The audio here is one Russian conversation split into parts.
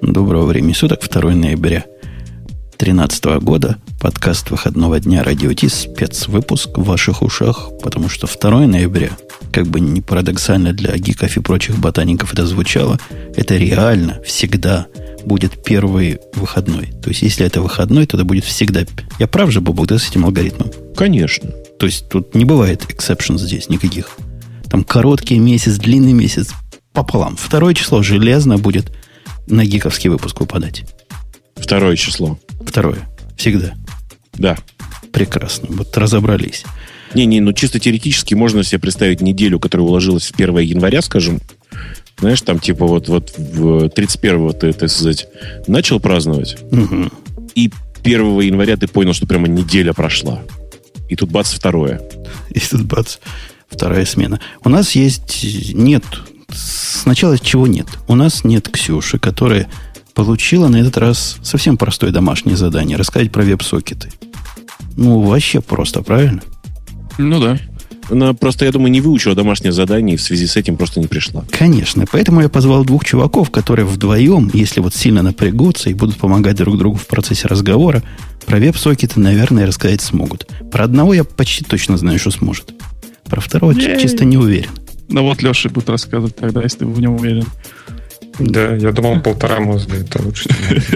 Доброго времени суток, 2 ноября 2013 года. Подкаст выходного дня Радио Ти, спецвыпуск в ваших ушах, потому что 2 ноября, как бы не парадоксально для гиков и прочих ботаников это звучало, это реально всегда будет первый выходной. То есть, если это выходной, то это будет всегда... Я прав же, Бобок, да, с этим алгоритмом? Конечно. То есть, тут не бывает exception здесь никаких. Там короткий месяц, длинный месяц, пополам. 2 число железно будет на гиковский выпуск выпадать. 2 число. 2. Всегда. Да. Прекрасно. Вот разобрались. Ну чисто теоретически можно себе представить неделю, которая уложилась в 1 января, скажем. Знаешь, там типа вот в 31-го ты, так сказать, начал праздновать. Угу. И 1 января ты понял, что прямо неделя прошла. И тут бац, 2. И тут бац, 2 смена. У нас есть... Нет. Сначала чего нет? У нас нет Ксюши, которая получила на этот раз совсем простое домашнее задание. Рассказать про веб-сокеты. Ну, вообще просто, правильно? Ну да. Она просто, я думаю, не выучила домашнее задание и в связи с этим просто не пришла. Конечно. Поэтому я позвал 2 чуваков, которые вдвоем, если вот сильно напрягутся и будут помогать друг другу в процессе разговора, про веб-сокеты, наверное, рассказать смогут. Про одного я почти точно знаю, что сможет. Про второго чисто не уверен. Ну вот Леша будет рассказывать тогда, если ты в нем уверен. Да, я думал, 1,5 мозга это лучше.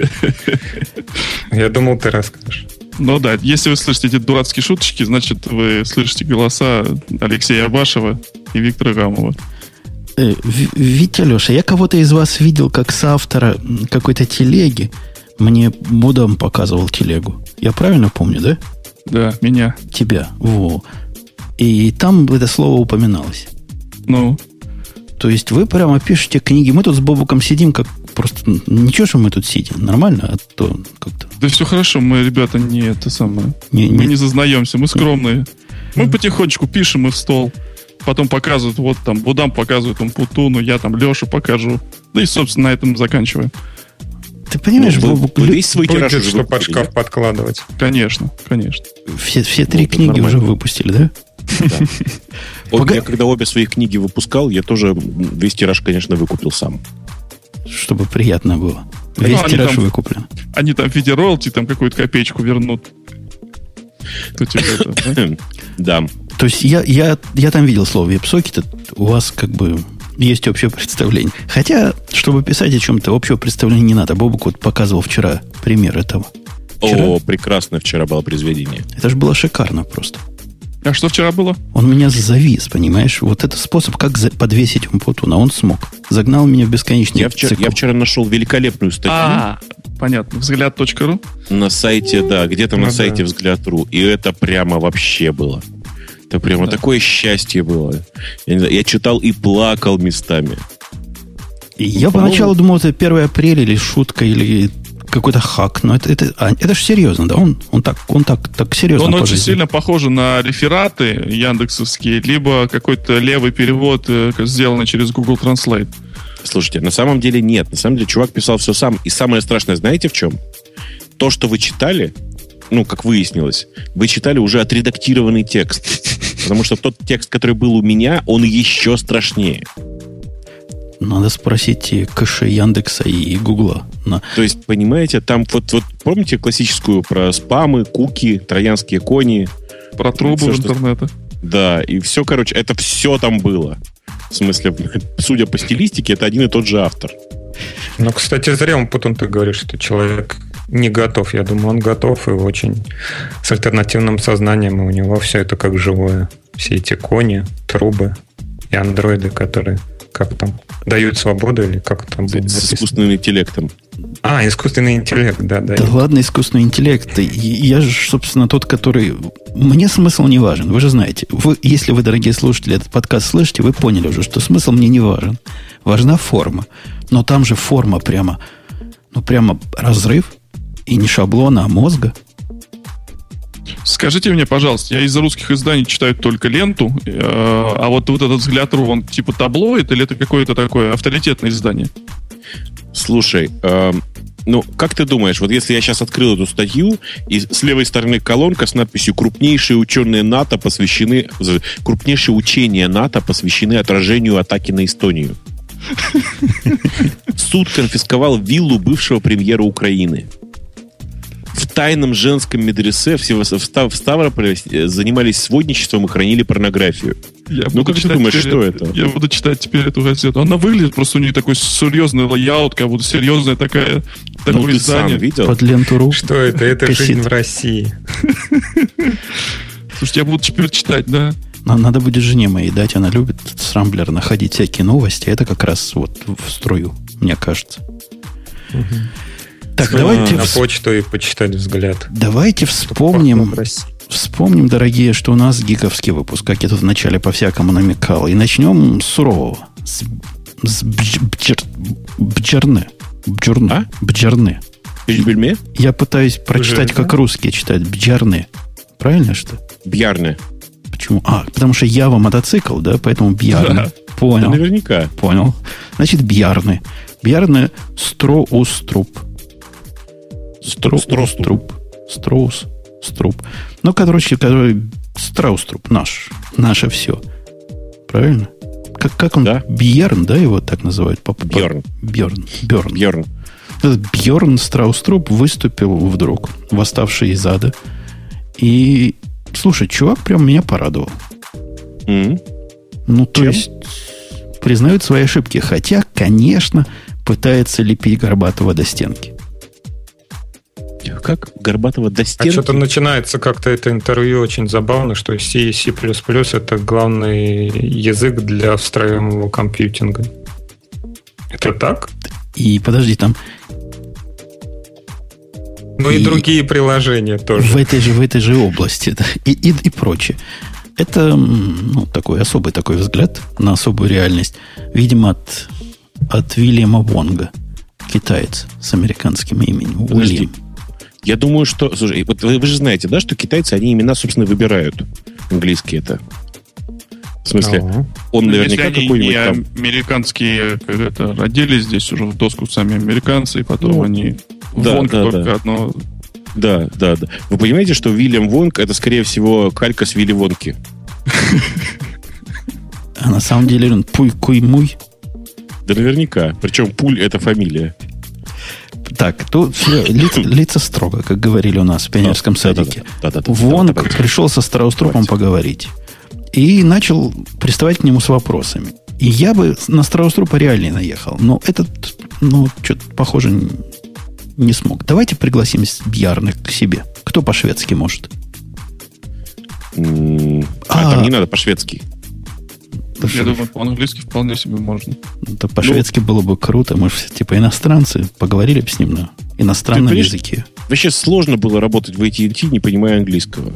Я думал, ты расскажешь. Ну да, если вы слышите эти дурацкие шуточки, значит, вы слышите голоса Алексея Абашева и Виктора Гамова. Витя, Леша, я кого-то из вас видел как соавтора какой-то телеги. Мне Будам показывал телегу. Я правильно помню, да? Да, меня. Тебя, во. И там это слово упоминалось. Ну? То есть вы прямо пишете книги. Мы тут с Бобуком сидим, как просто... Ничего, что мы тут сидим. Нормально? А то как-то... Да все хорошо, мы, ребята, не это самое. Мы не зазнаемся, мы скромные. Мы потихонечку пишем и в стол. Потом показывают, вот там, Будам показывает, он Путуну, я там Лешу покажу. Да и, собственно, на этом заканчиваем. Ты понимаешь, Бобук... Весь свой тираж будет, что под шкаф подкладывать. Конечно, конечно. Все 3 книги уже выпустили, да? Да. Я когда обе своих книги выпускал, я тоже весь тираж, конечно, выкупил сам. Чтобы приятно было. Весь тираж выкуплен. Они там в виде роялти там какую-то копеечку вернут. Да. То есть я там видел слово веб-сокет, у вас как бы есть общее представление. Хотя, чтобы писать о чем-то, общего представления не надо. Бобук вот показывал вчера пример этого. О, прекрасно вчера было произведение. Это же было шикарно просто. А что вчера было? Он меня завис, понимаешь? Вот это способ, как подвесить Умпутуна. Он смог. Загнал меня в бесконечный цикл. Я вчера нашел великолепную статью. Понятно. Взгляд.ру? На сайте, да, где-то на сайте Взгляд.ру. И это прямо вообще было. Это прямо такое счастье было. Я читал и плакал местами. Я поначалу думал, это 1 апреля или шутка, или какой-то хак. Но это же серьезно, да? Он так серьезно. Он очень сильно похож на рефераты яндексовские, либо какой-то левый перевод, сделанный через Google Translate. Слушайте, на самом деле нет. На самом деле чувак писал все сам. И самое страшное, знаете в чем? То, что вы читали, как выяснилось, вы читали уже отредактированный текст. Потому что тот текст, который был у меня, он еще страшнее. Надо спросить кэши Яндекса и Гугла. То есть, понимаете, там вот помните классическую про спамы, куки, троянские кони? Про трубы в интернете. Да, и все, это все там было. В смысле, судя по стилистике, это один и тот же автор. Ну, кстати, зря Умпутун ты говоришь, что человек не готов. Я думаю, он готов и очень с альтернативным сознанием, и у него все это как живое. Все эти кони, трубы и андроиды, которые как там дают свободу или как там было написано? С искусственным интеллектом. Искусственный интеллект, да. Да ладно, искусственный интеллект. Я же, собственно, тот, который... Мне смысл не важен, вы же знаете. Если вы, дорогие слушатели, этот подкаст слышите, вы поняли уже, что смысл мне не важен. Важна форма. Но там же форма прямо разрыв. И не шаблона, а мозга. Скажите мне, пожалуйста, я из русских изданий читаю только ленту, а вот этот Взгляд.ру, он типа таблоид или это какое-то такое авторитетное издание? Слушай, как ты думаешь, вот если я сейчас открыл эту статью, и с левой стороны колонка с надписью «Крупнейшие учения НАТО посвящены отражению атаки на Эстонию». Суд конфисковал виллу бывшего премьера Украины. В тайном женском медресе в Ставрополе занимались сводничеством и хранили порнографию. Ну, как ты думаешь, что это? Я буду читать теперь эту газету. Она выглядит, просто у нее такой серьезный лайаут, как будто серьезная такое ты издание. сам видел? Под ленту.ру. Что это? Это жизнь в России. Слушайте, я буду теперь читать, да? Надо будет жене моей дать. Она любит с Рамблера находить всякие новости. Это как раз вот в струю, мне кажется. Так, давайте на почту и почитать взгляд. Давайте вспомним, дорогие, что у нас гиковский выпуск, как я тут вначале по-всякому намекал. И начнем с сурового. С Бджерны. А? Бджерны. Бельме? Я пытаюсь прочитать, как русские читают. Бджерны. Правильно, что? Бьярны. Почему? Потому что Ява мотоцикл, да? Поэтому Бьярны. Да. Понял. Да, наверняка. Понял. Значит, Бьярны. Бьярны Строуструп. Строуструп. Ну, короче, который Страуструп наше все. Правильно? Как он? Да. Бьерн, да, его так называют? Бьерн. Этот Бьерн Страуструп выступил вдруг, восставший из ада. И, слушай, чувак прям меня порадовал. Ну, то есть, признает свои ошибки. Хотя, конечно, пытается лепить Горбатова до стенки. Как? Горбатова до стенки? А что-то начинается как-то это интервью очень забавно, что C и C++ это главный язык для встраиваемого компьютинга. Это так? И подожди, там... Ну и другие приложения тоже. В этой же области, да, и прочее. Это такой особый такой взгляд на особую реальность. Видимо, от Вильяма Вонга, китаец с американским именем. Уильям. Я думаю, что... Слушай, вот вы же знаете, да, что китайцы, они имена, собственно, выбирают. Английский это. В смысле, он наверняка какой-нибудь там... Американские родились здесь уже в доску сами американцы, и потом они... Вонг только одно... Да. Вы понимаете, что Вильям Вонг это, скорее всего, калька с Вилли Вонки? А на самом деле он Пуй-Куй-Муй? Да наверняка. Причем Пуль это фамилия. Так, тут все лица строго, как говорили у нас в пионерском садике. Вонг пришел со Страуструпом поговорить. И начал приставать к нему с вопросами. И я бы на Страуструпа реально наехал. Но этот, что-то, похоже, не смог. Давайте пригласим Бьярны к себе. Кто по-шведски может? Там не надо по-шведски. Я думаю, по-английски вполне себе можно. Это по-шведски было бы круто. Мы же типа иностранцы, поговорили бы с ним на иностранном языке. Вообще сложно было работать в AT&T, не понимая английского.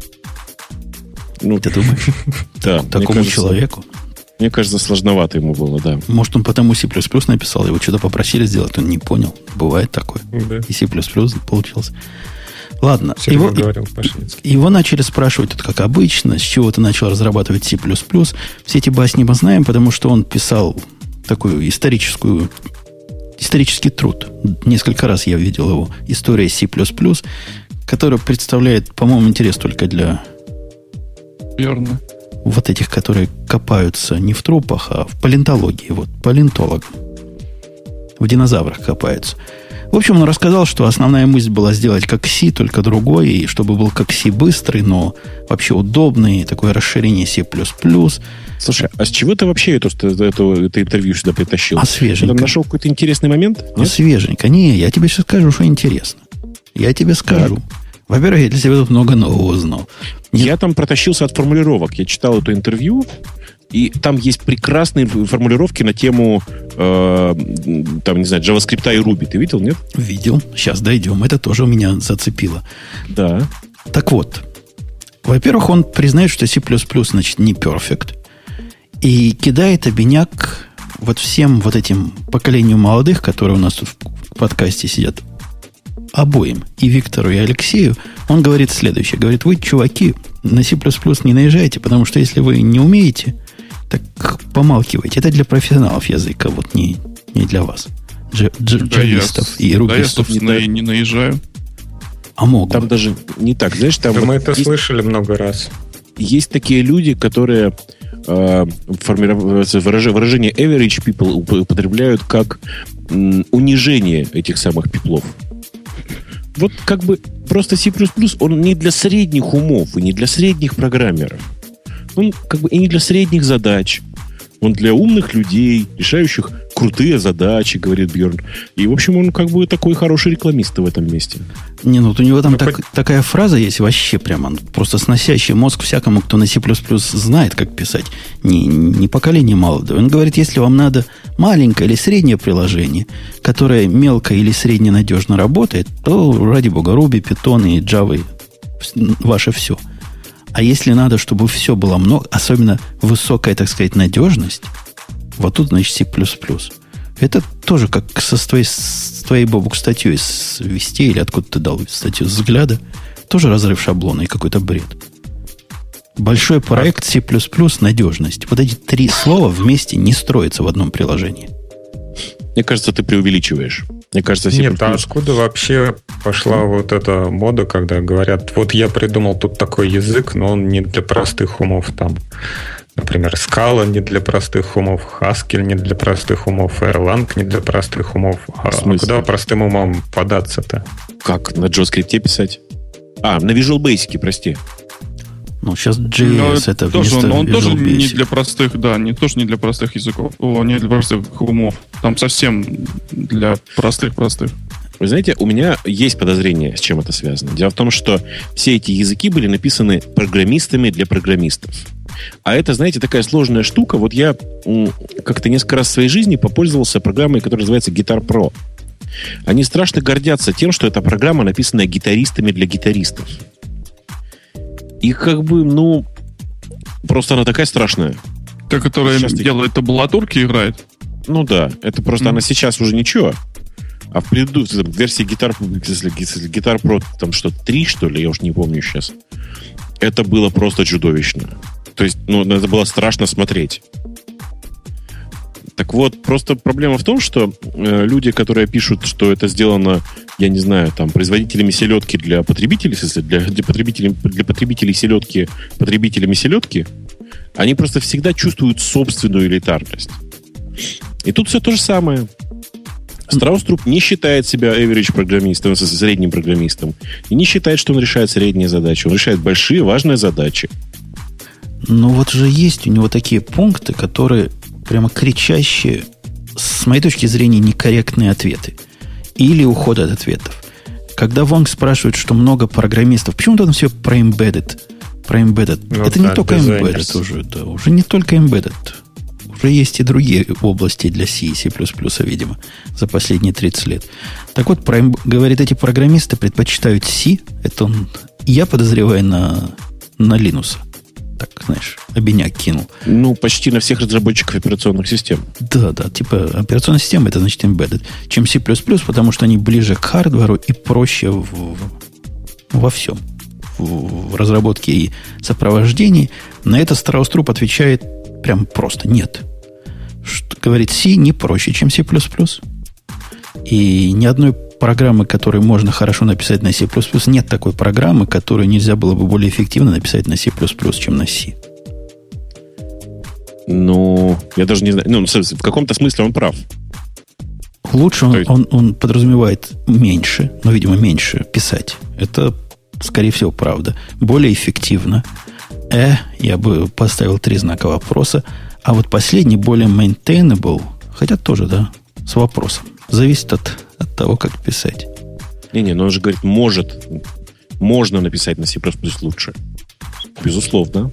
Ты думаешь? Да. Такому человеку? Мне кажется, сложновато ему было, да. Может, он потому C++ написал, его что-то попросили сделать, он не понял. Бывает такое. Да. И C++ получился. Ладно. Его начали спрашивать, тут как обычно, с чего ты начал разрабатывать C++. Все эти басни мы знаем, потому что он писал такой исторический труд. Несколько раз я видел его. История C++, которая представляет, по-моему, интерес только для... Верно. Вот этих, которые копаются не в трупах, а в палеонтологии. Вот, палеонтологам. В динозаврах копаются. В общем, он рассказал, что основная мысль была сделать как C, только другой, и чтобы был как C быстрый, но вообще удобный, такое расширение C++. Слушай, а с чего ты вообще это интервью сюда притащил? А свеженько. Ты там нашел какой-то интересный момент? А свеженько. Не, я тебе сейчас скажу, что интересно. Я тебе скажу. Да. Во-первых, я для себя тут много нового узнал. Я там протащился от формулировок. Я читал это интервью, и там есть прекрасные формулировки на тему там, не знаю, JavaScript и Ruby. Ты видел, нет? Видел. Сейчас дойдем. Это тоже меня зацепило. Да. Так вот. Во-первых, он признает, что C++, значит, не perfect. И кидает обиняк вот всем вот этим поколению молодых, которые у нас тут в подкасте сидят, обоим, и Виктору, и Алексею. Он говорит следующее. Говорит, вы, чуваки, на C++ не наезжайте, потому что если вы не умеете, так помалкивайте. Это для профессионалов языка, вот не для вас. Джавистов и рубистов. Да, я, не наезжаю. А мог там бы. даже не так, знаешь, там... Да вот мы это слышали много раз. Есть такие люди, которые выражение average people употребляют как унижение этих самых пиплов. Вот как бы просто C++, он не для средних умов и не для средних программеров. Он как бы и не для средних задач. Он для умных людей, решающих крутые задачи, говорит Бьерн. И, в общем, он как бы такой хороший рекламист в этом месте. Не, ну вот у него там такая фраза есть вообще прямо, просто сносящий мозг всякому, кто на C++ знает, как писать. Не поколение молодое. Он говорит, если вам надо маленькое или среднее приложение, которое мелко или средне надежно работает, то, ради бога, Ruby, Python и Java ваше все. А если надо, чтобы все было много, особенно высокая, так сказать, надежность, вот тут, значит, C++. Это тоже как с твоей, Бобук, статьей из Вестей, или откуда ты дал статью «Взгляда», тоже разрыв шаблона и какой-то бред. Большой проект C++, надежность. Вот эти три слова вместе не строятся в одном приложении. Мне кажется, ты преувеличиваешь. Мне кажется, C++... Нет, а откуда вообще пошла вот эта мода, когда говорят, вот я придумал тут такой язык, но он не для простых умов. Там, например, Scala не для простых умов, Haskell не для простых умов, Erlang не для простых умов. А куда простым умам податься-то? Как? На JavaScript писать? На Visual Basic, прости. Ну, сейчас JS это тоже, вместо он тоже Visual не Basic. для простых, да, тоже не для простых языков, не для простых умов. Там совсем для простых. Вы знаете, у меня есть подозрение, с чем это связано. Дело в том, что все эти языки были написаны программистами для программистов. А это, знаете, такая сложная штука. Вот я как-то несколько раз в своей жизни попользовался программой, которая называется Guitar Pro. Они страшно гордятся тем, что эта программа написана гитаристами для гитаристов. И как бы, просто она такая страшная. Та, которая делает табулатурки, играет? Ну да, это просто она сейчас уже ничего. А в предыдущей версии Guitar Pro там что, 3, что ли, я уж не помню сейчас. Это было просто чудовищно. То есть, это было страшно смотреть. Так вот, просто проблема в том, что люди, которые пишут, что это сделано, я не знаю, там, производителями селедки для потребителей, для потребителей селедки, потребителями селедки, они просто всегда чувствуют собственную элитарность. И тут все то же самое. Страус-Труп не считает себя average программистом, средним программистом, и не считает, что он решает средние задачи. Он решает большие, важные задачи. Ну вот же есть у него такие пункты, которые прямо кричащие, с моей точки зрения, некорректные ответы. Или уход от ответов. Когда Вонг спрашивает, что много программистов, почему-то там все про embedded. Это не только embedded уже. Да, уже не только embedded. Уже есть и другие области для C и C++, видимо, за последние 30 лет. Так вот, говорит, эти программисты предпочитают C. Это он, я подозреваю, на Linux. Так, знаешь, обиняк кинул. Почти на всех разработчиков операционных систем. Да, типа операционная система, это значит embedded. Чем C++, потому что они ближе к хардверу и проще во всем. В разработке и сопровождении. На это Страус-Труп отвечает прям просто нет. Говорит, C не проще, чем C++. И ни одной программы, которую можно хорошо написать на C++, нет такой программы, которую нельзя было бы более эффективно написать на C++, чем на C. Я даже не знаю. В каком-то смысле он прав. Лучше он подразумевает меньше, видимо, меньше писать. Это, скорее всего, правда. Более эффективно. Я бы поставил 3 знака вопроса. А вот последний более maintainable, хотя тоже, да, с вопросом. Зависит от того, как писать. Но он же говорит, можно написать на C++ лучше. Безусловно.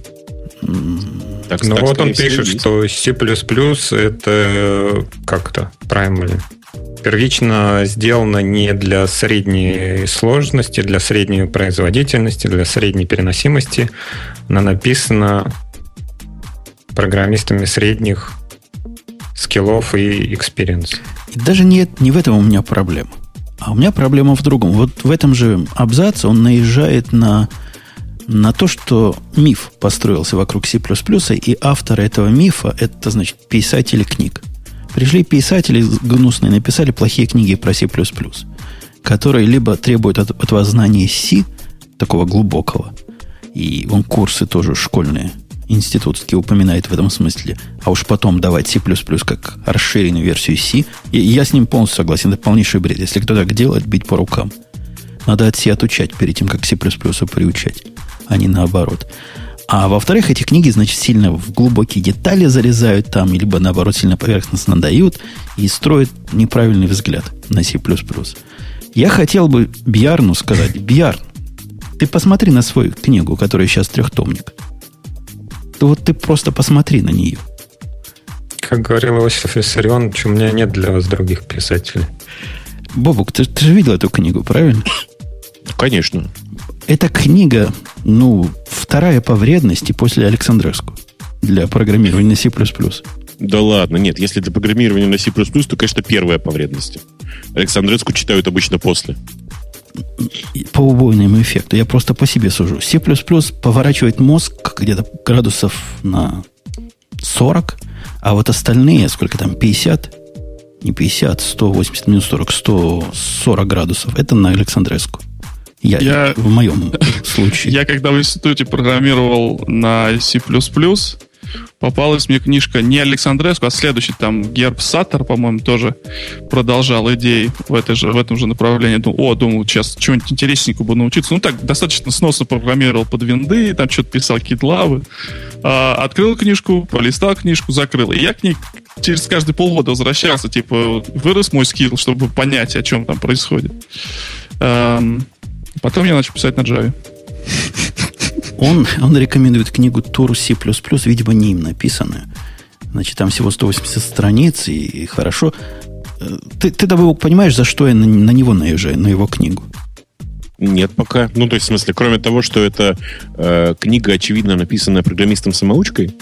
Он пишет, что C++ это как-то primary. Первично сделано не для средней сложности, для средней производительности, для средней переносимости. Она написана программистами средних скиллов и experience. И даже не в этом у меня проблема. А у меня проблема в другом. Вот в этом же абзаце он наезжает на то, что миф построился вокруг C++, и авторы этого мифа, это, значит, писатели книг. Пришли писатели гнусные, написали плохие книги про C++, которые либо требуют от вас знания C, такого глубокого, и курсы тоже школьные институтский упоминает в этом смысле, а уж потом давать C++ как расширенную версию C, я с ним полностью согласен, это полнейший бред. Если кто так делает, бить по рукам. Надо от C отучать перед тем, как C++ приучать, а не наоборот. А во-вторых, эти книги, значит, сильно в глубокие детали залезают там, либо, наоборот, сильно поверхностно дают и строят неправильный взгляд на C++. Я хотел бы Бьярну сказать: Бьярн, ты посмотри на свою книгу, которая сейчас 3-томник. Вот ты просто посмотри на нее. Как говорил Иосиф Виссарионович, у меня нет для вас других писателей. Бобук, ты же видел эту книгу, правильно? Конечно. Эта книга, вторая по вредности после Александреску для программирования на C++. Да ладно, нет, если для программирования на C++, то, конечно, первая по вредности. Александреску читают обычно после. По убойному эффекту. Я просто по себе сужу. C++ поворачивает мозг где-то градусов на 40, а вот остальные, сколько там, 50, не 50, 180 минус 40, 140 градусов, это на Александреску. Я в моем случае. Я когда в институте программировал на C++, попалась мне книжка не Александреску, а следующий, там Герб Саттер, по-моему, тоже продолжал идеи в этом же направлении. Думал, сейчас чего-нибудь интересненького бы научиться. Так, достаточно сносно программировал под винды, там что-то писал какие-то лавы. Открыл книжку, полистал книжку, закрыл. И я к ней через каждые полгода возвращался, вырос мой скилл, чтобы понять, о чем там происходит. Потом я начал писать на Java. Он рекомендует книгу Tour C++, видимо, не им написанную. Значит, там всего 180 страниц, и хорошо. Ты понимаешь, за что я на него наезжаю, на его книгу? Нет пока. То есть, в смысле, кроме того, что это книга, очевидно, написанная программистом-самоучкой?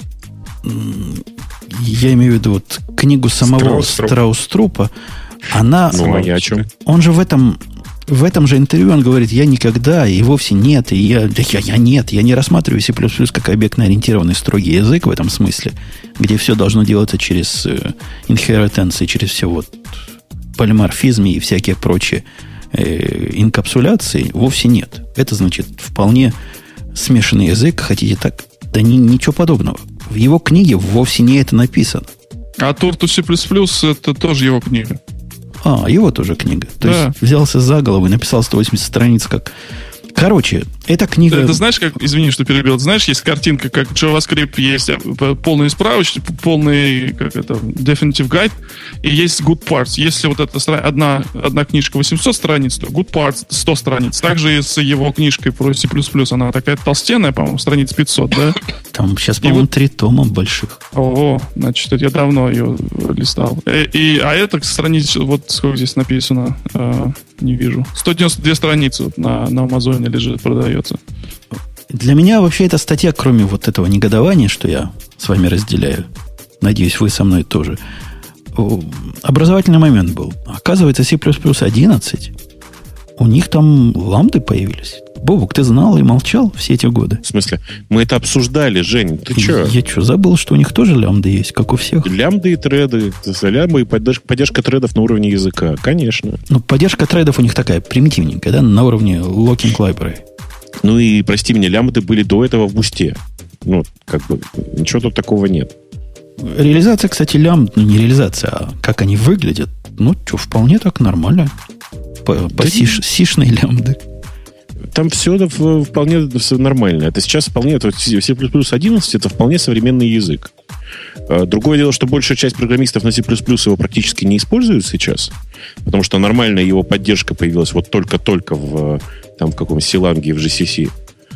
Я имею в виду книгу самого Страус-Трупа. Она... а я о чем? Он же в этом же интервью он говорит: я никогда, и вовсе нет, и я не рассматриваю C++ как объектно-ориентированный строгий язык в этом смысле, где все должно делаться через inheritance, через все полиморфизмы и всякие прочие инкапсуляции. Вовсе нет. Это значит вполне смешанный язык, хотите так? Да ничего подобного. В его книге вовсе не это написано. А Tour to C++ это тоже его книга. Его тоже книга. То есть взялся за голову и написал 180 страниц как... Короче, эта книга... Это знаешь, как, извини, что перебил, знаешь, есть картинка, как JavaScript есть полный справочник, полный, definitive guide, и есть good parts. Если вот эта одна книжка 800 страниц, то good parts 100 страниц. Также и с его книжкой про C++, она такая толстенная, по-моему, страниц 500, да? Там сейчас, по-моему, 3 тома больших. Значит, я давно ее листал. А это страниц, сколько здесь написано, не вижу. 192 страницы на Амазоне лежит, продается. Для меня вообще эта статья, кроме этого негодования, что я с вами разделяю, надеюсь, вы со мной тоже, образовательный момент был. Оказывается, C++ 11, у них там ламды появились. Бобук, ты знал и молчал все эти годы? В смысле? Мы это обсуждали, Жень. Ты что? Я забыл, что у них тоже лямбды есть, как у всех? Лямбды и треды. Лямбды и поддержка тредов на уровне языка. Конечно. Поддержка тредов у них такая примитивненькая, да, на уровне locking library. И, прости меня, лямбды были до этого в бусте. Ничего тут такого нет. Реализация, кстати, лямбд, не реализация, а как они выглядят, вполне так нормально. Сишные лямбды. Там все вполне нормально. Это сейчас вполне... C++ 11 это вполне современный язык. Другое дело, что большая часть программистов на C++ его практически не используют сейчас, потому что нормальная его поддержка появилась только-только в каком-то Силанге, в GCC.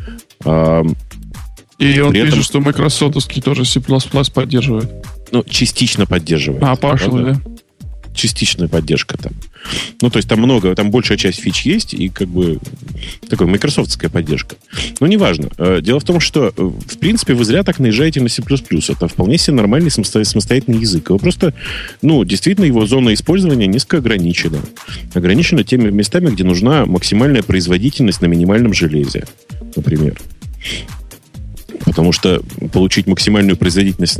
И он пишет, что Microsoft'овский тоже C++ поддерживает. Частично поддерживает. Partially, да? Частичная поддержка там. То есть там много, там большая часть фич есть, и такая майкрософтская поддержка. Но неважно. Дело в том, что, в принципе, вы зря так наезжаете на C++. Это вполне себе нормальный самостоятельный язык. Его просто, действительно, его зона использования несколько ограничена. Ограничена теми местами, где нужна максимальная производительность на минимальном железе, например. Потому что получить максимальную производительность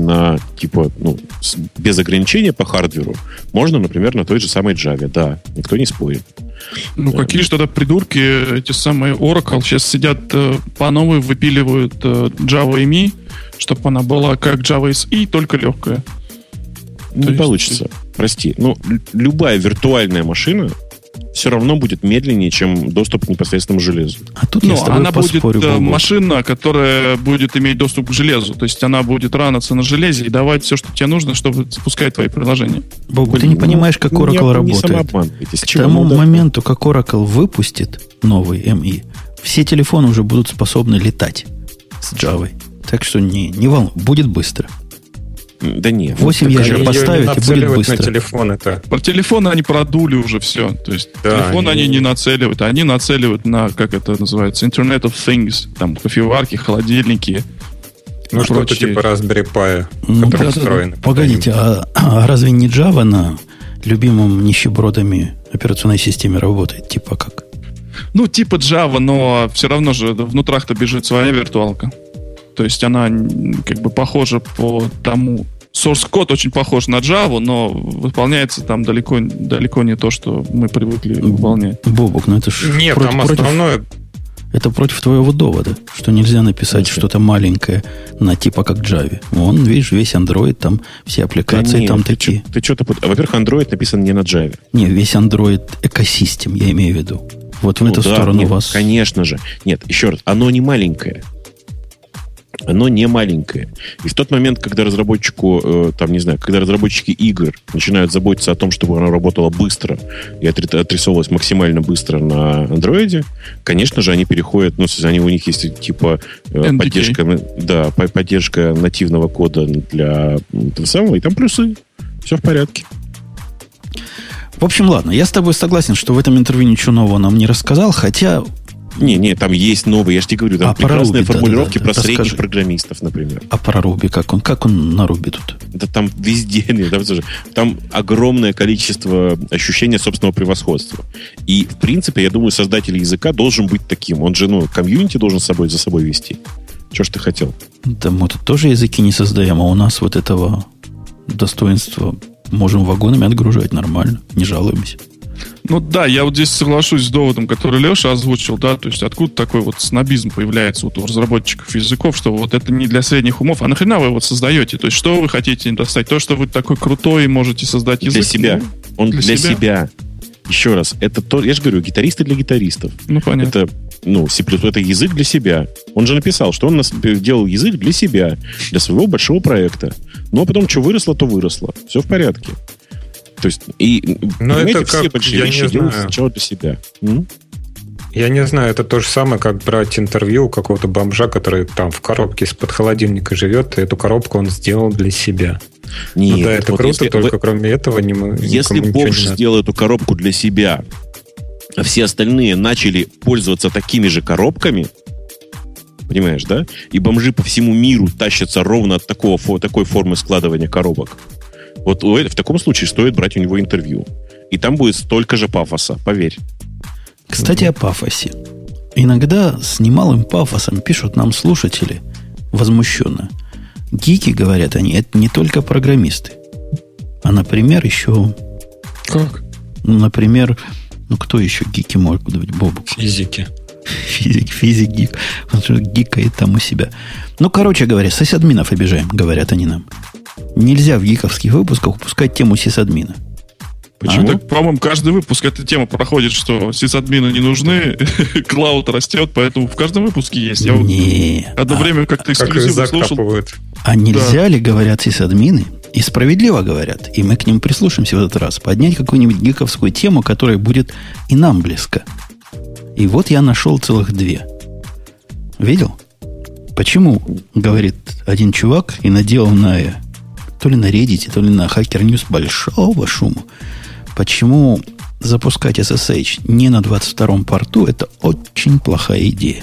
без ограничения по хардверу можно, например, на той же самой Java. Да, никто не спорит. Ну, какие же тогда придурки, эти самые Oracle, сейчас сидят по новой, выпиливают Java ME, чтобы она была как Java SE, только легкая. Не получится. Прости. Ну, любая виртуальная машина все равно будет медленнее, чем доступ к непосредственному железу. А тут я с тобой она поспорю, будет Бобук. машина, которая будет иметь доступ к железу. То есть она будет раниться на железе и давать все, что тебе нужно, чтобы запускать твои приложения. Бобук, ты не понимаешь, как Oracle работает. К тому моменту, как Oracle выпустит новый ME, все телефоны уже будут способны летать с Java. Так что не волнуй, будет быстро. Да нет. 8 ядер поставить, и будет быстро. На телефон-то. Про телефоны они продули уже все. То есть телефон они не нацеливают. Они нацеливают на, как это называется, Internet of Things. Там кофеварки, холодильники. Ну, что-то типа Raspberry Pi, который встроен. Погодите, а разве не Java на любимом нищебродами операционной системе работает? Типа как? Ну, типа Java, но все равно же внутрях-то бежит своя виртуалка. То есть она как бы похожа по тому... Source код очень похож на Java, но выполняется там далеко не то, что мы привыкли выполнять. Бобок, ну это ж... Нет, там основное... Это против твоего довода, что нельзя написать что-то маленькое на типа как Java. Вон, видишь, весь Android, там все аппликации да там нет, такие. Ты что-то... Во-первых, Android написан не на Java. Не, весь Android экосистем, я имею в виду. Вот в эту сторону нет, вас... Конечно же. Нет, еще раз, оно не маленькое. Оно не маленькое. И в тот момент, когда разработчику, когда разработчики игр начинают заботиться о том, чтобы оно работало быстро и отрисовывалось максимально быстро на андроиде, конечно же, они переходят, у них есть типа поддержка нативного кода для этого самого, и там плюсы. Все в порядке. В общем, ладно, я с тобой согласен, что в этом интервью ничего нового нам не рассказал, хотя... Не, там есть новые, я же тебе говорю, там прекрасные формулировки про средних программистов, например. А про Руби как он на Руби тут? Да там везде, там огромное количество ощущения собственного превосходства. И, в принципе, я думаю, создатель языка должен быть таким. Он же, комьюнити должен за собой вести. Чего ж ты хотел? Да мы тут тоже языки не создаем, а у нас вот этого достоинства можем вагонами отгружать нормально, не жалуемся. Ну да, я вот здесь соглашусь с доводом, который Леша озвучил, да, то есть откуда такой вот снобизм появляется у разработчиков языков, что вот это не для средних умов, а нахрена вы его создаете? То есть что вы хотите достать? То, что вы такой крутой и можете создать язык? Для себя. Он для себя. Еще раз, это то, я же говорю, гитаристы для гитаристов. Ну, понятно. Это, это язык для себя. Он же написал, что он делал язык для себя, для своего большого проекта. Ну, а потом, что выросло, то выросло. Все в порядке. То есть, это все большие вещи делают сначала для себя. Я не знаю, это то же самое, как брать интервью у какого-то бомжа, который там в коробке из-под холодильника живет, и эту коробку он сделал для себя. Нет, да, это круто, только кроме этого если бомж сделал эту коробку для себя, а все остальные начали пользоваться такими же коробками, понимаешь, да? И бомжи по всему миру тащатся ровно от такой формы складывания коробок. Вот в таком случае стоит брать у него интервью. И там будет столько же пафоса, поверь. Кстати, о пафосе. Иногда с немалым пафосом пишут нам слушатели возмущенно. Гики, говорят они, это не только программисты. А, например, еще... Как? Например, кто еще гики может быть, Бобук? Физики. Физик, гик. Он же гикает там у себя. Короче говоря, сисадминов обижаем, говорят они нам. Нельзя в гиковских выпусках упускать тему сисадмина. Почему? Так, по-моему, каждый выпуск эта тема проходит, что сисадмины не нужны, клауд растет, поэтому в каждом выпуске есть. Я одно время как-то эксклюзивно слушал. А нельзя ли, говорят сисадмины, и справедливо говорят, и мы к ним прислушаемся в этот раз, поднять какую-нибудь гиковскую тему, которая будет и нам близка. И вот я нашел целых 2. Видел? Почему, говорит один чувак, и наделал то ли на Reddit, то ли на Hacker News большого шума. Почему запускать SSH не на 22-м порту, это очень плохая идея.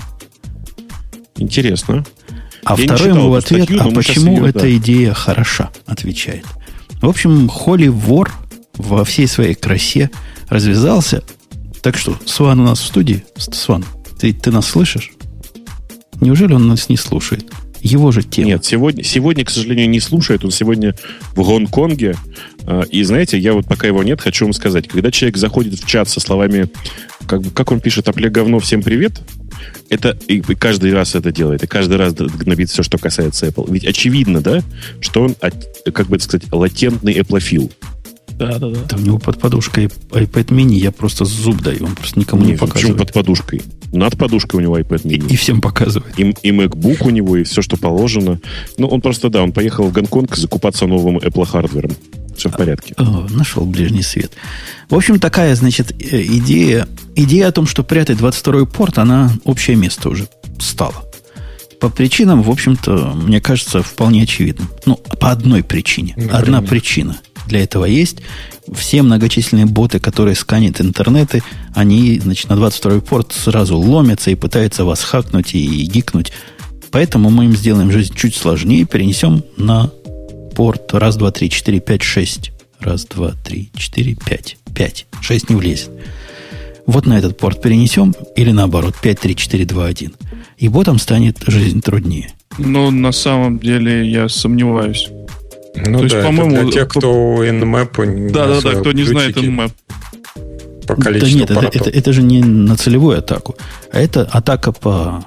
Интересно. А второй ему в ответ, почему эта идея хороша, отвечает. В общем, Холли Вор во всей своей красе развязался. Так что, Сван у нас в студии. Сван, ты нас слышишь? Неужели он нас не слушает? Его же тема. Нет, сегодня, к сожалению, не слушает. Он сегодня в Гонконге. И знаете, я вот пока его нет, хочу вам сказать. Когда человек заходит в чат со словами, как он пишет, «Апле говно, всем привет», это и каждый раз это делает. И каждый раз гнобит все, что касается Apple. Ведь очевидно, да, что он, как бы это сказать, латентный эплофил. Да. Да у него под подушкой iPad mini, я просто зуб даю, он просто никому не показывает. Почему под подушкой? Над подушкой у него iPad mini. И всем показывает. И MacBook у него, и все, что положено. Ну, он просто, да, он поехал в Гонконг закупаться новым Apple хардвером. Все в порядке. Нашел ближний свет. В общем, такая, значит, идея о том, что прятать 22-й порт, она общее место уже стала. По причинам, в общем-то, мне кажется, вполне очевидным. Ну, по одной причине. Например? Одна причина для этого есть. Все многочисленные боты, которые сканят интернеты, они, значит, на 22-й порт сразу ломятся и пытаются вас хакнуть и гикнуть. Поэтому мы им сделаем жизнь чуть сложнее и перенесем на порт 1, 2, 3, 4, 5, 6. 1, 2, 3, 4, 5. 5. 6 не влезет. Вот на этот порт перенесем, или наоборот, 5, 3, 4, 2, 1. И ботам станет жизнь труднее. Ну, на самом деле, я сомневаюсь. Ну, то есть, по-моему, для тех, кто Nmap... Да, кто не знает Nmap. По количеству портов. Это же не на целевую атаку, а это атака по...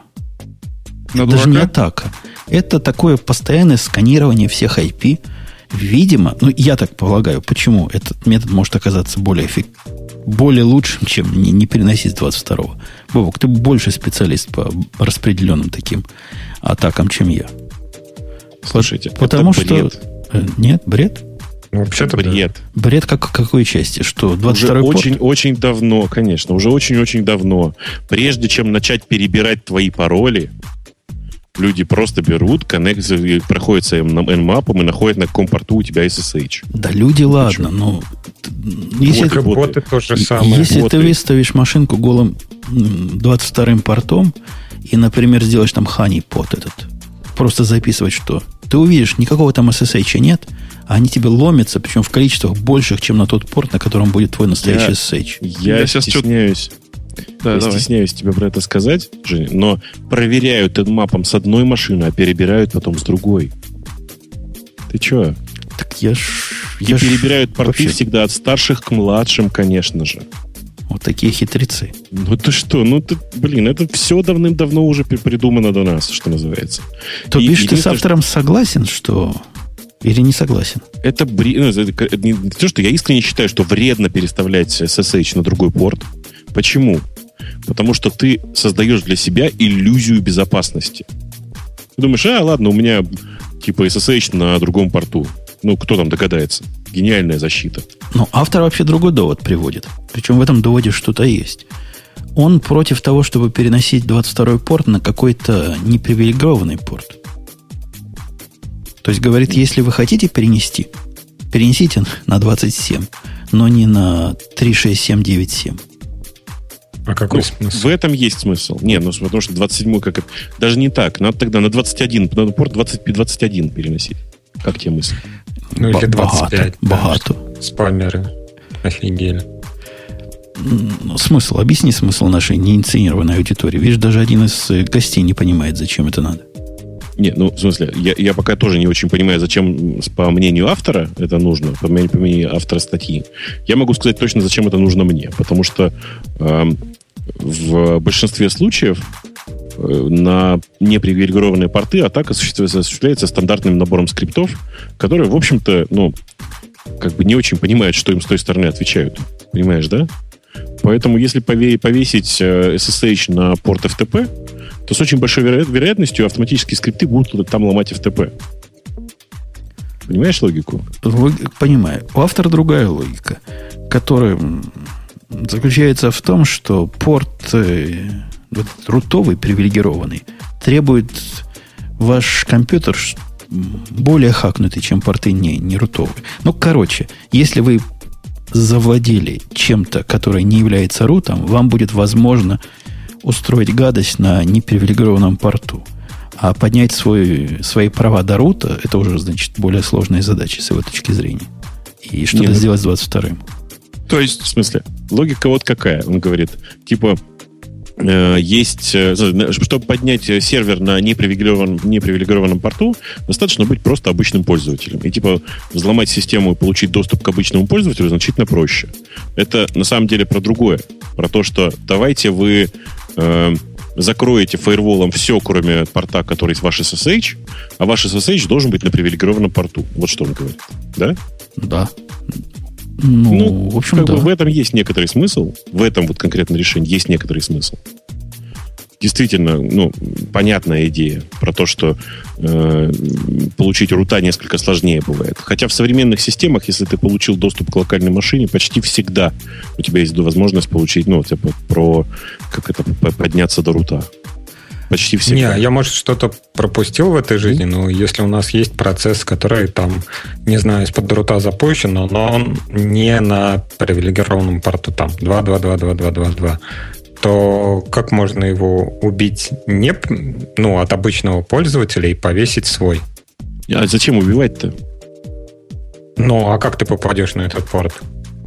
Это же не атака. Это такое постоянное сканирование всех IP. Видимо, ну, я так полагаю, почему этот метод может оказаться более лучшим, чем не переносить с 22-го. Бобок, ты больше специалист по распределенным таким атакам, чем я. Слушайте, потому это бред. Нет, бред? Ну, вообще-то бред. Бред какой части? Что, 22-й уже порт? Очень-очень давно, конечно, уже очень-очень давно. Прежде чем начать перебирать твои пароли, люди просто берут, проходят своим Nmap и находят, на каком порту у тебя SSH. Да люди, ладно, но... Если боты то же самое. Если ты выставишь машинку голым 22-м портом и, например, сделаешь там honeypot этот, просто записывать что? Ты увидишь, никакого там SSH нет, а они тебе ломятся, причем в количествах больших, чем на тот порт, на котором будет твой настоящий SSH. Я сейчас стесняюсь. Я стесняюсь тебе про это сказать, Женя, но проверяют Nmap'ом с одной машины, а перебирают потом с другой. Ты чё? Так и перебирают порты всегда от старших к младшим, конечно же. Вот такие хитрецы. Ну ты что? Это все давным-давно уже придумано до нас, что называется. То бишь ты с автором согласен, что... Или не согласен? Это не то, что я искренне считаю, что вредно переставлять SSH на другой порт. Почему? Потому что ты создаешь для себя иллюзию безопасности. Ты думаешь, ладно, у меня типа SSH на другом порту. Ну, кто там догадается? Гениальная защита. Но автор вообще другой довод приводит. Причем в этом доводе что-то есть. Он против того, чтобы переносить 22-й порт на какой-то непривилегированный порт. То есть, говорит, если вы хотите перенести, перенесите на 27, но не на 36797. А какой смысл? В этом есть смысл. Потому что 27 даже не так. Надо тогда на 21, на порт 21 переносить. Как тебе мысль? Ну, или 25. Богато. Спамеры. Офигели. Смысл. Объясни смысл нашей неинициированной аудитории. Видишь, даже один из гостей не понимает, зачем это надо. Нет, в смысле, я пока тоже не очень понимаю, зачем, по мнению автора, это нужно, по мнению автора статьи. Я могу сказать точно, зачем это нужно мне. Потому что в большинстве случаев на непривилегированные порты атака осуществляется стандартным набором скриптов, которые, в общем-то, не очень понимают, что им с той стороны отвечают. Понимаешь, да? Поэтому, если повесить SSH на порт FTP, то с очень большой вероятностью автоматические скрипты будут там ломать FTP. Понимаешь логику? Понимаю. У автора другая логика, которая заключается в том, что порт рутовый, привилегированный, требует ваш компьютер более хакнутый, чем порты не рутовые. Если вы завладели чем-то, которое не является рутом, вам будет возможно устроить гадость на непривилегированном порту. А поднять свои права до рута, это уже, значит, более сложная задача с его точки зрения. И что-то сделать с 22-м. То есть, в смысле, логика вот какая? Он говорит, типа, есть, чтобы поднять сервер на непривилегированном порту, достаточно быть просто обычным пользователем. И типа взломать систему и получить доступ к обычному пользователю значительно проще. Это на самом деле про другое. Про то, что давайте вы закроете фаерволом все, кроме порта, который есть ваш SSH, а ваш SSH должен быть на привилегированном порту. Вот что он говорит. Да? Да. Ну, в общем, да. В этом есть некоторый смысл. В этом вот конкретном решении есть некоторый смысл. Действительно, понятная идея про то, что получить рута несколько сложнее бывает. Хотя в современных системах, если ты получил доступ к локальной машине, почти всегда у тебя есть возможность получить, подняться до рута. Почти всегда. Не, я, может, что-то пропустил в этой жизни, но если у нас есть процесс, который там, не знаю, из-под рута запущен, но он не на привилегированном порту, там 2.2.2.2.2.2.2, то как можно его убить от обычного пользователя и повесить свой? А зачем убивать-то? А как ты попадешь на этот порт?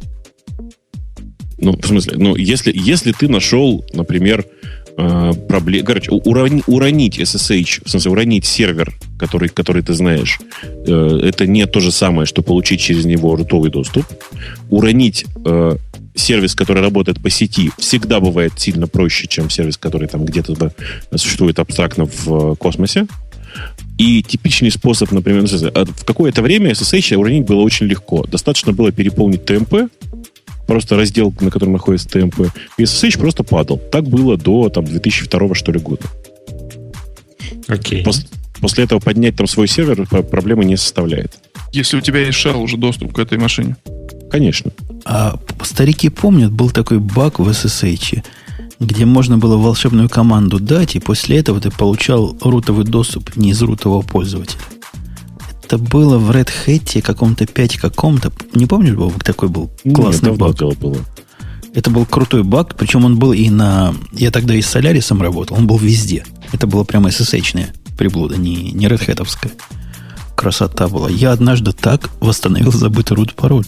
В смысле, если ты нашел, например, проблем. Короче, уронить SSH, в смысле, уронить сервер, который ты знаешь, это не то же самое, что получить через него рутовый доступ. Уронить сервис, который работает по сети, всегда бывает сильно проще, чем сервис, который там где-то существует абстрактно в космосе. И типичный способ, например, в какое-то время SSH уронить было очень легко. Достаточно было переполнить TMP, просто раздел, на котором находится TMP, и SSH просто падал. Так было до 2002 что ли, года. Окей. После этого поднять там свой сервер проблемы не составляет. Если у тебя есть shell уже доступ к этой машине. Конечно. А старики помнят, был такой баг в SSH, где можно было волшебную команду дать, и после этого ты получал рутовый доступ не из рутового пользователя. Это было в Red Hat каком-то 5 каком-то. Не помнишь, Бобок, такой был классный баг? Было. Это был крутой баг, причем он был и на... Я тогда и с Солярисом работал, он был везде. Это было прямо SSH-ная приблуда, не Red Hat-овская. Красота была. Я однажды так восстановил забытый root-пароль.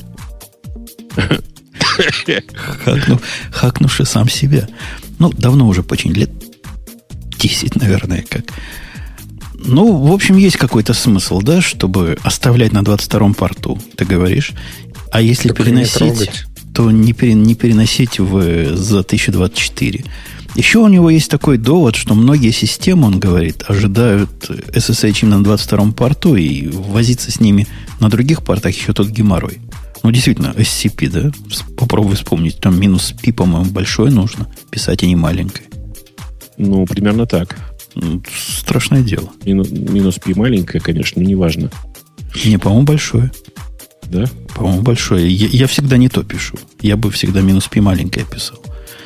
Хакнувши сам себя. Давно уже очень, лет 10, наверное, как. В общем, есть какой-то смысл, да, чтобы оставлять на 22-м порту, ты говоришь. А если так переносить, то не переносить за 1024. Еще у него есть такой довод, что многие системы, он говорит, ожидают SSH именно на 22-м порту, и возиться с ними на других портах еще тот геморрой. Действительно, SCP, да? Попробуй вспомнить. Там минус P, по-моему, большое нужно писать, а не маленькое. Примерно так. Страшное дело. Минус P маленькое, конечно, но неважно. Не, по-моему, большое. Да? По-моему, большое. Я всегда не то пишу. Я бы всегда минус P маленькое писал.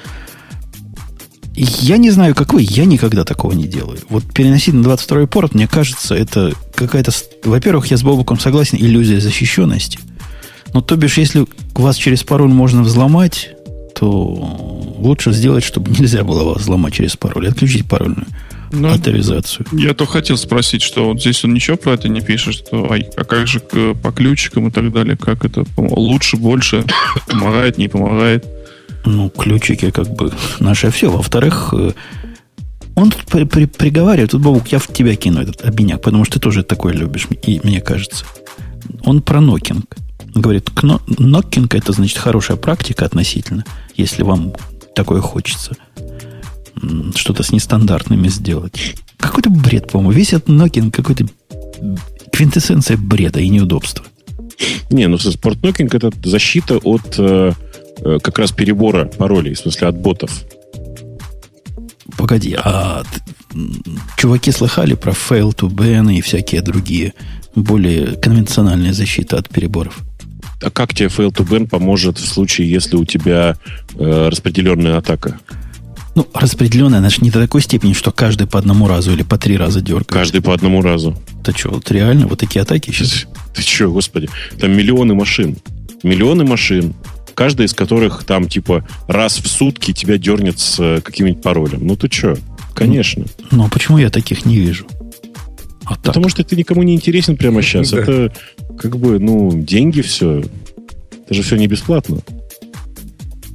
Я не знаю, как вы, я никогда такого не делаю. Вот переносить на 22-й порт, мне кажется, это какая-то... Во-первых, я с Бобуком согласен, иллюзия защищенности. То бишь, если вас через пароль можно взломать, то лучше сделать, чтобы нельзя было вас взломать через пароль. Отключить парольную авторизацию. Я то хотел спросить, что вот здесь он ничего про это не пишет, что а как же по ключикам и так далее, как это лучше, больше, помогает, не помогает? Ключики наше все. Во-вторых, он тут приговаривает, тут, Бобук, я в тебя кину этот обиняк, потому что ты тоже такое любишь, и мне кажется. Он про нокинг. Он говорит, нокинг это значит хорошая практика относительно, если вам такое хочется. Что-то с нестандартными сделать. Какой-то бред, по-моему. Весь этот нокинг какой-то квинтэссенция бреда и неудобства. Порт-нокинг это защита от как раз перебора паролей, в смысле от ботов. Погоди, чуваки слыхали про fail to ban и всякие другие более конвенциональные защиты от переборов? А как тебе fail to ban поможет в случае, если у тебя распределенная атака? Распределенная, она же не до такой степени, что каждый по одному разу или по 3 раза дергает. Каждый по одному разу. Ты что, вот реально вот такие атаки сейчас? Ты что, господи. Там миллионы машин. Каждая из которых там раз в сутки тебя дернет с каким-нибудь паролем. Ты что? Конечно. А почему я таких не вижу? Потому что ты никому не интересен прямо сейчас. Да. Это деньги все. Это же все не бесплатно.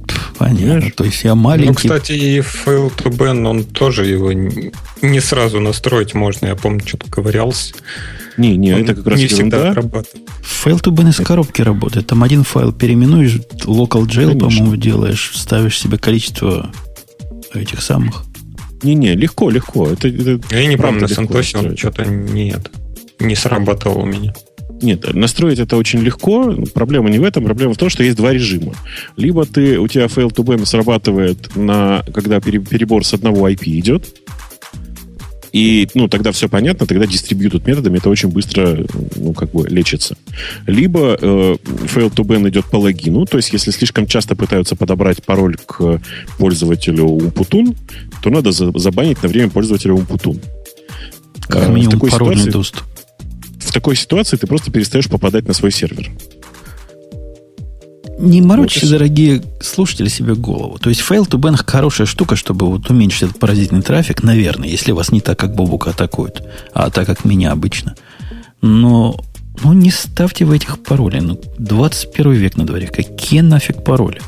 Понятно. То есть я маленький... Ну, кстати, и fail to ban, он тоже его не сразу настроить можно. Я помню, что-то ковырялся. Не, это как раз не всегда работает. Fail to ban из коробки работает. Там один файл переименуешь, local jail, по-моему, делаешь, ставишь себе количество этих самых. Не, легко. Это я не помню, на Сантосе он что-то не сработало у меня. Нет, настроить это очень легко. Проблема не в этом. Проблема в том, что есть два режима. Либо у тебя fail to ban срабатывает, когда перебор с одного IP идет. И, тогда все понятно, тогда distributed методами это очень быстро, лечится. Либо fail to ban идет по логину, то есть если слишком часто пытаются подобрать пароль к пользователю Умпутун, то надо забанить на время пользователя Умпутун. Как минимум парольный доступ. В такой ситуации ты просто перестаешь попадать на свой сервер. Не морочите, дорогие слушатели, себе голову. То есть fail to ban хорошая штука, чтобы уменьшить этот паразитный трафик, наверное, если вас не так, как Бобука атакуют, а так, как меня обычно. Но не ставьте в этих пароли. 21 век на дворе. Какие нафиг пароли?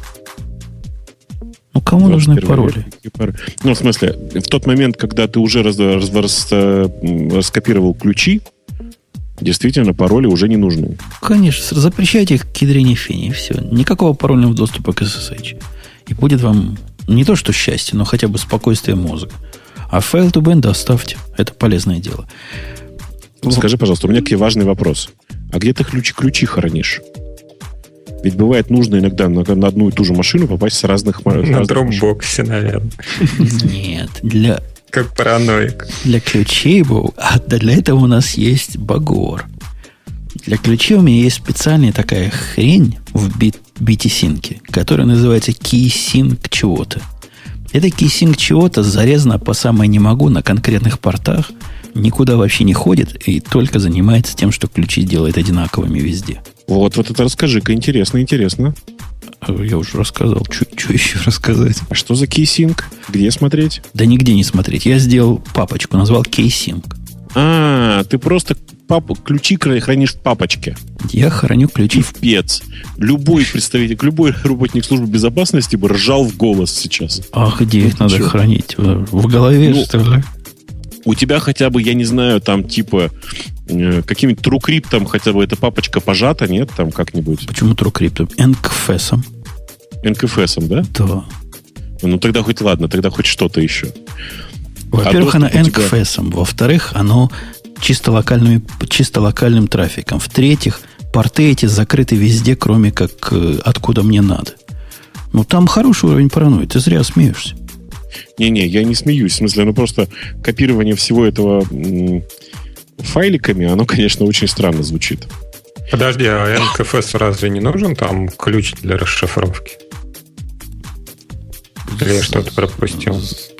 Кому нужны пароли? В смысле, в тот момент, когда ты уже раскопировал ключи, действительно, пароли уже не нужны. Конечно, запрещайте их к ядрене фени, и все. Никакого парольного доступа к SSH. И будет вам не то, что счастье, но хотя бы спокойствие мозга. А fail to ban доставьте. Это полезное дело. Скажи, пожалуйста, у меня к тебе важный вопрос. А где ты ключи хранишь? Ведь бывает нужно иногда на одну и ту же машину попасть с разных машин. На дропбоксе, наверное. Нет, как параноик. Для ключей, для этого у нас есть Багор. Для ключей у меня есть специальная такая хрень в BT-синке, которая называется keysync чего-то. Это keysync чего-то зарезано по самое не могу на конкретных портах, никуда вообще не ходит и только занимается тем, что ключи делает одинаковыми везде. Вот это расскажи-ка, интересно. Я уже рассказал. Что еще рассказать? А что за keysync? Где смотреть? Да нигде не смотреть. Я сделал папочку, назвал keysync. Ты просто ключи хранишь в папочке. Я храню ключи. Пипец. Любой представитель, любой работник службы безопасности бы ржал в голос сейчас. А где их надо хранить? В голове, что ли? У тебя хотя бы, я не знаю, там типа каким-нибудь TrueCrypt хотя бы эта папочка пожата, нет? Там как-нибудь. Почему TrueCrypt? NKFS. NKFS, да? Да. Тогда хоть ладно, тогда хоть что-то еще. Во-первых, оно NKFS. Во-вторых, оно чисто локальным трафиком. В-третьих, порты эти закрыты везде, кроме как откуда мне надо. Там хороший уровень паранойи. Ты зря смеешься. Не, я не смеюсь. В смысле, просто копирование всего этого файликами, оно, конечно, очень странно звучит. Подожди, а NKFS разве не нужен там ключ для расшифровки? Или я что-то пропустил?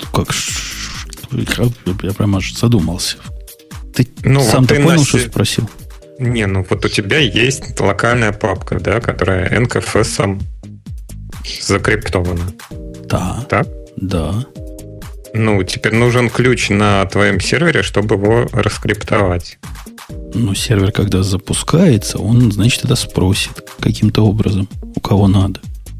Я прямо аж задумался. Ты сам-то понял, что спросил? Не, вот у тебя есть локальная папка, да, которая NKFS закриптована. Да. Так? Да. Теперь нужен ключ на твоем сервере, чтобы его раскриптовать. Сервер, когда запускается, он, значит, это спросит каким-то образом, у кого надо.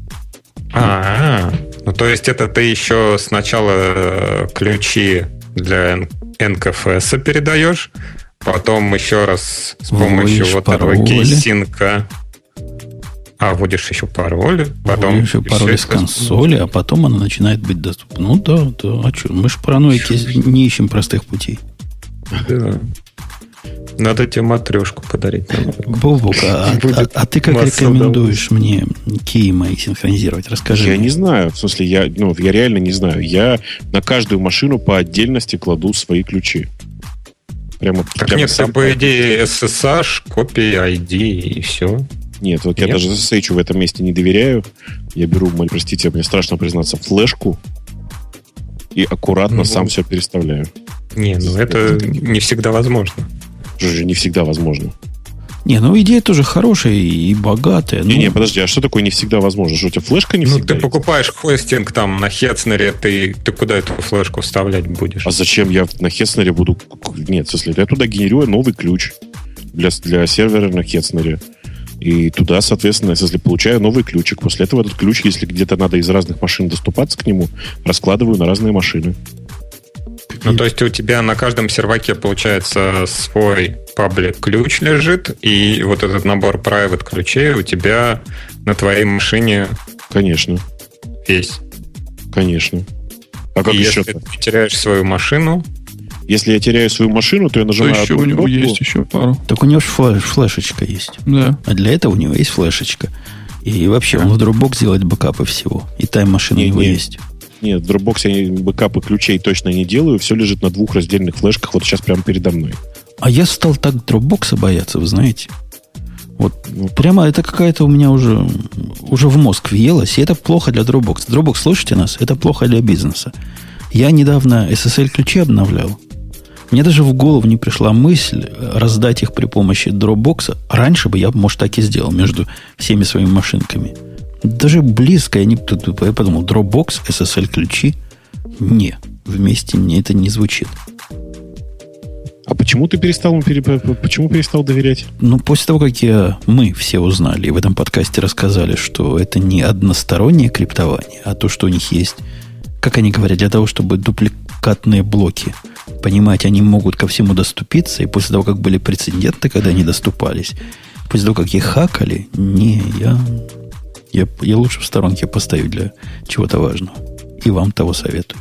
То есть это ты еще сначала ключи для NKFS передаешь, потом еще раз с помощью этого кейсинка вводишь еще пароль, потом еще пароль с консоли, а потом она начинает быть доступна. Да. А что? Мы же параноики не ищем простых путей. Да. Надо тебе матрешку подарить. Бобук, а ты как рекомендуешь мне кей мои синхронизировать? Расскажи. Я не знаю. В смысле, я реально не знаю. Я на каждую машину по отдельности кладу свои ключи. Прямо ты, по идее, SSH, копия ID и все. Нет, я даже SSH в этом месте не доверяю. Я беру, простите, мне страшно признаться, флешку и аккуратно сам все переставляю. Это не всегда возможно. Же не всегда возможно. Идея тоже хорошая и богатая. Подожди, а что такое не всегда возможно? Что у тебя флешка не всегда ты покупаешь хостинг там на Хетцнере, ты куда эту флешку вставлять будешь? А зачем я на Хетцнере буду... Нет, в смысле, я туда генерирую новый ключ для сервера на Хетцнере. И туда, соответственно, если получаю новый ключик, после этого этот ключ, если где-то надо из разных машин доступаться к нему, раскладываю на разные машины. Ну, то есть у тебя на каждом серваке, получается, свой паблик-ключ лежит, и вот этот набор private ключей у тебя на твоей машине... Конечно. Есть. Конечно. А как и еще? Если ты теряешь свою машину... Если я теряю свою машину, то я нажимаю... То еще у него есть еще пару. Так у него же флешечка есть. Да. А для этого у него есть флешечка. И вообще он в Dropbox делает бэкапы всего. И тайм-машина у него есть. Нет, в Dropbox я бэкапы ключей точно не делаю. Все лежит на 2 раздельных флешках вот сейчас прямо передо мной. А я стал так Dropbox бояться, вы знаете. Вот прямо это какая-то у меня уже в мозг въелась. И это плохо для Dropbox. Dropbox, слушайте нас? Это плохо для бизнеса. Я недавно SSL-ключи обновлял. Мне даже в голову не пришла мысль раздать их при помощи Dropbox. Раньше бы я, может, так и сделал между всеми своими машинками. Даже близко я подумал, Dropbox, SSL-ключи. Не, вместе мне это не звучит. А почему ты перестал доверять? Ну, после того, как мы все узнали и в этом подкасте рассказали, что это не одностороннее криптование, а то, что у них есть, как они говорят, для того, чтобы дубликатные блоки понимать, они могут ко всему доступиться, и после того, как были прецеденты, когда они доступались, после того, как их хакали, я лучше в сторонке постою для чего-то важного. И вам того советую.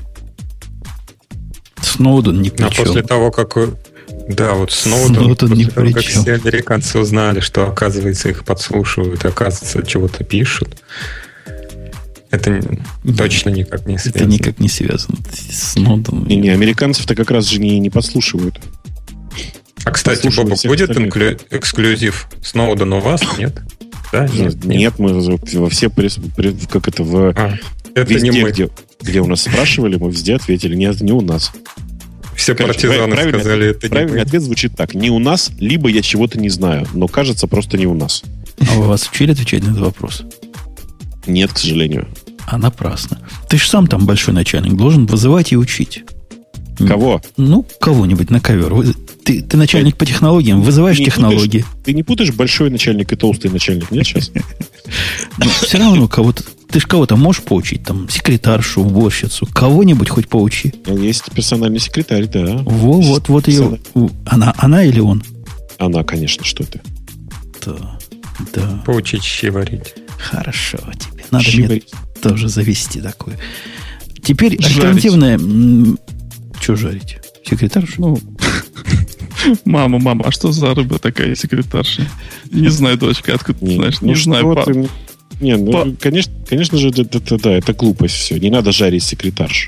Сноуден ни при чем. А после того, как... Да, вот Сноуден ни при как чем. все американцы узнали, что, оказывается, их подслушивают, оказывается, чего-то пишут. Это точно никак не связано. Это никак не связано. Сноуден... Не, американцев-то как раз же не подслушивают. А, кстати, Бобок, будет эксклюзив Сноуден у вас? Нет? Да? Нет, мы во все как это это везде, не мы. где у нас спрашивали, мы везде ответили, нет, не у нас. Все партизаны сказали, это не правильный ответ звучит так: не у нас, либо я чего-то не знаю, но кажется, просто не у нас. А вы вас учили отвечать на этот вопрос? Нет, к сожалению. А напрасно. Ты ж сам там большой начальник, должен вызывать и учить. Кого? Ну, кого-нибудь на ковер. Ты начальник по технологиям, вызываешь технологии. Ты не путаешь большой начальник и толстый начальник, нет сейчас? Но все равно кого-то... Ты ж кого-то можешь поучить? Там, секретаршу, уборщицу. Кого-нибудь хоть поучи. Есть персональный секретарь, да. Вот ее... Она или он? Она, конечно, что ты. Да. Поучить щи варить. Хорошо тебе. Надо мне тоже завести такое. Теперь альтернативное... Что жарить? Секретаршу? Ну, мама, а что за рыба такая секретарша? Не знаю, дочка, откуда ты знаешь? Не знаю, пап. Не, ну, конечно же, это глупость все. Не надо жарить секретарш.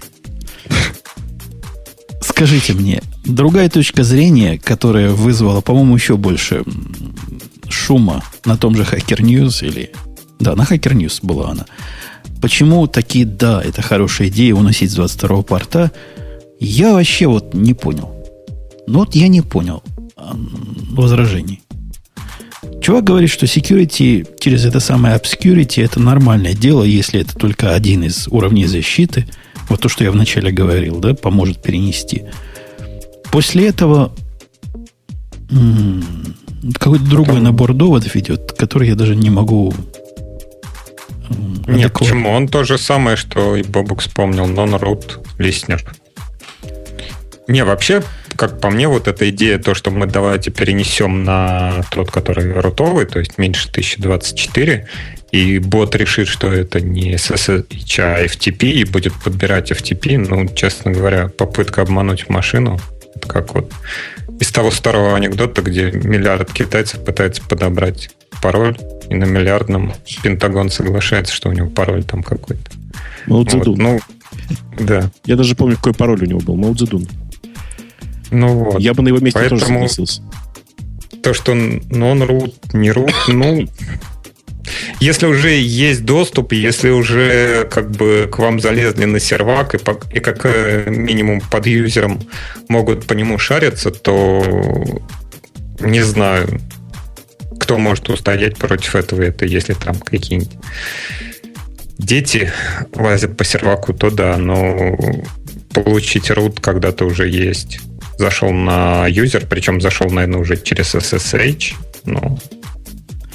Скажите мне, другая точка зрения, которая вызвала, по-моему, еще больше шума на том же Hacker News или... Да, на Hacker News была она. Почему такие, да, это хорошая идея уносить с 22-го порта, я вообще вот не понял. Ну вот я не понял возражений. Чувак говорит, что security через это самое obscurity это нормальное дело, если это только один из уровней защиты. Вот то, что я вначале говорил, да, поможет перенести. После этого какой-то другой набор доводов идет, который я даже не могу... Нет, почему? Он то же самое, что и Бобук вспомнил. Non-root listener. Не, вообще, как по мне, вот эта идея, то, что мы давайте перенесем на тот, который рутовый, то есть меньше 1024, и бот решит, что это не SSH, а FTP, и будет подбирать FTP, ну, честно говоря, попытка обмануть машину, это как вот из того старого анекдота, где миллиард китайцев пытается подобрать пароль, и на миллиардном Пентагон соглашается, что у него пароль там какой-то. Мао Цзэдун. Вот, да. Я даже помню, какой пароль у него был. Мао Цзэдун. Ну вот. Я бы на его месте тоже согласился. То, что он root, не root, ну... Если уже есть доступ, если уже как бы к вам залезли на сервак и как минимум под юзером могут по нему шариться, то не знаю, кто может устоять против этого. Это если там какие-нибудь дети лазят по серваку, то да, но получить root когда-то уже есть. Зашел на юзер, причем зашел, наверное, уже через SSH, но...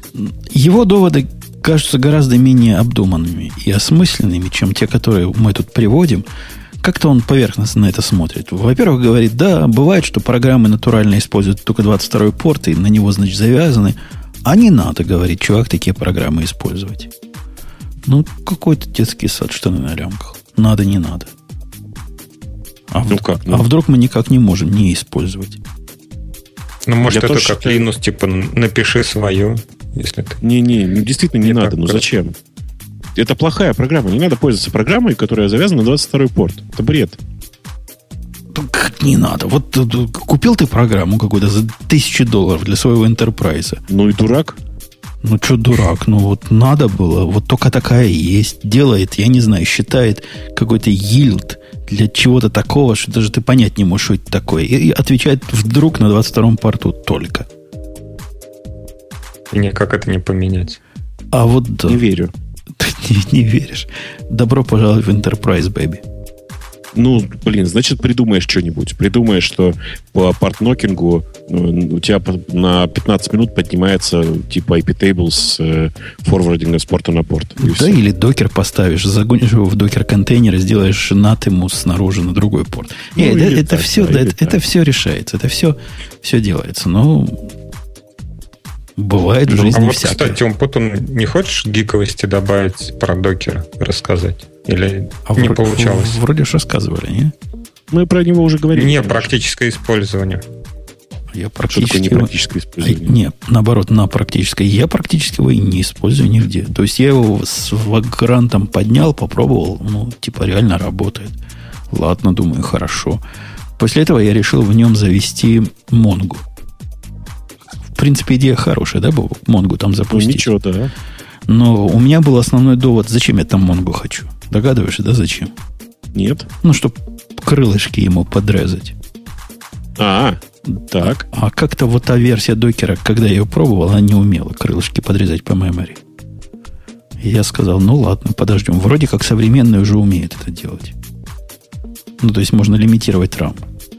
Его доводы кажутся гораздо менее обдуманными и осмысленными, чем те, которые мы тут приводим. Как-то он поверхностно на это смотрит. Во-первых, говорит, да, бывает, что программы натурально используют только 22-й порт, и на него, значит, завязаны. А не надо, говорит чувак, такие программы использовать. Ну, какой-то детский сад, штаны на лямках. Надо, не надо. А вдруг мы никак не можем не использовать? Ну, может, это как Linux, типа, напиши свою, если ты... Не, действительно не надо. Ну, зачем? Это плохая программа. Не надо пользоваться программой, которая завязана на 22-й порт. Это бред. Как не надо? Вот купил ты программу какую-то за $1000 для своего энтерпрайза. Ну и дурак. Ну, что дурак? Ну, вот надо было. Вот только такая есть. Делает, я не знаю, считает какой-то yield для чего-то такого, что даже ты понять не можешь, что это такое. И отвечает вдруг на 22-м порту только. И никак это не поменять. А вот да. Не верю. Ты не веришь. Добро пожаловать в Enterprise, baby. Ну, блин, значит, придумаешь что-нибудь. Придумаешь, что по портнокингу у тебя на 15 минут поднимается типа IP-table с форвардинга с порта на порт. Да, все. Или докер поставишь, загонишь его в докер-контейнер и сделаешь NAT ему снаружи на другой порт. Ну, это все решается. Это все делается. Но бывает в жизни всякое. Кстати, он не хочешь гиковости добавить про докера, рассказать? Или не получалось? Вроде же рассказывали, не? Мы про него уже говорили. Не, практическое использование. Я практически не практическое использование? Нет, наоборот, на практическое. Я практически его и не использую нигде. То есть я его с вагрантом поднял, попробовал. Ну, типа реально работает. Ладно, думаю, хорошо. После этого я решил в нем завести Монгу. В принципе, идея хорошая, да, Бобок? Монгу там запустить. Ну, ничего, да. Но у меня был основной довод, зачем я там Монгу хочу. Догадываешься, да, зачем? Нет. Ну, чтобы крылышки ему подрезать. Так. А как-то вот та версия докера, когда я ее пробовал, она не умела крылышки подрезать по memory. И я сказал, ну ладно, подождем. Вроде как современный уже умеет это делать. Ну, то есть можно лимитировать RAM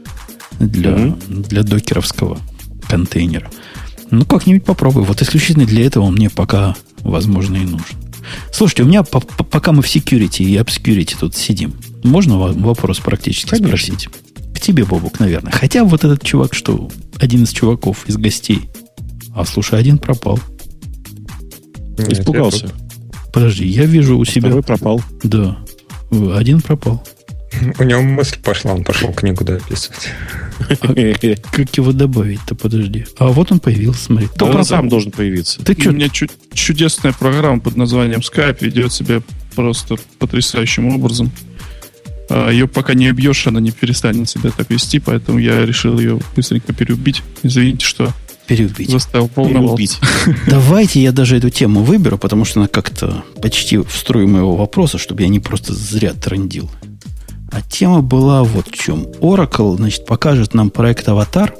для докеровского контейнера. Ну, как-нибудь попробуй. Вот исключительно для этого он мне пока, возможно, и нужен. Слушайте, у меня, пока мы в security и obscurity тут сидим, можно вопрос практически спросить? К тебе, Бобук, наверное. Хотя вот этот чувак, что один из чуваков, из гостей. А, слушай, один пропал. Испугался. Подожди, я вижу у себя... Второй пропал. Да. Один пропал. У него мысль пошла, он пошел книгу дописывать. Как его добавить-то, подожди. А вот он появился, смотри. Он сам должен появиться. У меня чудесная программа под названием Skype ведет себя просто потрясающим образом. Ее пока не убьешь, она не перестанет себя так вести, поэтому я решил ее быстренько переубить. Извините, что заставил полномочий. Давайте я даже эту тему выберу, потому что она как-то почти в струю моего вопроса, чтобы я не просто зря трындил. А тема была вот в чем. Oracle, значит, покажет нам проект «Аватар».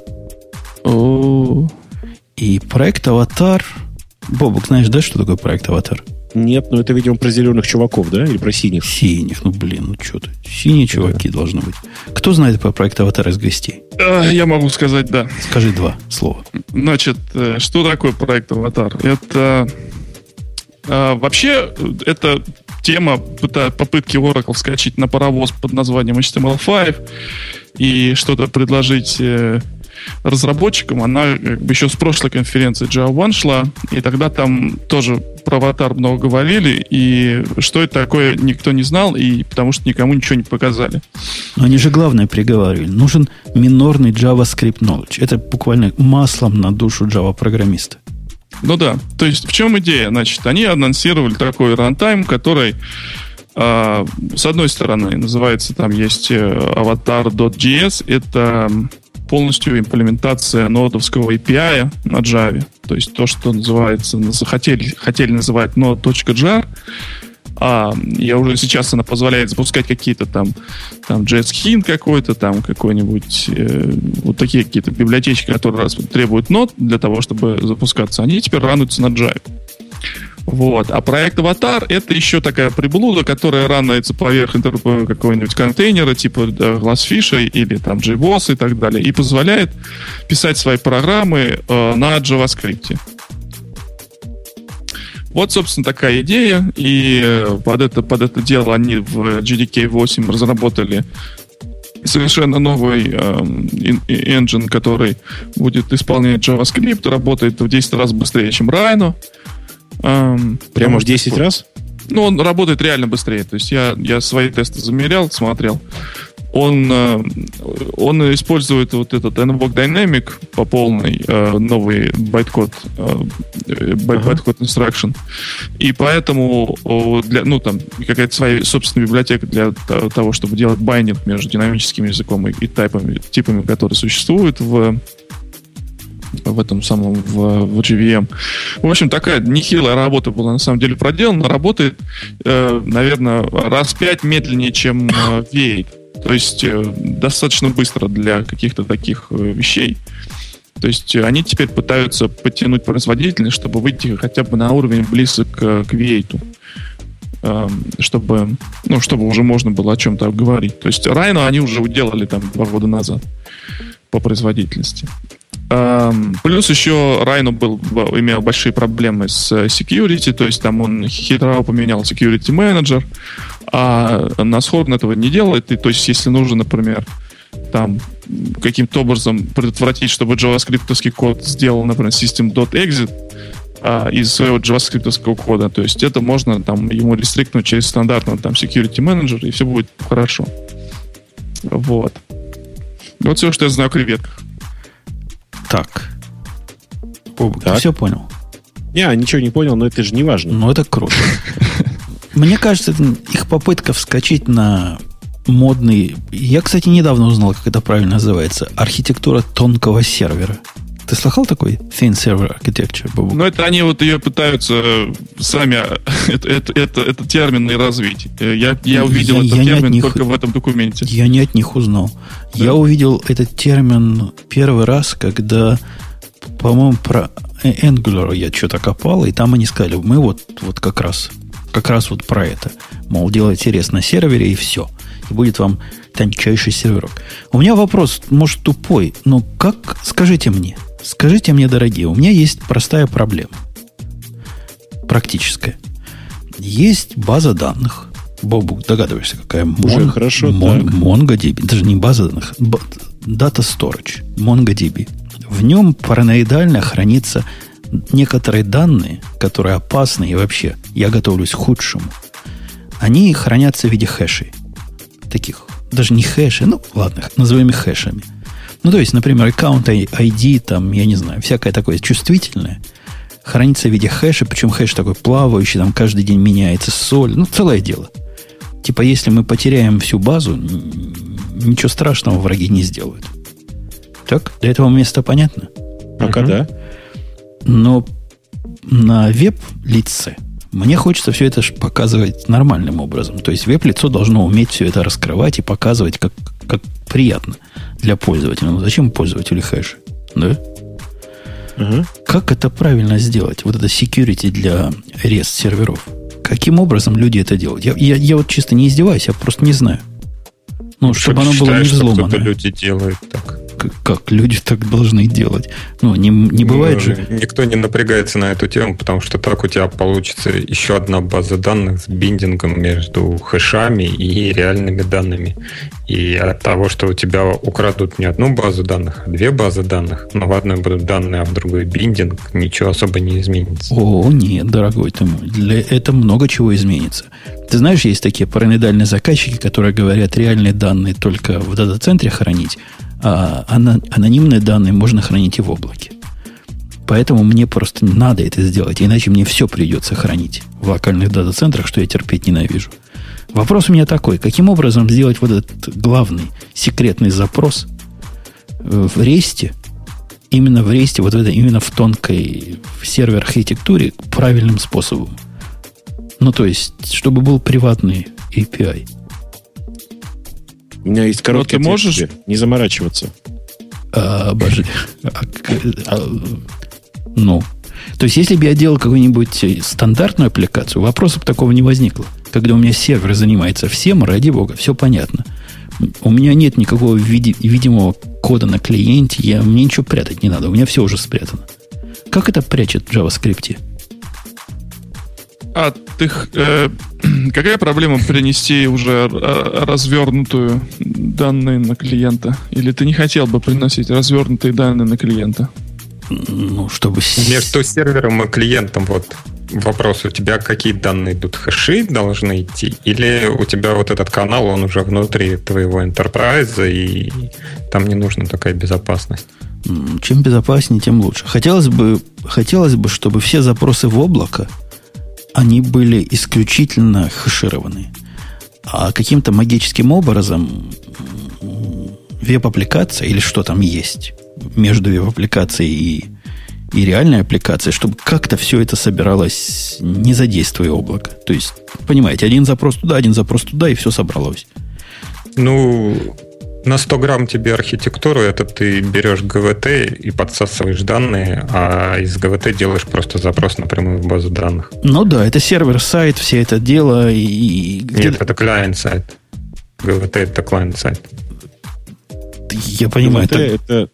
И проект «Аватар». Бобок, знаешь, да, что такое проект «Аватар»? Нет, но это, видимо, про зеленых чуваков, да? Или про синих? Синих, ну что ты. Синие чуваки должны быть. Кто знает про проект «Аватар» из гостей? Я могу сказать, да. Скажи два слова. Значит, что такое проект «Аватар»? Это... Вообще, это тема попытки Oracle вскочить на паровоз под названием HTML5 и что-то предложить разработчикам. Она как бы еще с прошлой конференции Java One шла, и тогда там тоже про аватар много говорили, и что это такое, никто не знал, и потому что никому ничего не показали. Но они же главное приговаривали. Нужен минорный JavaScript knowledge. Это буквально маслом на душу Java-программиста. Ну да, то есть в чем идея? Значит, они анонсировали такой рантайм, который с одной стороны называется, там есть avatar.js, это полностью имплементация нодовского API на Java, то есть то, что называется, хотели называть node.jar, я уже сейчас она позволяет запускать какие-то там JSHint какой-то, там какой-нибудь вот такие какие-то библиотечки, которые требуют нод для того, чтобы запускаться, они теперь рануются на Java. Вот. А проект Avatar — это еще такая приблуда, которая ранается поверх какого-нибудь контейнера типа Glassfish или там JBoss и так далее, и позволяет писать свои программы на JavaScript. Вот, собственно, такая идея. И под это дело они в JDK 8 разработали совершенно новый engine, который будет исполнять JavaScript, работает в 10 раз быстрее, чем Rhino. Прямо в 10 раз? Ну, он работает реально быстрее. То есть я свои тесты замерял, смотрел. Он использует вот этот Invoke Dynamic по полной, новый bytecode instruction. И поэтому там какая-то своя собственная библиотека для того, чтобы делать байндинг между динамическим языком и типами, которые существуют в этом самом в JVM. В общем, такая нехилая работа была на самом деле проделана. Работает, наверное, раз 5 медленнее, чем V8. То есть достаточно быстро для каких-то таких вещей. То есть они теперь пытаются подтянуть производительность, чтобы выйти хотя бы на уровень близок к V8. Чтобы уже можно было о чем-то говорить. То есть Rhino они уже уделали там 2 года назад по производительности. Плюс еще Rhino имел большие проблемы с security, то есть там он хитро поменял security manager, а на Scorn этого не делает. И, то есть если нужно, например, там каким-то образом предотвратить, чтобы JavaScript-овский код сделал, например, system.exit из своего JavaScript-овского кода, то есть это можно там ему рестрикнуть через стандартный там security manager, и все будет хорошо. Вот все, что я знаю о креветках. Так. Ты все понял? Я ничего не понял, но это же не важно. Ну, это круто. Мне кажется, это их попытка вскочить на модный... Я, кстати, недавно узнал, как это правильно называется. Архитектура тонкого сервера. Ты слыхал такой Thin Server Architecture, Бобук? Ну, это они вот ее пытаются сами этот термин и развить. Я увидел этот термин только в этом документе. Я не от них узнал. Да. Я увидел этот термин первый раз, когда, по-моему, про Angular я что-то копал, и там они сказали, мы вот как раз вот про это. Мол, делайте рез на сервере, и все. И будет вам тончайший серверок. У меня вопрос, может, тупой, но как, скажите мне, дорогие, у меня есть простая проблема. Практическая. Есть база данных. Бобук, догадываешься, какая? Уже хорошо. MongoDB. Даже не база данных. Data Storage. MongoDB. В нем параноидально хранятся некоторые данные, которые опасны, и вообще я готовлюсь к худшему. Они хранятся в виде хэшей. Таких. Даже не хэши, ну ладно, назовем их хэшами. Ну, то есть, например, аккаунт ID, там, я не знаю, всякое такое чувствительное, хранится в виде хэша, причем хэш такой плавающий, там каждый день меняется соль, ну, целое дело. Типа, если мы потеряем всю базу, ничего страшного враги не сделают. Так? Для этого места понятно? Пока да. Но на веб-лице мне хочется все это показывать нормальным образом. То есть веб-лицо должно уметь все это раскрывать и показывать, как приятно для пользователя. Но зачем пользователю хэши? Да? Угу. Как это правильно сделать? Вот это security для REST серверов. Каким образом люди это делают? Я вот чисто не издеваюсь, я просто не знаю. Ну, чтобы оно было не взломано. Что люди делают так. Как люди так должны делать? Ну, не бывает же. Никто не напрягается на эту тему, потому что так у тебя получится еще одна база данных с биндингом между хэшами и реальными данными. И от того, что у тебя украдут не одну базу данных, а 2 базы данных, но в одной будут данные, а в другой биндинг, ничего особо не изменится. О, нет, дорогой ты мой. Для этого много чего изменится. Ты знаешь, есть такие параноидальные заказчики, которые говорят, реальные данные только в дата-центре хранить, а анонимные данные можно хранить и в облаке. Поэтому мне просто надо это сделать, иначе мне все придется хранить в локальных дата-центрах, что я терпеть ненавижу. Вопрос у меня такой. Каким образом сделать вот этот главный секретный запрос в ресте, именно в ресте, вот в это, именно в тонкой сервер-архитектуре правильным способом? Ну, то есть, чтобы был приватный API. У меня есть короткий ответ. Можешь тебе. Не заморачиваться. Обожди. Ну. То есть, если бы я делал какую-нибудь стандартную аппликацию, вопроса бы такого не возникло. Когда у меня сервер занимается всем, ради бога, все понятно. У меня нет никакого видимого кода на клиенте, мне ничего прятать не надо, у меня все уже спрятано. Как это прячет в JavaScript? Какая проблема принести уже развернутую данные на клиента? Или ты не хотел бы приносить развернутые данные на клиента? Ну, чтобы... Между сервером и клиентом вот вопрос. У тебя какие данные идут? Хэши должны идти? Или у тебя вот этот канал, он уже внутри твоего enterprise, и там не нужна такая безопасность? Чем безопаснее, тем лучше. Хотелось бы, чтобы все запросы в облако, они были исключительно хэшированные. А каким-то магическим образом веб-аппликация, или что там есть между веб-аппликацией и реальной аппликацией, чтобы как-то все это собиралось, не задействуя облако. То есть, понимаете, один запрос туда, и все собралось. Ну, на 100 грамм тебе архитектуру, это ты берешь GVT и подсасываешь данные, а из GVT делаешь просто запрос напрямую в базу данных. Ну да, это сервер-сайт, все это дело. Нет, это клиент-сайт. GVT это клиент-сайт. Я понимаю. Это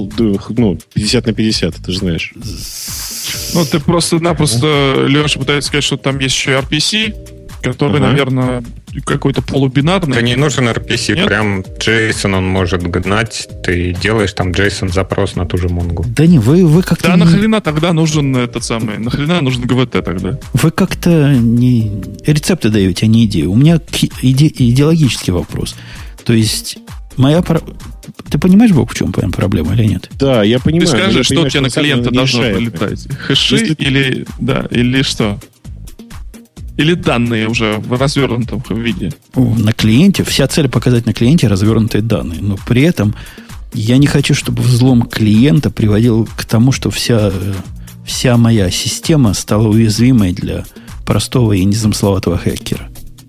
50 на 50, ты же знаешь. Ну, ты просто-напросто, Леша пытается сказать, что там есть еще RPC, который, наверное, какой-то полубинарный. Да не нужен RPC, нет? Прям JSON он может гнать, ты делаешь там JSON-запрос на ту же Mongo. Да не, вы как-то... Да, нахрена тогда нужен нахрена нужен GVT тогда? Вы как-то не рецепты даете, а не идеи. У меня идеологический вопрос. То есть, ты понимаешь, Бог, в чем проблема или нет? Да, я понимаю. Ты скажешь, что у тебя на клиента должно прилетать? Хэши или что? Или данные уже в развернутом виде? На клиенте, вся цель показать на клиенте развернутые данные. Но при этом я не хочу, чтобы взлом клиента приводил к тому, что вся моя система стала уязвимой для простого и незамысловатого хакера.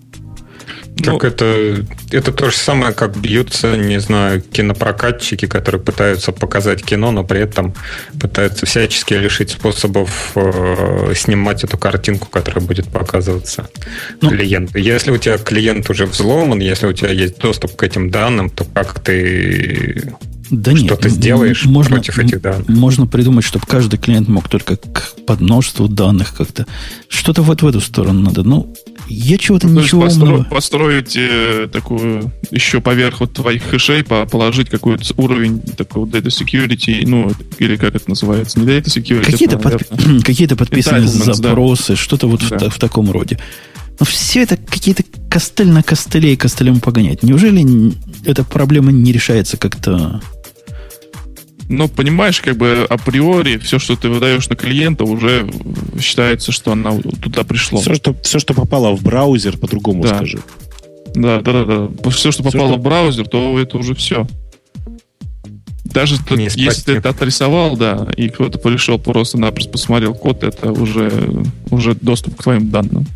Как это то же самое, как бьются, не знаю, кинопрокатчики, которые пытаются показать кино, но при этом пытаются всячески лишить способов снимать эту картинку, которая будет показываться клиенту. Если у тебя клиент уже взломан, если у тебя есть доступ к этим данным, то как ты что-то сделаешь против этих данных? Можно придумать, чтобы каждый клиент мог только к подмножеству данных как-то. Что-то вот в эту сторону надо. Я чего-то ничего умного. Построить такую еще поверх вот твоих хэшей, положить какой-то уровень такого data security, или как это называется, не data security. Какие-то подписанные запросы, да. Что-то вот в таком роде. Но все это какие-то костыль на костыле и костылем погонять. Неужели эта проблема не решается как-то? Понимаешь, априори все, что ты выдаешь на клиента, уже считается, что она туда пришло. Все, что попало в браузер, по-другому скажи. Да. Все, что попало в браузер, то это уже все. Даже если ты это отрисовал, да, и кто-то пришел просто-напросто посмотрел код, это уже доступ к твоим данным.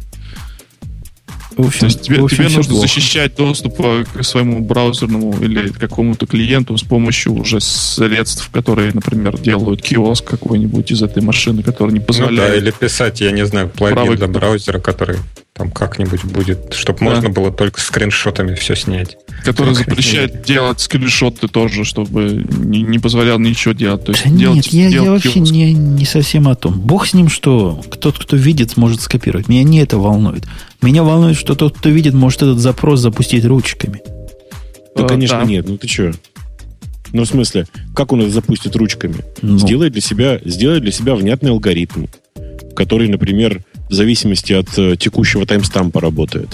То есть тебе нужно защищать доступ к своему браузерному или какому-то клиенту с помощью уже средств, которые, например, делают киоск какой-нибудь из этой машины, который не позволяет. Или писать, я не знаю, плагин для браузера, который там как-нибудь будет, чтобы можно было только скриншотами все снять. Который запрещает делать скриншоты тоже, чтобы не позволял ничего делать. То есть я вообще не совсем о том. Бог с ним, что кто видит, может скопировать. Меня не это волнует. Меня волнует, что тот, кто видит, может этот запрос запустить ручками. Да, конечно, нет. Ты что? В смысле, как он это запустит ручками? Сделай для себя внятный алгоритм, который, например, в зависимости от текущего таймстампа работает.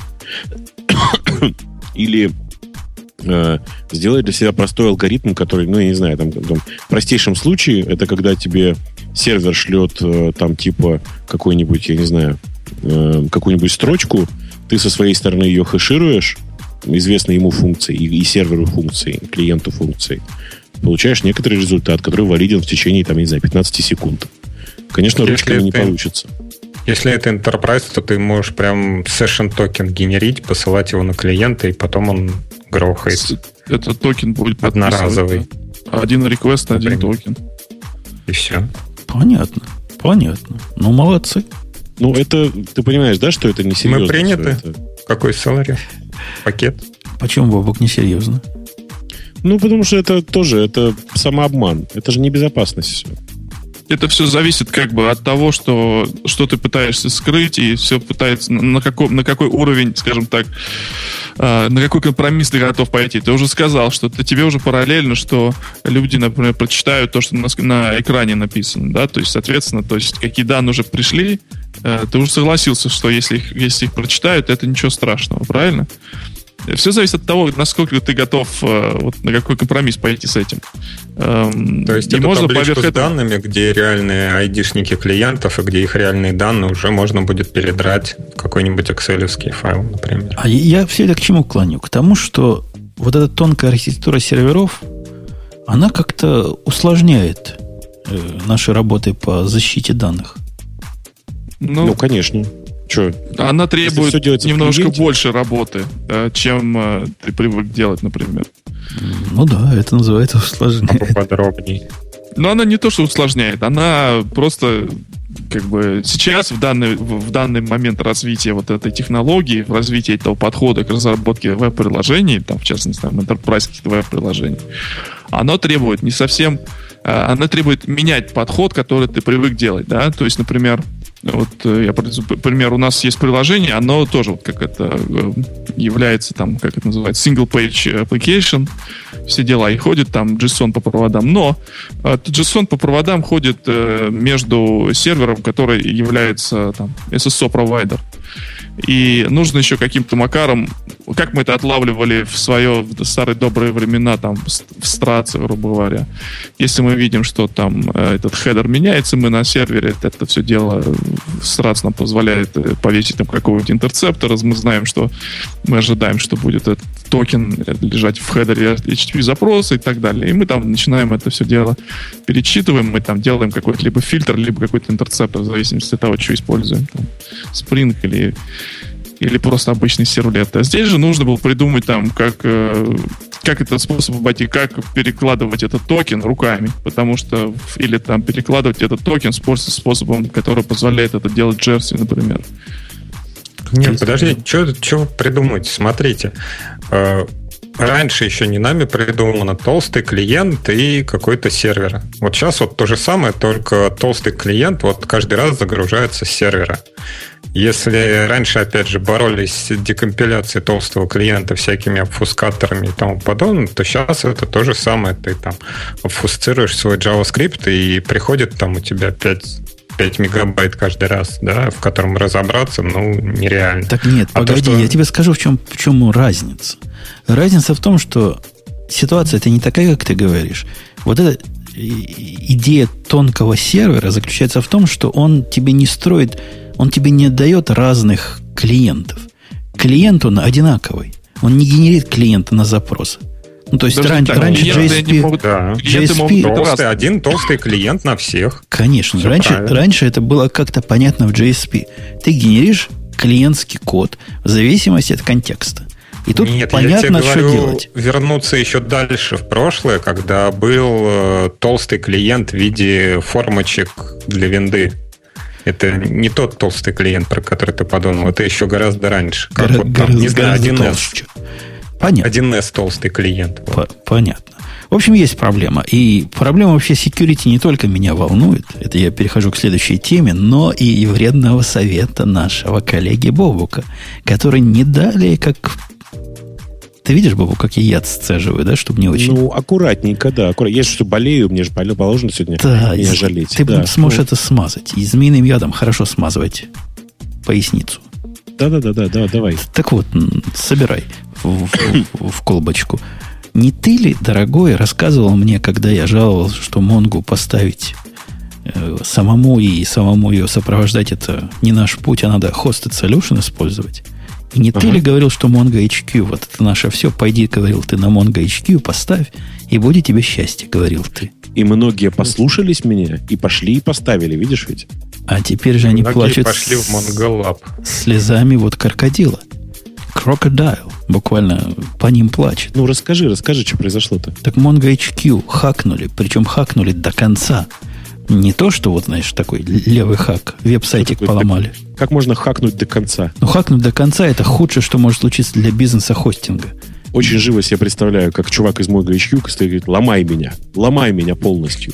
Или сделай для себя простой алгоритм, который, я не знаю, в простейшем случае, это когда тебе сервер шлет какой-нибудь, я не знаю, какую-нибудь строчку, ты со своей стороны ее хэшируешь, известной ему функции, и серверу функции, и клиенту функции, получаешь некоторый результат, который валиден в течение, 15 секунд. Конечно, ручками не получится. Если это Enterprise, то ты можешь прям session токен генерить, посылать его на клиента, и потом он грохает. Этот токен будет одноразовый. Один request, один токен. И все. Понятно. Молодцы. Это, ты понимаешь, да, что это несерьезно? Мы приняты. Какой salary? Пакет? Почему, Бобок, несерьезно? Потому что это тоже, это самообман. Это же небезопасность все. это все зависит как бы от того, что ты пытаешься скрыть, и все пытается на какой уровень, скажем так, на какой компромисс ты готов пойти. Ты уже сказал, что тебе уже параллельно, что люди, например, прочитают то, что на экране написано, да, то есть, соответственно, какие данные уже пришли, ты уже согласился, что если их прочитают, это ничего страшного, правильно? Все зависит от того, насколько ты готов на какой компромисс пойти с этим. То есть это табличку с данными, где реальные айдишники клиентов и где их реальные данные уже можно будет передрать в какой-нибудь экселевский файл, например. А я все это к чему клоню? К тому, что вот эта тонкая архитектура серверов, она как-то усложняет наши работы по защите данных. Ну конечно. Че? Она требует немножко больше работы, чем ты привык делать, например. Ну да, это называется усложнение. Поподробнее. Но она не то, что усложняет, она просто как бы сейчас в данный момент развития вот этой технологии, в развитии этого подхода к разработке веб-приложений, там, в частности, там, enterprise веб-приложений, оно требует не совсем... Она требует менять подход, который ты привык делать, да, то есть, например, у нас есть приложение, оно тоже вот как это является там, как это называется, single page application, все дела, и ходит там JSON по проводам, но JSON по проводам ходит между сервером, который является там SSO провайдер. И нужно еще каким-то макаром, как мы это отлавливали в старые добрые времена, там, в страце, грубо говоря. Если мы видим, что там этот хедер меняется, мы на сервере это все дело, страц нам позволяет повесить там какого-нибудь интерцептора, мы знаем, что мы ожидаем, что будет этот токен лежать в хедере HTTP запроса и так далее. И мы там начинаем это все дело перечитываем, мы там делаем какой-то либо фильтр, либо какой-то интерцептор, в зависимости от того, что используем. Там, Spring или просто обычный сервлет. А здесь же нужно было придумать там, как этот способ обойти, как перекладывать этот токен руками, потому что или там перекладывать этот токен способом, который позволяет это делать Джерси, например. Нет, подожди, что придумать? Смотрите, раньше еще не нами придумано толстый клиент и какой-то сервер. Вот сейчас вот то же самое, только толстый клиент вот каждый раз загружается с сервера. Если раньше, опять же, боролись с декомпиляцией толстого клиента всякими обфускаторами и тому подобное, то сейчас это то же самое. Ты там обфусцируешь свой JavaScript, и приходит там у тебя 5 мегабайт каждый раз, да, в котором разобраться, нереально. Так нет, погоди, я тебе скажу, в чем разница. Разница в том, что ситуация-то не такая, как ты говоришь. Вот эта идея тонкого сервера заключается в том, что он тебе не строит, он тебе не дает разных клиентов. Клиент он одинаковый. Он не генерит клиента на запрос. То есть раньше JSP... один толстый клиент на всех. Конечно. Раньше это было как-то понятно в JSP. Ты генеришь клиентский код в зависимости от контекста. И тут понятно, что делать. Вернуться еще дальше в прошлое, когда был толстый клиент в виде формочек для винды. Это не тот толстый клиент, про который ты подумал. Это еще гораздо раньше. Как не знаю, 1С. Понятно. 1С толстый клиент. Понятно. В общем, есть проблема. И проблема вообще security не только меня волнует, это я перехожу к следующей теме, но и вредного совета нашего коллеги Бобука, который не далее, как... Ты видишь, Бобу, как я яд сцеживаю, да, чтобы не очень... Аккуратненько, да. Я что болею, мне же положено сегодня меня жалеть. Ты сможешь это смазать. И змеиным ядом хорошо смазывать поясницу. Да, давай. Так вот, собирай в колбочку. Не ты ли, дорогой, рассказывал мне, когда я жаловался, что Монгу поставить самому и самому ее сопровождать, это не наш путь, а надо Hosted Solution использовать? И не ты ли говорил, что Mongo HQ, вот это наше все, пойди, говорил ты, на Mongo HQ поставь, и будет тебе счастье, говорил ты. И многие послушались меня, и пошли, и поставили, видишь ведь? А теперь же они плачут пошли в Mongo Lab. Слезами вот крокодила. Crocodile. Буквально по ним плачет. Расскажи, что произошло-то. Так Mongo HQ хакнули, причем хакнули до конца. Не то, что вот, знаешь, такой левый хак, веб-сайтик поломали. Как можно хакнуть до конца? Хакнуть до конца — это худшее, что может случиться для бизнеса хостинга. Очень живо себе представляю, как чувак из Mongo HQ стоит и говорит: ломай меня полностью.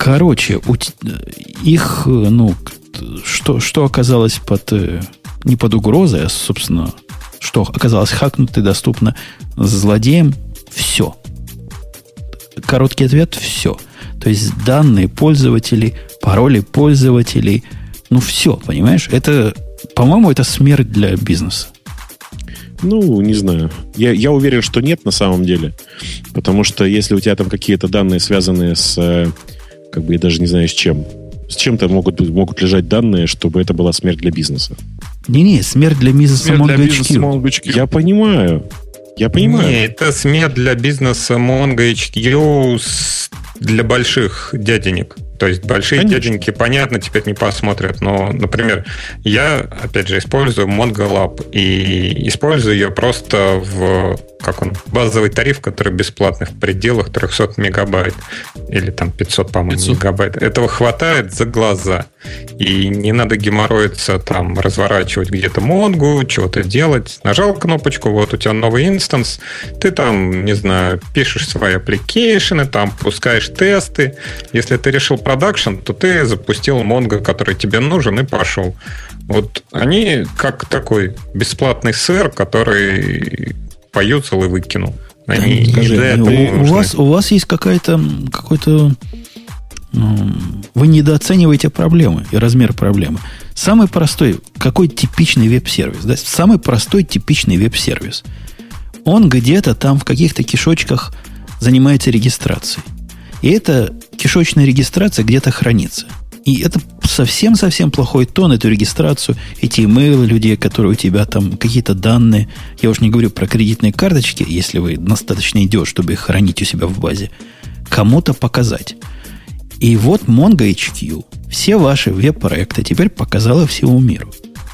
Короче, их, что оказалось не под угрозой, а, собственно, что оказалось хакнуто и доступно злодеям, все. Короткий ответ – все. То есть данные пользователей, пароли пользователей, все, понимаешь? Это, по-моему, это смерть для бизнеса. Не знаю. Я уверен, что нет на самом деле. Потому что если у тебя там какие-то данные, связанные с, я даже не знаю с чем. С чем-то могут лежать данные, чтобы это была смерть для бизнеса. Не, смерть для бизнеса MongoHQ. Я понимаю. Не, это смерть для бизнеса MongoHQ для больших дяденек. То есть большие дяденьки, понятно, теперь не посмотрят. Но, например, я, опять же, использую MongoLab. И использую ее просто в базовый тариф, который бесплатный в пределах 300 мегабайт. Или там 500, по-моему, мегабайт. Этого хватает за глаза. И не надо геморроиться, там, разворачивать где-то Mongo, чего-то делать. Нажал кнопочку, вот у тебя новый инстанс. Ты там, не знаю, пишешь свои аппликейшены, там, пускаешь тесты. Если ты решил продакшн, то ты запустил Mongo, который тебе нужен, и пошел. Вот они как такой бесплатный сыр, который поюцал и выкинул. Они у вас есть какой-то... Вы недооцениваете проблемы и размер проблемы. Самый простой, какой типичный веб-сервис? Да? Самый простой типичный веб-сервис. Он где-то там в каких-то кишочках занимается регистрацией. И эта кишочная регистрация где-то хранится. И это совсем-совсем плохой тон, эту регистрацию, эти имейлы людей, которые у тебя там, какие-то данные. Я уж не говорю про кредитные карточки, если вы достаточно идет, чтобы их хранить у себя в базе. Кому-то показать. И вот MongoHQ, все ваши веб-проекты теперь показала всему миру.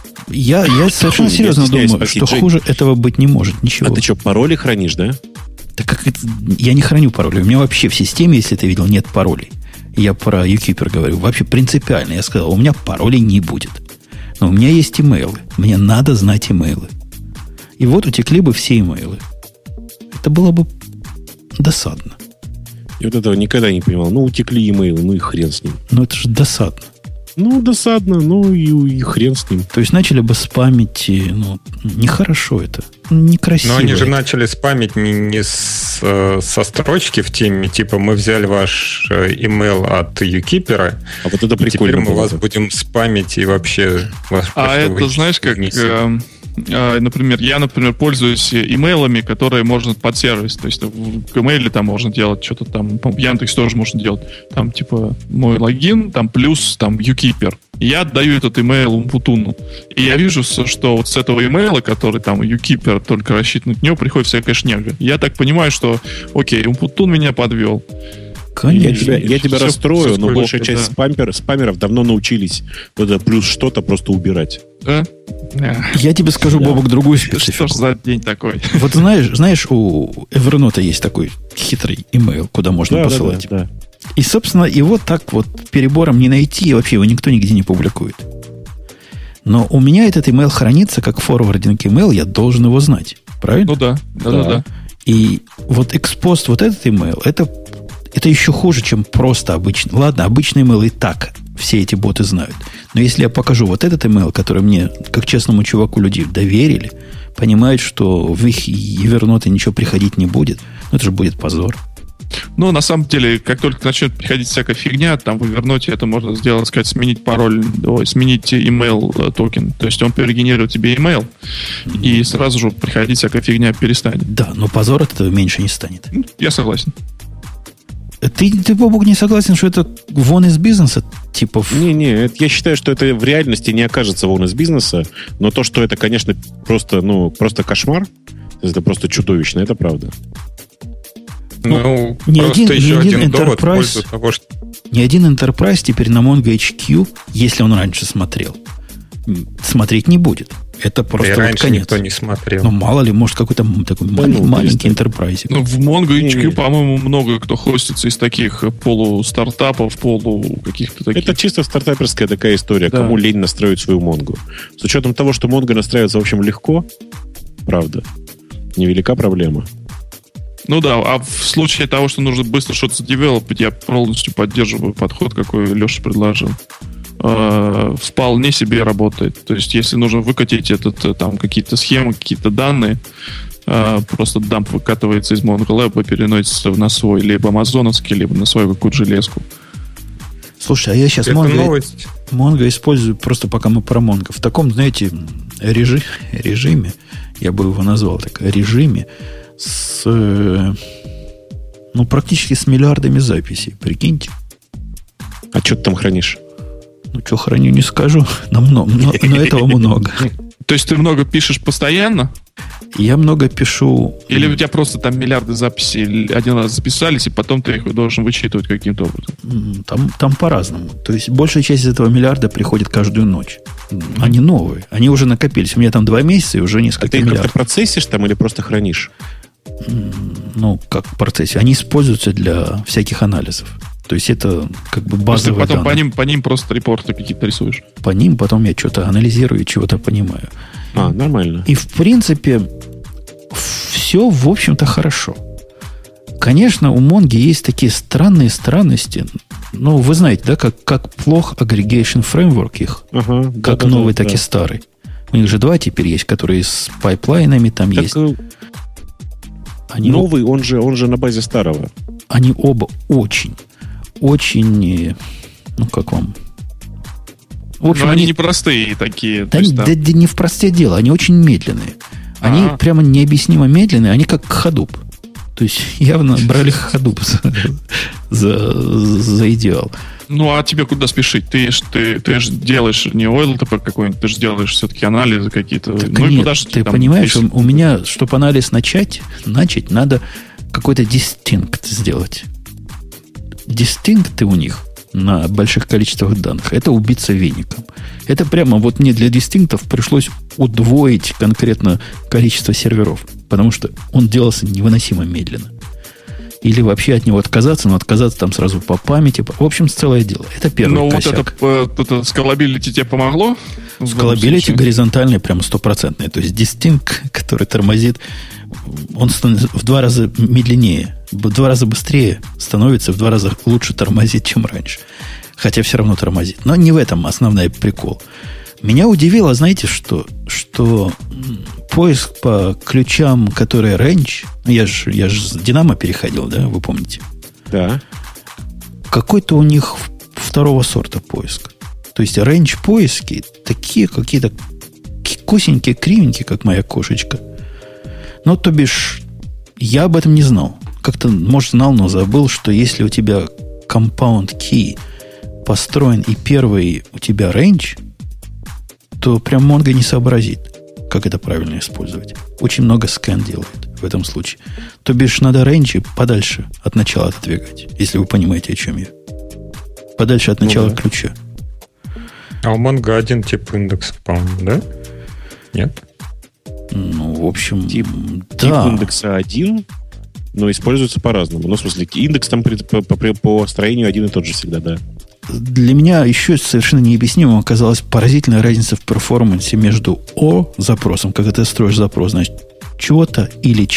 Я совершенно серьезно думаю, что хуже этого быть не может. Ничего. А ты что, пароли хранишь, да? Так как это, я не храню пароли. У меня вообще в системе, если ты видел, нет паролей. Я про UKeeper говорю. Вообще принципиально. Я сказал, у меня паролей не будет. Но у меня есть имейлы. Мне надо знать имейлы. И вот утекли бы все имейлы. Это было бы досадно. Я вот этого никогда не понимал. Утекли имейлы, и хрен с ним. Это же досадно. Досадно, и хрен с ним. То есть начали бы спамить, нехорошо это, некрасиво. Но они же начали спамить не со строчки в теме, типа мы взяли ваш имейл от UKeeper, а вот это прикольно. Теперь мы вас будем спамить и вообще... это знаешь, как... Например, я пользуюсь имейлами, которые можно под сервис. То есть в имейле там можно делать что-то там. В Яндексе тоже можно делать. Там типа мой логин, там плюс там UKeeper. И я отдаю этот имейл Умпутуну. И я вижу, что вот с этого имейла, который там UKeeper только рассчитан от него, приходит всякая шняга. Я так понимаю, что окей, Умпутун меня подвел. Конечно. Я тебя расстрою, но большая часть спамеров давно научились вот это плюс что-то просто убирать. Да? Я тебе скажу, Бобок, другую специфику. Что ж за день такой? Вот знаешь, у Evernote есть такой хитрый имейл, куда можно посылать. Да. И, собственно, его так вот перебором не найти, и вообще его никто нигде не публикует. Но у меня этот имейл хранится как форвардинг имейл, я должен его знать. Правильно? Да. И вот экспост, вот этот имейл, это еще хуже, чем просто обычный. Ладно, обычный имейл и так все эти боты знают. Но если я покажу вот этот имейл, который мне, как честному чуваку, люди доверили, понимают, что в их Evernote ничего приходить не будет, это же будет позор. На самом деле, как только начнет приходить всякая фигня, там в Evernote это можно сделать, сменить пароль, сменить email токен. То есть он перегенерирует тебе email, и сразу же приходить всякая фигня перестанет. Да, но позор от этого меньше не станет. Я согласен. Ты, Бобок, не согласен, что это вон из бизнеса? Типа... Не, я считаю, что это в реальности не окажется вон из бизнеса, но то, что это, конечно, просто кошмар, это просто чудовищно, это правда. Ни один Enterprise теперь на MongoHQ, если он раньше смотреть не будет. Это просто раньше конец. Никто не смотрел. Мало ли, может, какой-то такой маленький enterprise. В MongoHQ, по-моему, много кто хостится из таких полустартапов, каких-то таких. Это чисто стартаперская такая история. Да. Кому лень настроить свою Mongo. С учетом того, что Mongo настраивается, в общем, легко, правда, невелика проблема. Ну да, а в случае того, что нужно быстро что-то задевелопить, я полностью поддерживаю подход, какой Леша предложил. Вполне себе работает. То есть, если нужно выкатить там какие-то схемы, какие-то данные, просто дамп выкатывается из MongoLab и переносится на свой либо амазоновский, либо на свою какую-то железку. Слушай, а я сейчас Mongo использую просто пока мы про Mongo. В таком, знаете, режиме, я бы его назвал так, режиме с, практически с миллиардами записей. Прикиньте. А что ты там хранишь? Ну, что храню, не скажу. Но этого много. То есть ты много пишешь постоянно? Я много пишу... Или у тебя просто там миллиарды записей один раз записались, и потом ты их должен вычитывать каким-то образом? Там по-разному. То есть большая часть из этого миллиарда приходит каждую ночь. Они новые. Они уже накопились. У меня там 2 месяца и уже несколько миллиардов. А ты их как-то процессишь там или просто хранишь? Ну, как в процессе. Они используются для всяких анализов. То есть это как бы базовые потом данные. по ним просто репорты какие-то рисуешь. По ним потом я что-то анализирую и чего-то понимаю. Нормально. И в принципе все, в общем-то, хорошо. Конечно, у Монги есть такие странные странности. Ну, вы знаете, да, как плох aggregation framework их. Как новый, так и старый. У них же 2 теперь есть, которые с пайплайнами там так есть. Новый, он же на базе старого. Они оба очень, как вам? В общем, они непростые такие. Да не в простое дело, они очень медленные. Они прямо необъяснимо медленные, они как Hadoop. То есть явно брали Hadoop за идеал. Ну, а тебе куда спешить? Ты же делаешь не OilTP какой-нибудь, ты же делаешь все-таки анализы какие-то. Так нет, ты понимаешь, у меня, чтобы анализ начать, надо какой-то distinct сделать. Дистинкты у них на больших количествах данных. Это убиться веником. Это прямо вот мне для дистинктов пришлось удвоить конкретно количество серверов, потому что он делался невыносимо медленно. Или вообще от него отказаться, но отказаться там сразу по памяти. В общем, целое дело. Это первый косяк. Вот это scalability тебе помогло? Scalability горизонтальный, прям 100%. То есть дистинкт, который тормозит, он становится в 2 раза медленнее, в 2 раза быстрее становится, в 2 раза лучше тормозит, чем раньше. Хотя все равно тормозит. Но не в этом основной прикол. Меня удивило, знаете, что поиск по ключам, которые range, я ж с Динамо переходил, да, вы помните? Да. Какой-то у них 2-го сорта поиск. То есть range поиски такие какие-то косенькие, кривенькие, как моя кошечка. Ну, то бишь, я об этом не знал. Как-то, может, знал, но забыл, что если у тебя compound key построен и первый у тебя range, то прям Mongo не сообразит, как это правильно использовать. Очень много скан делает в этом случае. То бишь, надо range подальше от начала отодвигать, если вы понимаете, о чем я. Подальше от начала ключа. А у Mongo один тип индекса, по-моему, да? Нет? Ну, в общем, тип индекса один, но используется по-разному. Ну, в смысле, индекс там по строению один и тот же всегда, да. Для меня еще совершенно необъяснимым оказалась поразительная разница в перформансе между запросом, когда ты строишь запрос, значит, чего-то,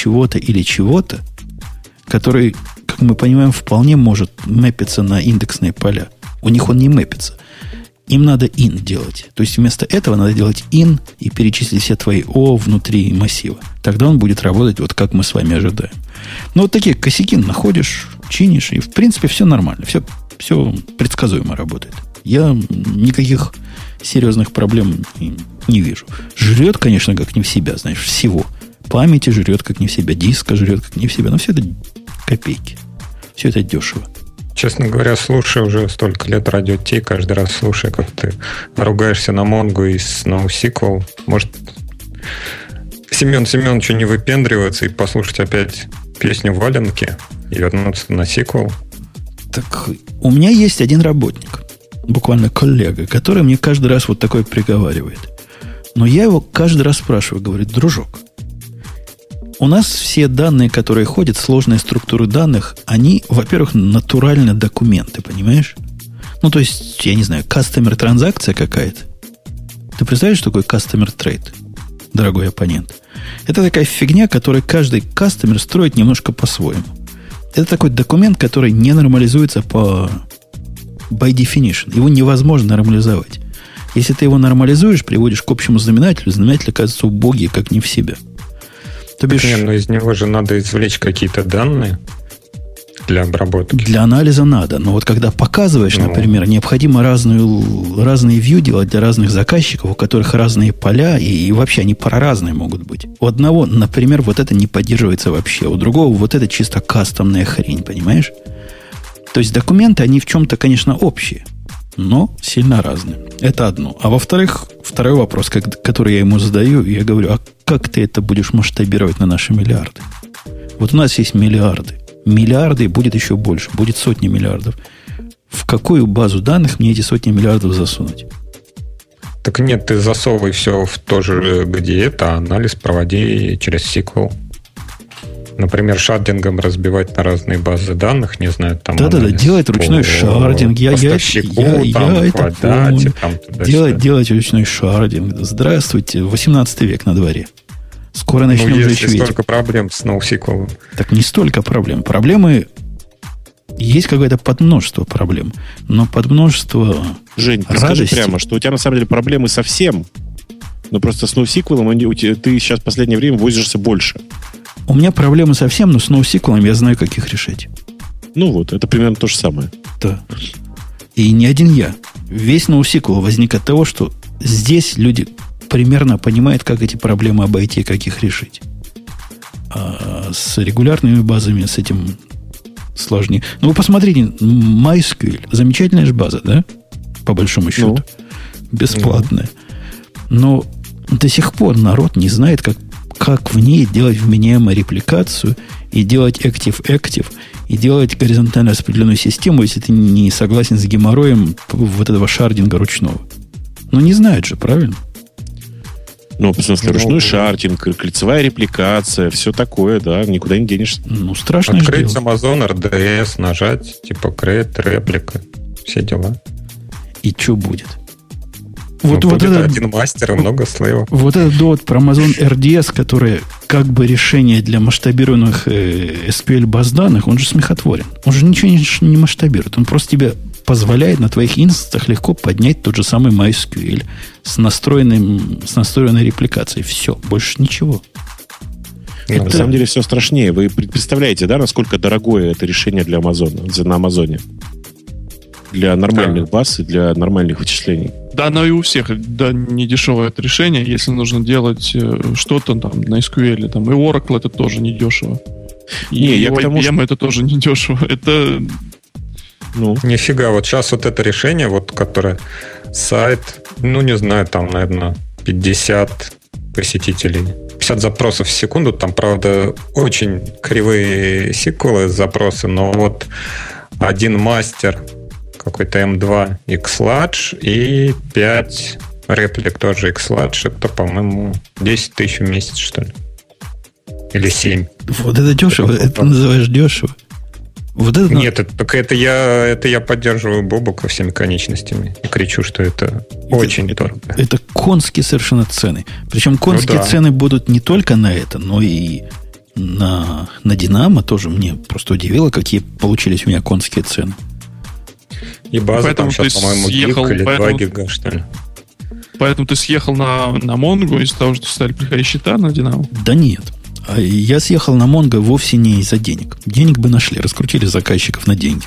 который, как мы понимаем, вполне может мэпиться на индексные поля. У них он не мэпится. Им надо in делать. То есть вместо этого надо делать in и перечислить все твои внутри массива. Тогда он будет работать вот как мы с вами ожидаем. Ну, вот такие косяки находишь, чинишь, и в принципе все нормально. Все предсказуемо работает. Я никаких серьезных проблем не вижу. Жрет, конечно, как не в себя, знаешь, всего. Памяти жрет как не в себя, диска жрет как не в себя. Но все это копейки. Все это дешево. Честно говоря, слушаю уже столько лет радио Ти, каждый раз слушаю, как ты ругаешься на Mongo и с NoSQL. Может, Семен Семеновичу не выпендриваться и послушать опять песню «Валенки» и вернуться на SQL? Так у меня есть один работник, буквально коллега, который мне каждый раз вот такое приговаривает. Но я его каждый раз спрашиваю, говорит: дружок, у нас все данные, которые ходят, сложные структуры данных, они, во-первых, натурально документы, понимаешь? Ну, то есть, я не знаю, customer транзакция какая-то. Ты представляешь, что такое customer trade, дорогой оппонент? Это такая фигня, которую каждый кастомер строит немножко по-своему. Это такой документ, который не нормализуется by definition. Его невозможно нормализовать. Если ты его нормализуешь, приводишь к общему знаменателю, знаменатель оказывается убогий, как не в себя. То бишь, нет, но из него же надо извлечь какие-то данные для обработки. Для анализа надо. Но вот когда показываешь, например, необходимо разные view делать для разных заказчиков, у которых разные поля, и вообще они разные могут быть. У одного, например, вот это не поддерживается вообще, у другого вот это чисто кастомная хрень, понимаешь? То есть документы, они в чем-то, конечно, общие, но сильно разные. Это одно. А во-вторых, второй вопрос, который я ему задаю, я говорю, а как ты это будешь масштабировать на наши миллиарды? Вот у нас есть миллиарды. Миллиарды, и будет еще больше. Будет сотни миллиардов. В какую базу данных мне эти сотни миллиардов засунуть? Так нет, ты засовывай все в то же, где это, анализ проводи через SQL. Например, шардингом разбивать на разные базы данных, не знаю, там... Да-да-да, делать ручной шардинг. Делать ручной шардинг. Здравствуйте, 18 век на дворе. Скоро начнем жечь ветер. Столько проблем с NoSQL. Так не столько проблем. Проблемы... Есть какое-то подмножество проблем. Но подмножество Жень, ты скажи прямо, что у тебя на самом деле проблемы со всем. Но просто с NoSQL ты сейчас в последнее время возишься больше. У меня проблемы со всем, но с NoSQL я знаю, как их решить. Ну вот, это примерно то же самое. Да. И не один я. Весь NoSQL возник от того, что здесь люди примерно понимают, как эти проблемы обойти, как их решить. А с регулярными базами, с этим сложнее. Ну, вы посмотрите, MySQL. Замечательная же база, да? По большому счету. Бесплатная. Но до сих пор народ не знает, как в ней делать вменяемую репликацию и делать active-active, и делать горизонтально распределенную систему, если ты не согласен с геморроем вот этого шардинга ручного. Ну, не знают же, правильно? Ну, в смысле, ручной шардинг, кольцевая репликация, все такое, да, никуда не денешься. Ну, страшно же открыть Amazon RDS, нажать, типа create, реплика, все дела. И что будет? Вот это один мастер и много слоев. Вот этот довод про Amazon RDS, который как бы решение для масштабированных SQL баз данных, он же смехотворен. Он же ничего не масштабирует. Он просто тебе позволяет на твоих инстансах легко поднять тот же самый MySQL с настроенной репликацией. Все, больше ничего. На самом деле все страшнее. Вы представляете, да, насколько дорогое это решение для Амазона, на Амазоне? Для нормальных баз и для нормальных вычислений. Да, но и у всех, да, не дешевое это решение, если нужно делать что-то там на SQL, там, и Oracle это тоже не дешево. И IBM это тоже не дешево. Это... Нифига, вот сейчас вот это решение, вот, которое сайт, не знаю, там, наверное, 50 посетителей, 50 запросов в секунду, там, правда, очень кривые SQL запросы, но вот один мастер, какой-то M2 Xlarge и 5 реплик тоже Xlarge, это, по-моему, 10 тысяч в месяц, что ли? Или 7. Вот это дешево, это называешь дешево. Вот это... Нет, это я поддерживаю Бобука всеми конечностями и кричу, что это очень дорого. Это конские совершенно цены. Причем конские цены будут не только на это, но и на Динамо тоже. Мне просто удивило, какие получились у меня конские цены. И база поэтому там сейчас, по-моему, гиг или 2 гига, что ли. Поэтому ты съехал на Mongo из-за того, что стали приходить счета на Динамо? Да нет. Я съехал на Mongo вовсе не из-за денег. Денег бы нашли, раскрутили заказчиков на деньги.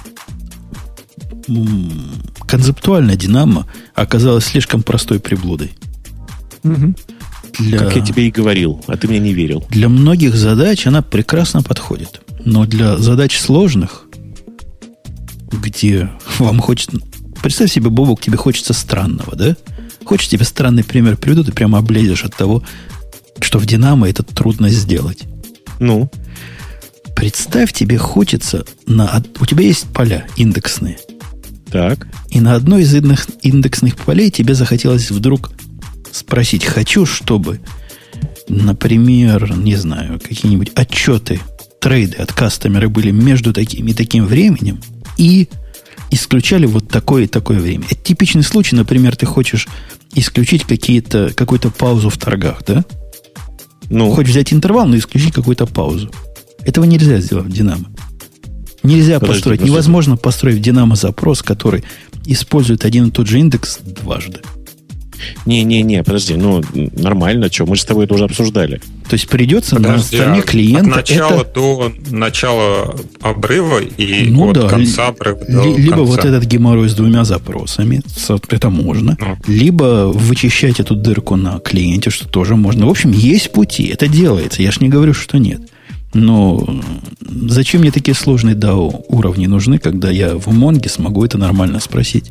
Концептуально Динамо оказалась слишком простой приблудой. Угу. Как я тебе и говорил, а ты мне не верил. Для многих задач она прекрасно подходит. Но для задач сложных, где вам хочется... Представь себе, Бобок, тебе хочется странного, да? Хочешь, тебе странный пример приведу, ты прямо облезешь от того, что в Динамо это трудно сделать. Ну? Представь, тебе хочется... У тебя есть поля индексные. Так. И на одной из индексных полей тебе захотелось вдруг спросить, хочу, чтобы, например, не знаю, какие-нибудь отчеты, трейды от кастомера были между таким и таким временем и исключали вот такое и такое время. Это типичный случай, например, ты хочешь исключить какую-то паузу в торгах, да? Хочешь взять интервал, но исключить какую-то паузу. Этого нельзя сделать в Динамо. Нельзя построить. Невозможно построить в Динамо запрос, который использует один и тот же индекс дважды. Не, подожди, нормально, что? Мы же с тобой это уже обсуждали. То есть придется на стороне клиента... От начала до начала обрыва и от конца обрыва до либо конца. Вот этот геморрой с двумя запросами, это можно. Либо вычищать эту дырку на клиенте, что тоже можно. В общем, есть пути, это делается. Я ж не говорю, что нет. Но зачем мне такие сложные DAO уровни нужны, когда я в Монге смогу это нормально спросить?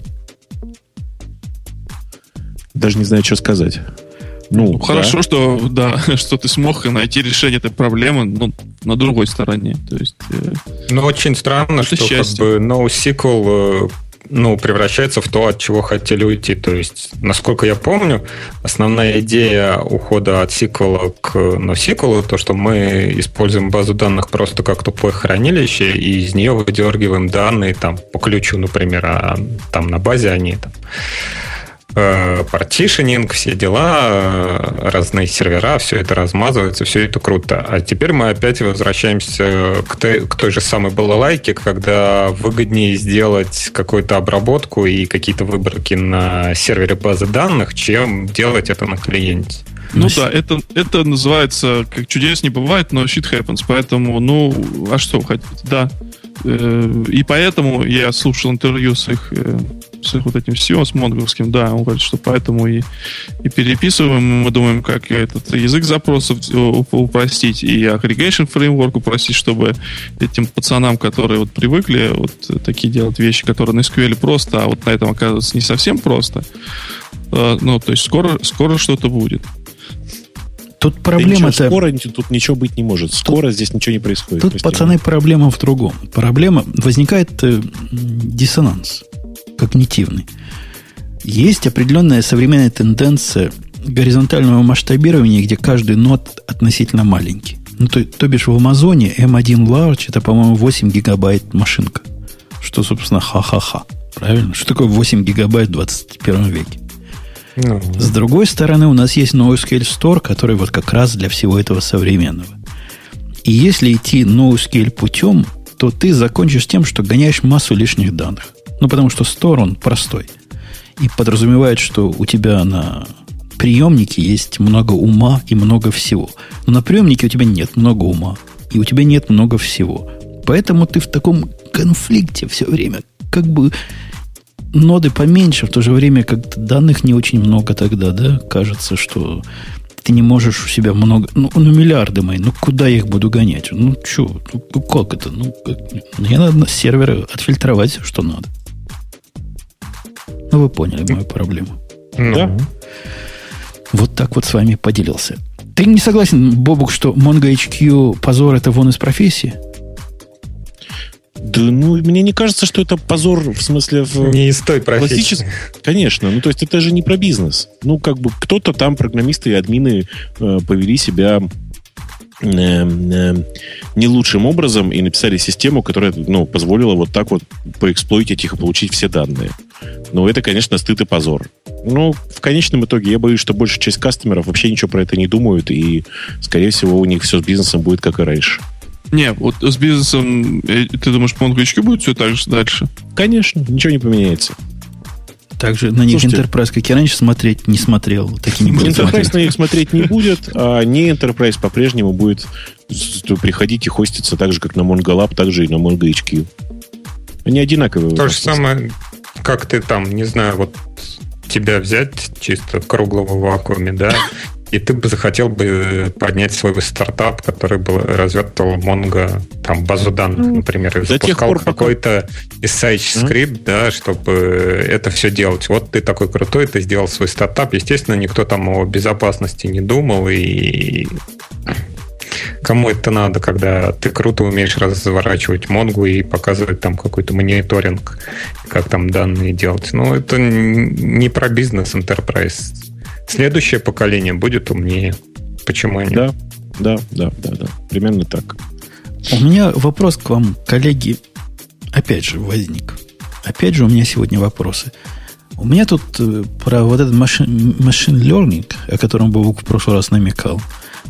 Даже не знаю, что сказать. Хорошо, что ты смог найти решение этой проблемы, на другой стороне. То есть, очень странно, что счастье. NoSQL превращается в то, от чего хотели уйти. То есть, насколько я помню, основная идея ухода от SQL к NoSQL, то, что мы используем базу данных просто как тупое хранилище, и из нее выдергиваем данные там, по ключу, например, а там на базе они там партишенинг, все дела, разные сервера, все это размазывается, все это круто. А теперь мы опять возвращаемся к той же самой балалайке, когда выгоднее сделать какую-то обработку и какие-то выборки на сервере базы данных, чем делать это на клиенте. Это называется, как чудес не бывает, но shit happens. Поэтому, а что вы хотите? Да. И поэтому я слушал интервью с их вот этим CEO, с монговским, да, он говорит, что поэтому и переписываем, мы думаем, как этот язык запросов упростить, и aggregation framework упростить, чтобы этим пацанам, которые вот привыкли вот такие делать вещи, которые на SQL просто, а вот на этом оказывается не совсем просто, то есть скоро что-то будет. Тут проблема-то... Скоро тут ничего быть не может. Скоро здесь ничего не происходит. Тут, пацаны, проблема в другом. Возникает диссонанс когнитивный. Есть определенная современная тенденция горизонтального масштабирования, где каждый нод относительно маленький. То бишь в Амазоне M1 Large это, по-моему, 8 гигабайт машинка. Что, собственно, ха-ха-ха. Правильно? Что такое 8 гигабайт в 21 веке? С другой стороны, у нас есть NoSQL Store, который вот как раз для всего этого современного. И если идти NoSQL путем, то ты закончишь тем, что гоняешь массу лишних данных. Потому что Store, он простой. И подразумевает, что у тебя на приемнике есть много ума и много всего. Но на приемнике у тебя нет много ума. И у тебя нет много всего. Поэтому ты в таком конфликте все время. Как бы ноды поменьше, в то же время как данных не очень много тогда, да? Кажется, что ты не можешь у себя много... миллиарды мои, куда я их буду гонять? Как это? Мне надо с сервера отфильтровать все, что надо. Вы поняли мою проблему. Да. Вот так вот с вами поделился. Ты не согласен, Бобук, что MongoHQ позор это вон из профессии? Да, мне не кажется, что это позор в смысле... Не из той профессии. Конечно, то есть это же не про бизнес. Кто-то там, программисты и админы, повели себя не лучшим образом и написали систему, которая позволила вот так вот поэксплойтить их и получить все данные. Но это, конечно, стыд и позор. В конечном итоге я боюсь, что большая часть кастомеров вообще ничего про это не думают, и, скорее всего, у них все с бизнесом будет как и раньше. Не, вот с бизнесом, ты думаешь, по MongoDB будет все так же дальше? Конечно, ничего не поменяется. Также на них Enterprise, как и раньше, смотреть не смотрел. Так и не будет Enterprise на них смотреть не будет, а не Enterprise по-прежнему будет приходить и хоститься так же, как на MongoLab, так же и на MongoHQ. Они одинаковые. То же самое, как ты там, не знаю, вот тебя взять чисто круглого в вакууме, да, и ты бы захотел бы поднять свой стартап, который бы развертывал Mongo, там, базу данных, например, и запускал какой-то SH-скрипт, да, чтобы это все делать. Вот ты такой крутой, ты сделал свой стартап. Естественно, никто там о безопасности не думал, и кому это надо, когда ты круто умеешь разворачивать Mongo и показывать там какой-то мониторинг, как там данные делать. Это не про бизнес Enterprise. Следующее поколение будет умнее. Почему нет? Да. Примерно так. У меня вопрос к вам, коллеги, опять же возник. Опять же у меня сегодня вопросы. У меня тут про вот этот machine learning, о котором Бобук в прошлый раз намекал,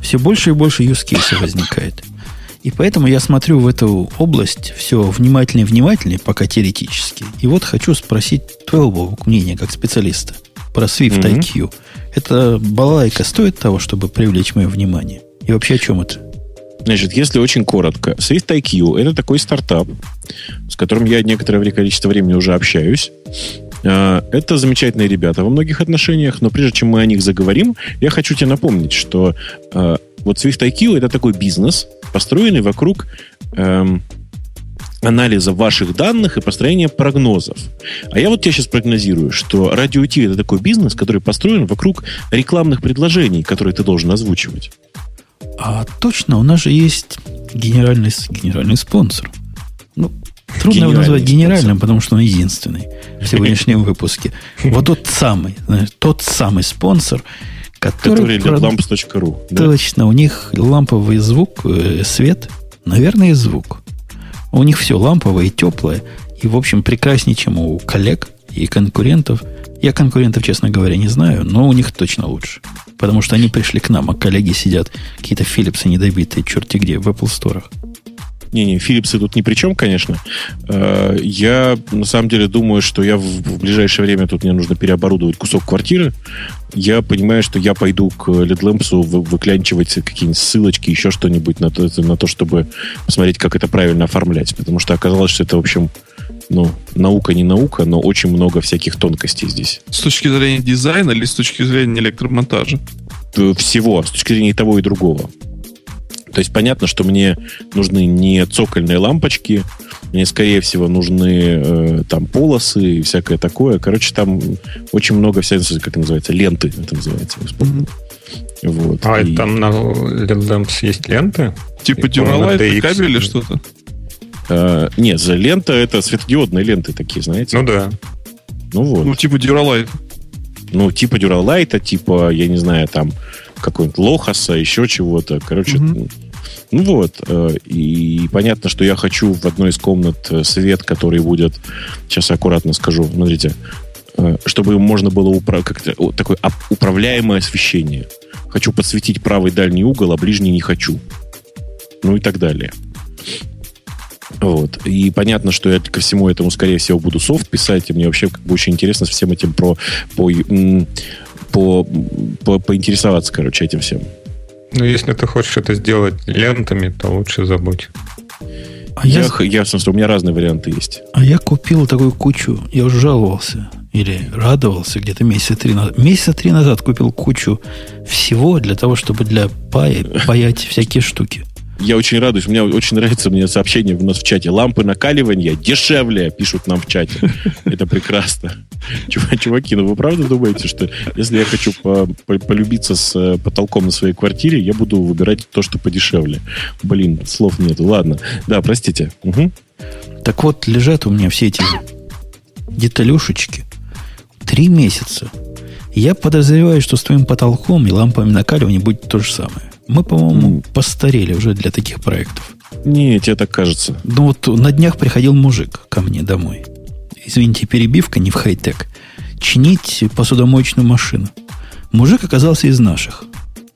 Все больше и больше use cases возникает. И поэтому я смотрю в эту область все внимательнее и внимательнее, пока теоретически. И вот хочу спросить твоего мнения как специалиста про Swift IQ. Эта балалайка стоит того, чтобы привлечь мое внимание? И вообще о чем это? Значит, если очень коротко, Swift IQ – это такой стартап, с которым я некоторое количество времени уже общаюсь. Это замечательные ребята во многих отношениях, но прежде чем мы о них заговорим, я хочу тебе напомнить, что вот Swift IQ – это такой бизнес, построенный вокруг анализа ваших данных и построения прогнозов. А я вот тебе сейчас прогнозирую, что Radio T – это такой бизнес, который построен вокруг рекламных предложений, которые ты должен озвучивать. А точно, у нас же есть генеральный спонсор. Ну, трудно его назвать генеральным, потому что он единственный в сегодняшнем выпуске. Вот тот самый спонсор, который для lamps.ru. Точно, у них ламповый звук, свет, наверное, и звук. У них все ламповое и теплое. И, в общем, прекраснее, чем у коллег и конкурентов. Я конкурентов, честно говоря, не знаю, но у них точно лучше. Потому что они пришли к нам, а коллеги сидят, какие-то Philips'ы недобитые, черти где, в Apple Store'ах. Не, Philips'ы тут ни при чем, конечно. Я, на самом деле, думаю, что я в ближайшее время тут мне нужно переоборудовать кусок квартиры. Я понимаю, что я пойду к LED-Lamps'у выклянчивать какие-нибудь ссылочки, еще что-нибудь на то, чтобы посмотреть, как это правильно оформлять. Потому что оказалось, что это, в общем, наука не наука, но очень много всяких тонкостей здесь. С точки зрения дизайна или с точки зрения электромонтажа? Всего, с точки зрения и того, и другого. То есть понятно, что мне нужны не цокольные лампочки, мне, скорее всего, нужны там полосы и всякое такое. Короче, там очень много всяких, как это называется, ленты, это называется. Вот. Там на LED-Lamps есть ленты? Типа Duralight кабель или что-то? Нет, лента — это светодиодные ленты такие, знаете. Ну да. Ну вот. Ну типа Duralight. Ну типа Duralight, типа, я не знаю, там какой-нибудь Лохаса, еще чего-то. Короче, ну вот. И понятно, что я хочу в одной из комнат свет, который будет, сейчас я аккуратно скажу, смотрите, чтобы можно было такое управляемое освещение. Хочу подсветить правый дальний угол, а ближний не хочу. Ну и так далее. Вот. И понятно, что я ко всему этому, скорее всего, буду софт писать, и мне вообще очень интересно с всем этим поинтересоваться, короче, этим всем. Ну, если ты хочешь это сделать лентами, то лучше забудь. Я, в смысле, у меня разные варианты есть. А я купил такую кучу, я уже жаловался, или радовался где-то месяца 3 назад. Месяца 3 назад купил кучу всего для того, чтобы для паять всякие штуки. Я очень радуюсь. Мне очень нравится сообщение у нас в чате. Лампы накаливания дешевле, пишут нам в чате. Это прекрасно. Чуваки, вы правда думаете, что если я хочу полюбиться с потолком на своей квартире, я буду выбирать то, что подешевле? Блин, слов нету. Ладно. Да, простите. Угу. Так вот, лежат у меня все эти деталюшечки 3 месяца. Я подозреваю, что с твоим потолком и лампами накаливания будет то же самое. Мы, по-моему, постарели уже для таких проектов. Не, тебе так кажется. Ну вот на днях приходил мужик ко мне домой. Извините, перебивка, не в хай-тек. Чинить посудомоечную машину. Мужик оказался из наших.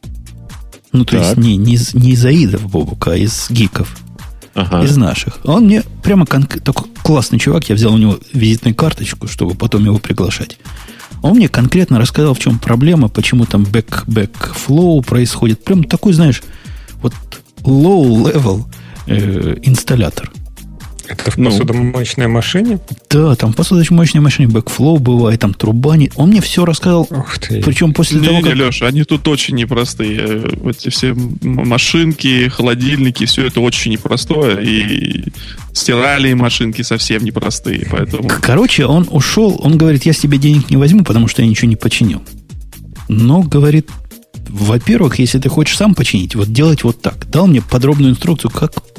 Ну, то есть не из аидов, Бобука, а из гиков. Ага. Из наших. Он мне прямо такой классный чувак. Я взял у него визитную карточку, чтобы потом его приглашать. Он мне конкретно рассказал, в чем проблема, почему там backflow происходит. Прям такой, знаешь, вот low-level инсталлятор. Это в посудомоечной машине? Да, там в посудомоечной машине backflow бывает, там труба не... Он мне все рассказал, причем после того, как... Леша, они тут очень непростые. Эти все машинки, холодильники, все это очень непростое. И стиральные машинки совсем непростые, поэтому... Короче, он ушел, он говорит, я с тебя денег не возьму, потому что я ничего не починил. Но, говорит, во-первых, если ты хочешь сам починить, вот делать вот так. Дал мне подробную инструкцию,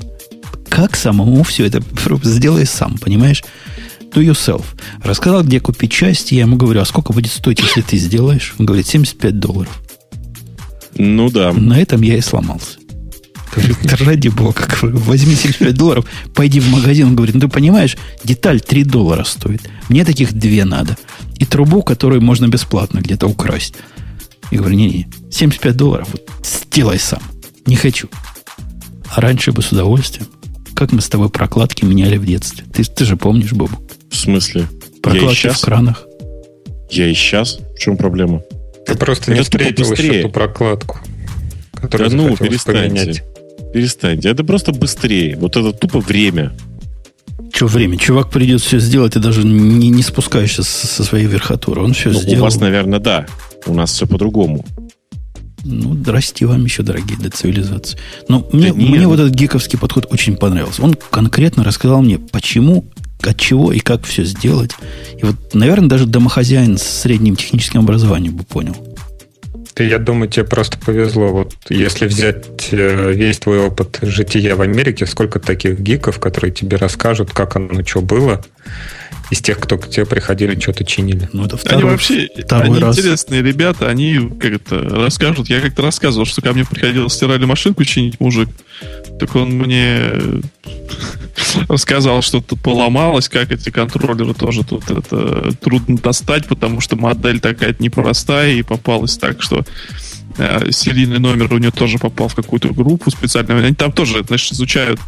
как самому все это сделай сам, понимаешь? Do yourself. Рассказал, где купить части. Я ему говорю, а сколько будет стоить, если ты сделаешь? Он говорит, $75. Ну да. На этом я и сломался. Говорю, ради бога, возьми $75, пойди в магазин. Он говорит, ну ты понимаешь, деталь $3 стоит. Мне таких 2 надо. И трубу, которую можно бесплатно где-то украсть. Я говорю, не, $75, вот сделай сам. Не хочу. А раньше бы с удовольствием. Как мы с тобой прокладки меняли в детстве. Ты же помнишь, Бобу? В смысле? Прокладки в кранах. Я и сейчас. В чем проблема? Ты просто не встретил еще ту прокладку, которую захотелось поменять. Перестаньте. Это просто быстрее. Вот это тупо время. Что время? Чувак придет все сделать, и даже не спускаешься со своей верхотуры. Он все сделал. У вас, наверное, да. У нас все по-другому. Ну, расти вам еще, дорогие, до цивилизации. Но мне вот этот гиковский подход очень понравился. Он конкретно рассказал мне, почему, от чего и как все сделать. И вот, наверное, даже домохозяин с средним техническим образованием бы понял. Я думаю, тебе просто повезло. Вот если взять весь твой опыт жития в Америке, сколько таких гиков, которые тебе расскажут, как оно, что было, из тех, кто к тебе приходили, что-то чинили. Ну, это они интересные ребята, они как-то расскажут. Я как-то рассказывал, что ко мне приходилось стиральную машинку чинить мужик. Так он мне рассказал, что тут поломалось, как эти контроллеры тоже тут это трудно достать, потому что модель такая-то непростая, и попалась так, что серийный номер у нее тоже попал в какую-то группу специальную. Они там тоже, значит, изучают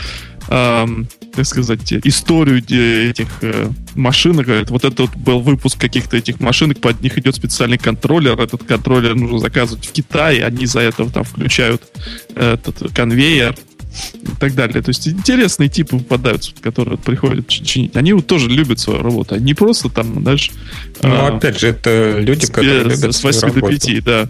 так сказать, историю этих машинок. Вот это вот был выпуск каких-то этих машинок, под них идет специальный контроллер. Этот контроллер нужно заказывать в Китае, они из-за этого там включают этот конвейер и так далее. То есть интересные типы попадаются, которые приходят чинить. Они вот тоже любят свою работу. Они не просто там, знаешь... Ну, опять же, это люди, которые любят с 8 до 5, да.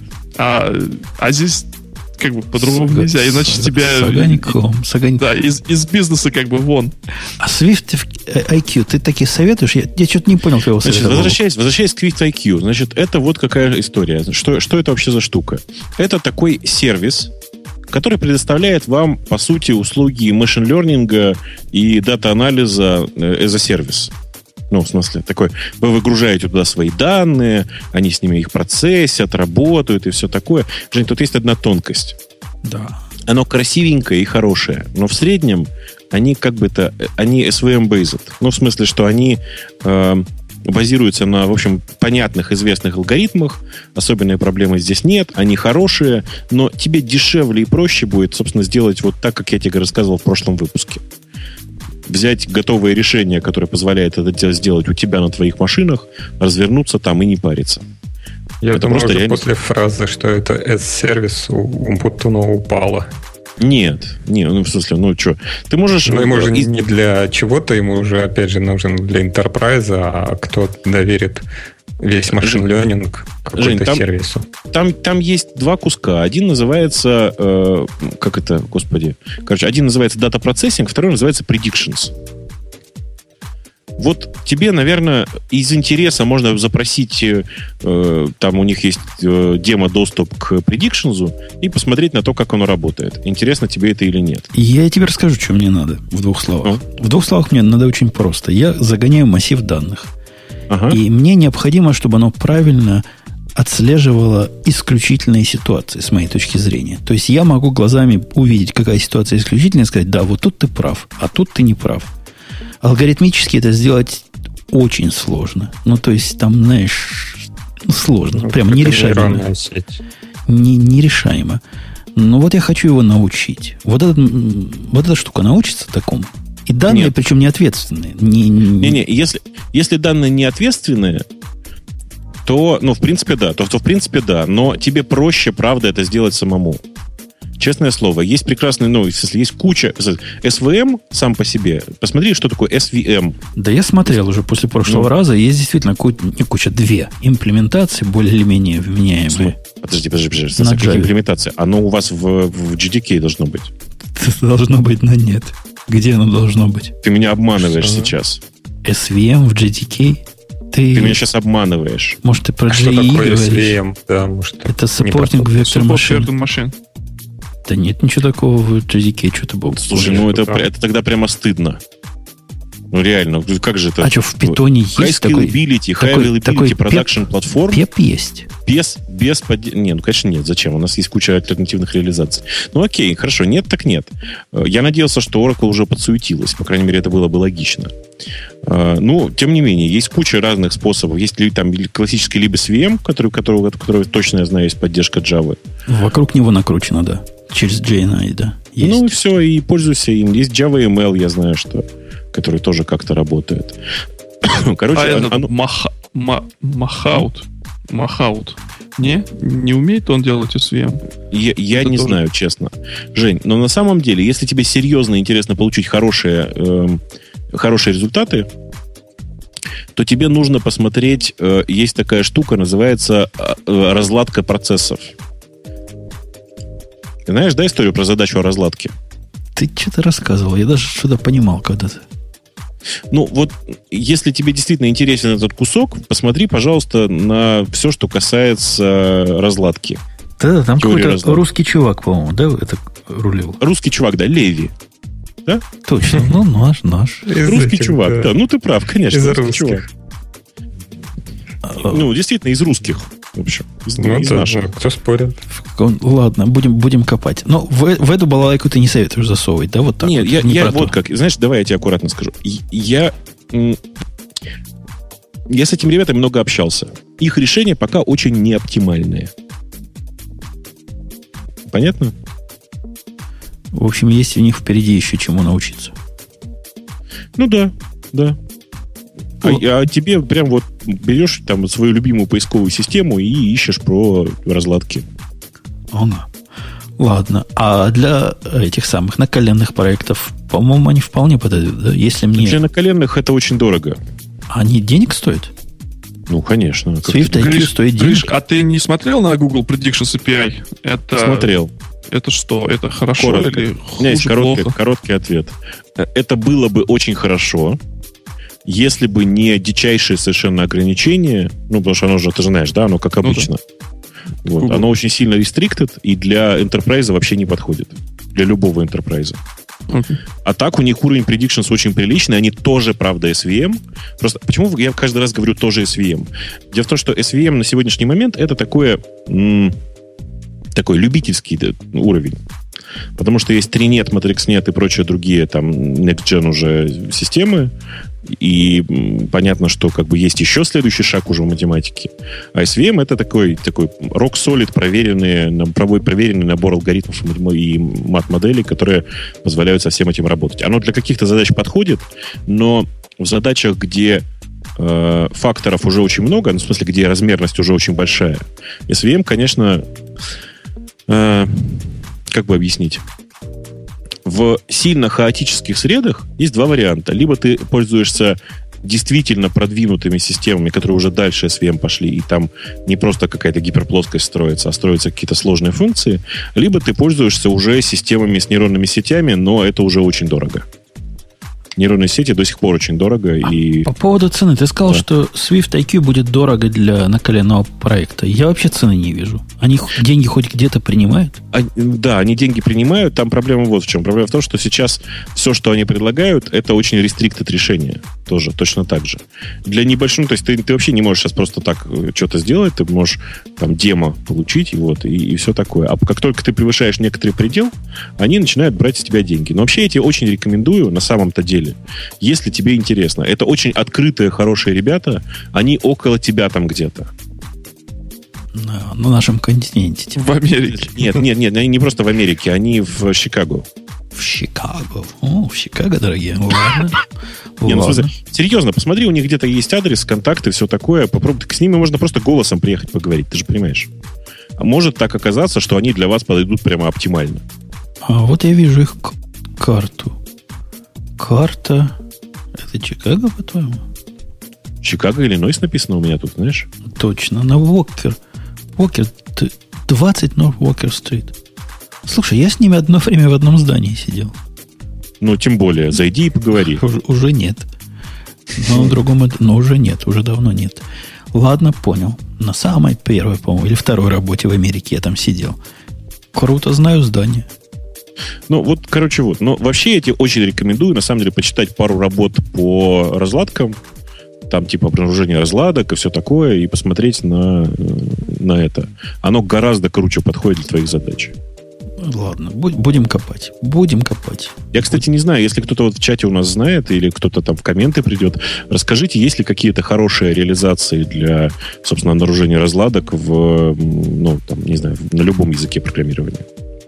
А здесь как бы по-другому нельзя, иначе тебя... С огоньком. Да, из бизнеса как бы вон. А Swift IQ, ты таки советуешь? Я что-то не понял твоего совета. Возвращаясь к Swift IQ, значит, это вот какая история. Что это вообще за штука? Это такой сервис, который предоставляет вам, по сути, услуги машин-лернинга и дата-анализа as a сервис. Ну, в смысле, такой, вы выгружаете туда свои данные, они с ними их процессят, работают и все такое. Жень, тут есть одна тонкость. Да. Оно красивенькое и хорошее, но в среднем они они SVM-based. Ну, в смысле, что они базируются на, в общем, понятных, известных алгоритмах. Особенной проблемы здесь нет. Они хорошие, но тебе дешевле и проще будет, собственно, сделать вот так, как я тебе рассказывал в прошлом выпуске. Взять готовое решение, которое позволяет это сделать у тебя на твоих машинах, развернуться там и не париться. Я думаю, просто реально... после фразы, что это S-сервис у Путуна упало. Нет, ну в смысле, что? Ты можешь... Но ему же не для чего-то, ему уже, опять же, нужен для Enterprise, а кто доверит весь машин-лернинг какому-то сервису. Там есть два куска. Один называется... один называется Data Processing, второй называется Predictions. Вот тебе, наверное, из интереса можно запросить, там у них есть демо-доступ к Predictions и посмотреть на то, как оно работает. Интересно тебе это или нет? Я тебе расскажу, что мне надо в 2 словах. В 2 словах мне надо очень просто. Я загоняю массив данных. Ага. И мне необходимо, чтобы оно правильно отслеживало исключительные ситуации, с моей точки зрения. То есть я могу глазами увидеть, какая ситуация исключительная, и сказать, да, вот тут ты прав, а тут ты не прав. Алгоритмически это сделать очень сложно. Ну, то есть там, знаешь, сложно. Прям нерешаемо. Нерешаемо. Но вот я хочу его научить. Вот эта штука научится такому. И данные, нет, причем не ответственные. Не. Если данные не ответственные, то, в принципе, да. Но тебе проще, правда, это сделать самому. Честное слово, есть прекрасный, есть куча... SVM сам по себе. Посмотри, что такое SVM. Да я смотрел уже после прошлого раза. Есть действительно куча, 2 имплементации более или менее вменяемые. Подожди. Какие имплементации? Оно у вас в GDK должно быть. Должно быть, но нет. Где оно должно быть? Ты меня обманываешь сейчас. SVM в GDK? Ты меня сейчас обманываешь. Может, ты про GE говоришь? SVM? Да, может, это Supporting Vector Machine. Да нет ничего такого в GDK, что-то было. Слушай, это тогда прямо стыдно. Ну, реально, как же это? А что, в питоне есть такой... High Availability Production Platform? PEP есть. Не, ну, конечно, нет. Зачем? У нас есть куча альтернативных реализаций. Ну, окей, хорошо. Нет, так нет. Я надеялся, что Oracle уже подсуетилась. По крайней мере, это было бы логично. Ну, тем не менее, есть куча разных способов. Есть ли там классический LibSVM, который точно, я знаю, есть поддержка Java. Вокруг него накручено, да. Через JNI, да. Есть. Ну, и все, и пользуйся им. Есть Java ML, я знаю, что... который тоже как-то работает. Короче, Махаут. Не умеет он делать SVM? Я не знаю, честно. Жень, но на самом деле, если тебе серьезно интересно получить хорошие результаты, то тебе нужно посмотреть, есть такая штука, называется разладка процессов. Ты знаешь, да, историю про задачу о разладке? Ты что-то рассказывал, я даже что-то понимал когда-то. Ну, вот, если тебе действительно интересен этот кусок, посмотри, пожалуйста, на все, что касается разладки. Да, там какой-то русский чувак, по-моему, да, это рулил? Русский чувак, да, Леви. Да? Точно, ну, наш. Русский чувак, да. Ну, ты прав, конечно, русский чувак. Ну, действительно, из русских. В общем, из наших. Кто спорит? Ладно, будем копать. Но в эту балалайку ты не советуешь засовывать, да? Вот так. Нет, я вот как. Знаешь, давай я тебе аккуратно скажу. Я с этими ребятами много общался. Их решения пока очень неоптимальные. Понятно? В общем, есть у них впереди еще чему научиться. Ну да. А тебе прям вот берешь там свою любимую поисковую систему и ищешь про разладки. Ага. Ладно. А для этих самых наколенных проектов, по-моему, они вполне подойдут, да? Если мне... Для наколенных это очень дорого. Они денег стоят? Ну, конечно. Swift IQ стоит денег. А ты не смотрел на Google Predictions API? Смотрел. Это что? Это хорошо или хуже? У меня есть короткий ответ. Это было бы очень хорошо, если бы не дичайшие совершенно ограничения, ну, потому что оно же, ты же знаешь, да, оно как обычно. Да. Вот, оно очень сильно restricted и для enterprise вообще не подходит. Для любого enterprise. Okay. А так у них уровень predictions очень приличный, они тоже, правда, SVM. Просто почему я каждый раз говорю тоже SVM? Дело в том, что SVM на сегодняшний момент это такой любительский уровень. Потому что есть 3NET, MatrixNet и прочие другие там next-gen уже системы. И понятно, что как бы есть еще следующий шаг уже в математике. А SVM это такой rock-solid проверенный набор алгоритмов и мат-моделей, которые позволяют со всем этим работать. Оно для каких-то задач подходит, но в задачах, где факторов уже очень много, в смысле, где размерность уже очень большая, SVM, конечно, как бы объяснить? В сильно хаотических средах есть два варианта. Либо ты пользуешься действительно продвинутыми системами, которые уже дальше SVM пошли, и там не просто какая-то гиперплоскость строится, а строятся какие-то сложные функции. Либо ты пользуешься уже системами с нейронными сетями, но это уже очень дорого. Нейронные сети до сих пор очень дорого. И... По поводу цены. Ты сказал, что Swift IQ будет дорого для наколенного проекта. Я вообще цены не вижу. Они деньги хоть где-то принимают? Да, они деньги принимают. Там проблема вот в чем. Проблема в том, что сейчас все, что они предлагают, это очень restricted решение. Тоже точно так же. Для небольшого... То есть ты вообще не можешь сейчас просто так что-то сделать. Ты можешь там демо получить и все такое. А как только ты превышаешь некоторый предел, они начинают брать с тебя деньги. Но вообще я тебе очень рекомендую на самом-то деле, если тебе интересно. Это очень открытые, хорошие ребята. Они около тебя там где-то. На нашем континенте. В Америке. Нет, они не просто в Америке, они в Чикаго. В Чикаго. В Чикаго, дорогие. Ладно. Не, ну, в смысле, серьезно, посмотри, у них где-то есть адрес, контакты, все такое. Попробуй, с ними можно просто голосом приехать поговорить, ты же понимаешь. А может так оказаться, что они для вас подойдут прямо оптимально. А вот я вижу их карту. Карта. Это Чикаго, по-твоему? Чикаго, Иллинойс написано у меня тут, знаешь? Точно, на Уокер 20 North Уокер-стрит. Слушай, я с ними одно время в одном здании сидел. Ну, тем более, зайди и поговори. Уже нет. Но другому, но уже нет, уже давно нет. Ладно, понял. На самой первой, по-моему, или второй работе в Америке я там сидел. Круто знаю здание. Ну, вот, короче, вот. Но вообще я тебе очень рекомендую, на самом деле, почитать пару работ по разладкам, там типа обнаружение разладок и все такое, и посмотреть на это. Оно гораздо круче подходит для твоих задач. Ладно, будем копать. Будем копать. Я, кстати, не знаю, если кто-то вот в чате у нас знает, или кто-то там в комменты придет, расскажите, есть ли какие-то хорошие реализации для, собственно, обнаружения разладок в, ну, там, не знаю, на любом языке программирования.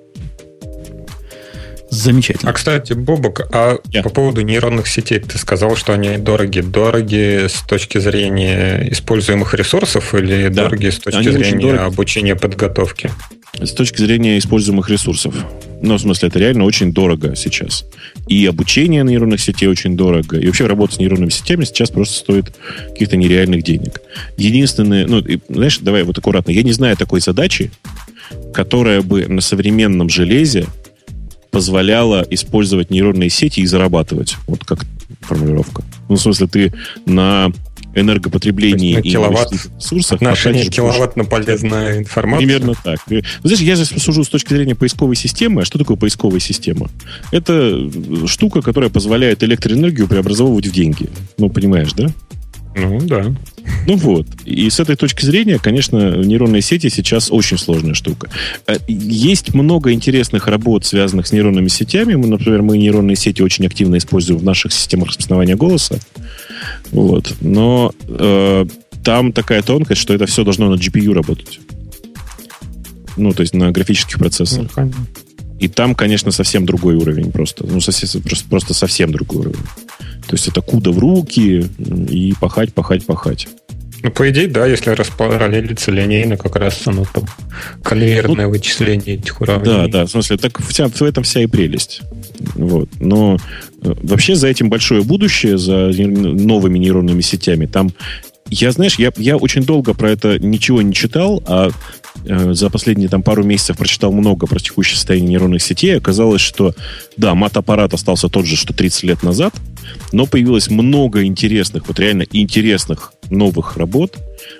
Замечательно. А, кстати, Бобок, по поводу нейронных сетей, ты сказал, что они дороги. Дороги с точки зрения используемых ресурсов или дороги с точки зрения обучения, подготовки? С точки зрения используемых ресурсов. Ну, в смысле, это реально очень дорого сейчас. И обучение нейронных сетей очень дорого. И вообще работа с нейронными сетями сейчас просто стоит каких-то нереальных денег. Единственное, ну, знаешь, давай вот аккуратно. Я не знаю такой задачи, которая бы на современном железе позволяла использовать нейронные сети и зарабатывать. Вот как формулировка. Ну, в смысле, ты на энергопотреблении и ресурсах... Отношение киловатт на полезную информацию. Примерно так. Знаешь, я здесь посужу с точки зрения поисковой системы. А что такое поисковая система? Это штука, которая позволяет электроэнергию преобразовывать в деньги. Ну, понимаешь, да? Ну, да. Ну вот. И с этой точки зрения, конечно, нейронные сети сейчас очень сложная штука. Есть много интересных работ, связанных с нейронными сетями. Например, мы нейронные сети очень активно используем в наших системах распознавания голоса. Вот. Но там такая тонкость, что это все должно на GPU работать. Ну, то есть на графических процессорах. И там, конечно, совсем другой уровень просто. Ну, просто совсем другой уровень. То есть это куда в руки и пахать. Ну, по идее, да, если распараллелиться линейно, как раз оно там конвейерное вычисление этих уровней. Да, в смысле, так в этом вся и прелесть. Вот. Но вообще за этим большое будущее, за новыми нейронными сетями. Там, я очень долго про это ничего не читал, а за последние там пару месяцев прочитал много про текущее состояние нейронных сетей. Оказалось, что да, мат-аппарат остался тот же, что 30 лет назад, но появилось много интересных, вот реально интересных новых работ,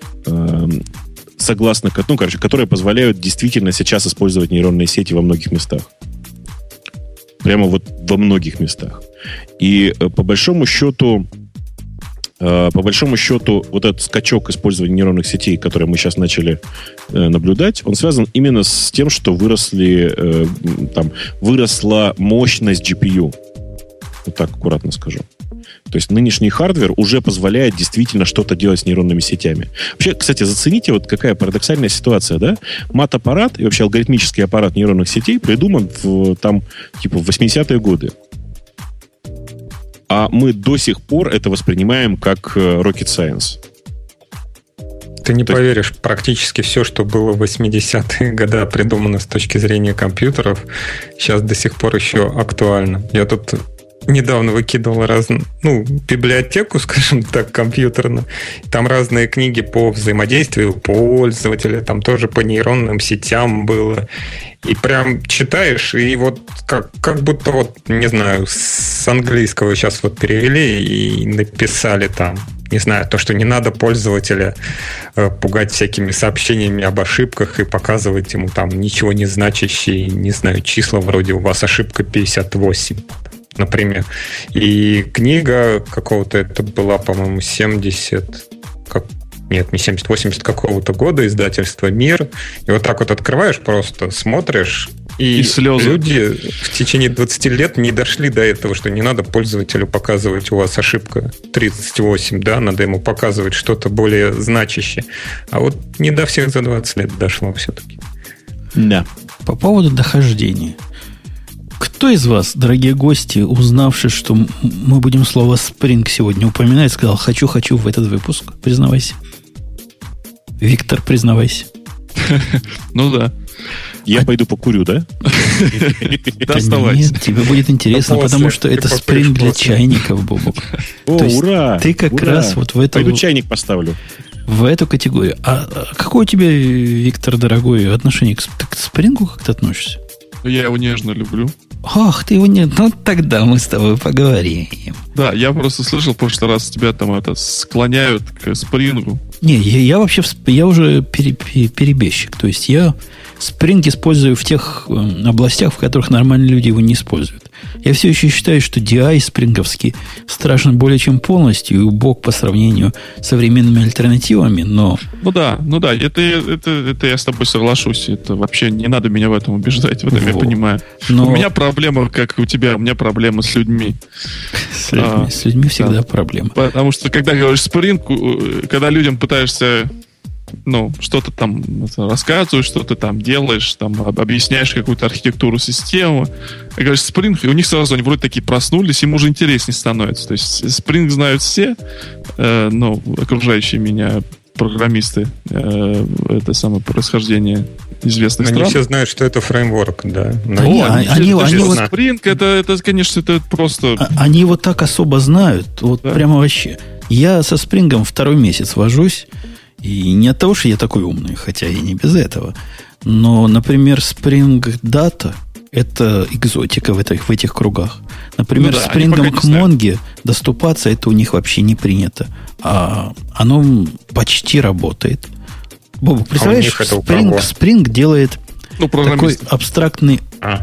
которые позволяют действительно сейчас использовать нейронные сети во многих местах. Прямо вот во многих местах. И по большому счету, вот этот скачок использования нейронных сетей, который мы сейчас начали наблюдать, он связан именно с тем, что выросла мощность GPU. Вот так аккуратно скажу. То есть нынешний хардвер уже позволяет действительно что-то делать с нейронными сетями. Вообще, кстати, зацените, вот какая парадоксальная ситуация, да? Мат-аппарат и вообще алгоритмический аппарат нейронных сетей придуман в 80-е годы. А мы до сих пор это воспринимаем как rocket science. Ты не поверишь, практически все, что было в 80-е годы придумано с точки зрения компьютеров, сейчас до сих пор еще актуально. Я тут недавно выкидывал библиотеку, скажем так, компьютерную. Там разные книги по взаимодействию пользователя, там тоже по нейронным сетям было. И прям читаешь, и вот как будто не знаю, с английского сейчас перевели и написали там, не знаю, то, что не надо пользователя пугать всякими сообщениями об ошибках и показывать ему там ничего не значащие, не знаю, числа вроде у вас ошибка 58. Например. И книга какого-то, это была, по-моему, 80 какого-то года, издательства «Мир». И вот так вот открываешь просто, смотришь, и люди в течение 20 лет не дошли до этого, что не надо пользователю показывать, у вас ошибка 38, да, надо ему показывать что-то более значащее. А вот не до всех за 20 лет дошло все-таки. Да. По поводу дохождения. Кто из вас, дорогие гости, узнавши, что мы будем слово «спринг» сегодня упоминать, сказал «хочу в этот выпуск»? Признавайся. Виктор, признавайся. Ну да. Я пойду покурю, да? Нет, тебе будет интересно, потому что это спринг для чайников, Бобок. О, ура! Ты как раз вот в эту... Пойду чайник поставлю. В эту категорию. А какое у тебя, Виктор, дорогой, отношение к спрингу как ты относишься? Я его нежно люблю. Ах, ты его не... Ну, тогда мы с тобой поговорим. Да, я просто слышал в прошлый раз тебя там склоняют к спрингу. Не, я вообще, я уже перебежчик. То есть я Spring использую в тех областях, в которых нормальные люди его не используют. Я все еще считаю, что DI спринговский страшен более чем полностью и убог по сравнению с современными альтернативами, но... Ну да, это я с тобой соглашусь. Это вообще не надо меня в этом убеждать, в этом я понимаю. Но... У меня проблема, как и у тебя, у меня проблема с людьми. С людьми всегда проблема. Потому что, когда говоришь Spring, когда людям пытаешься что-то там рассказываешь, что ты там делаешь, там объясняешь какую-то архитектуру системы. И говоришь Spring, и у них сразу они вроде такие проснулись, им уже интереснее становится. То есть Spring знают все, окружающие меня программисты, это самое происхождение известных стран. Они все знают, что это фреймворк, да. Spring, это, конечно, это просто... Они его так особо знают, вот прямо вообще. Я со Spring 2-й месяц вожусь, и не от того, что я такой умный, хотя и не без этого. Но, например, Spring Data – это экзотика в этих кругах. Например, Spring к Mongo доступаться – это у них вообще не принято. А оно почти работает. Бобок, представляешь, Spring делает такой абстрактный,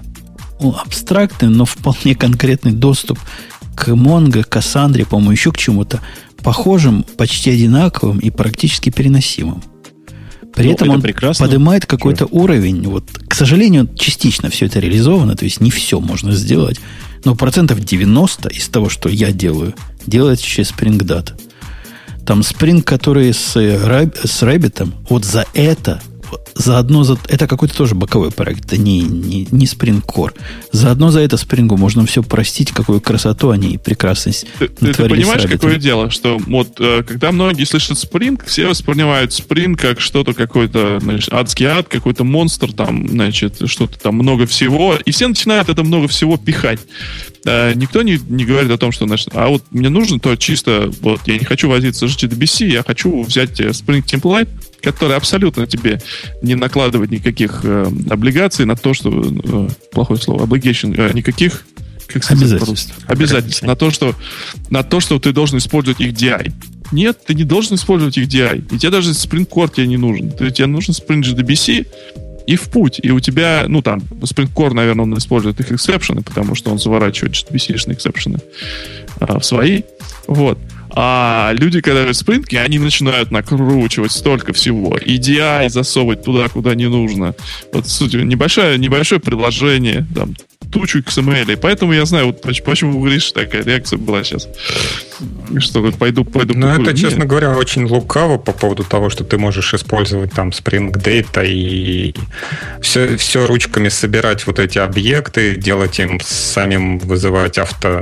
но вполне конкретный доступ к Mongo, к Cassandra, по-моему, еще к чему-то, похожим, почти одинаковым и практически переносимым. При этом он поднимает какой-то уровень. Вот, к сожалению, частично все это реализовано, то есть не все можно сделать, но 90% из того, что я делаю, делает через Spring Data. Там Spring, который с Rabbit, вот за это, это какой-то тоже боковой проект, это не Spring Core. Заодно за это Spring можно все простить, какую красоту они прекрасность натворили. Ты понимаешь, какое дело, что вот когда многие слышат Spring, все воспринимают Spring как что-то какой-то, значит, адский ад, какой-то монстр, там, значит, что-то там много всего, и все начинают это много всего пихать. Никто не говорит о том, что, значит, а вот мне нужно то чисто, вот я не хочу возиться с JDBC, я хочу взять Spring Template, который абсолютно тебе не накладывает никаких облигаций на то, что... плохое слово. Obligation. Никаких... Как сказать, обязательств. На то, что ты должен использовать их DI. Нет, ты не должен использовать их DI. И тебе даже Spring Core тебе не нужен. Тебе нужен Spring JDBC и в путь. И у тебя, Spring Core, наверное, он использует их эксепшены, потому что он заворачивает JDBC-шные эксепшены в свои. Вот. А люди, когда в Spring, они начинают накручивать столько всего. EDI засовывать туда, куда не нужно. Вот, суть, небольшое предложение, там, тучу XML. И поэтому я знаю, вот почему вы говорите, что такая реакция была сейчас. Что вот пойду. Ну, это, честно говоря, очень лукаво по поводу того, что ты можешь использовать там Spring Data и все ручками собирать вот эти объекты, делать им самим вызывать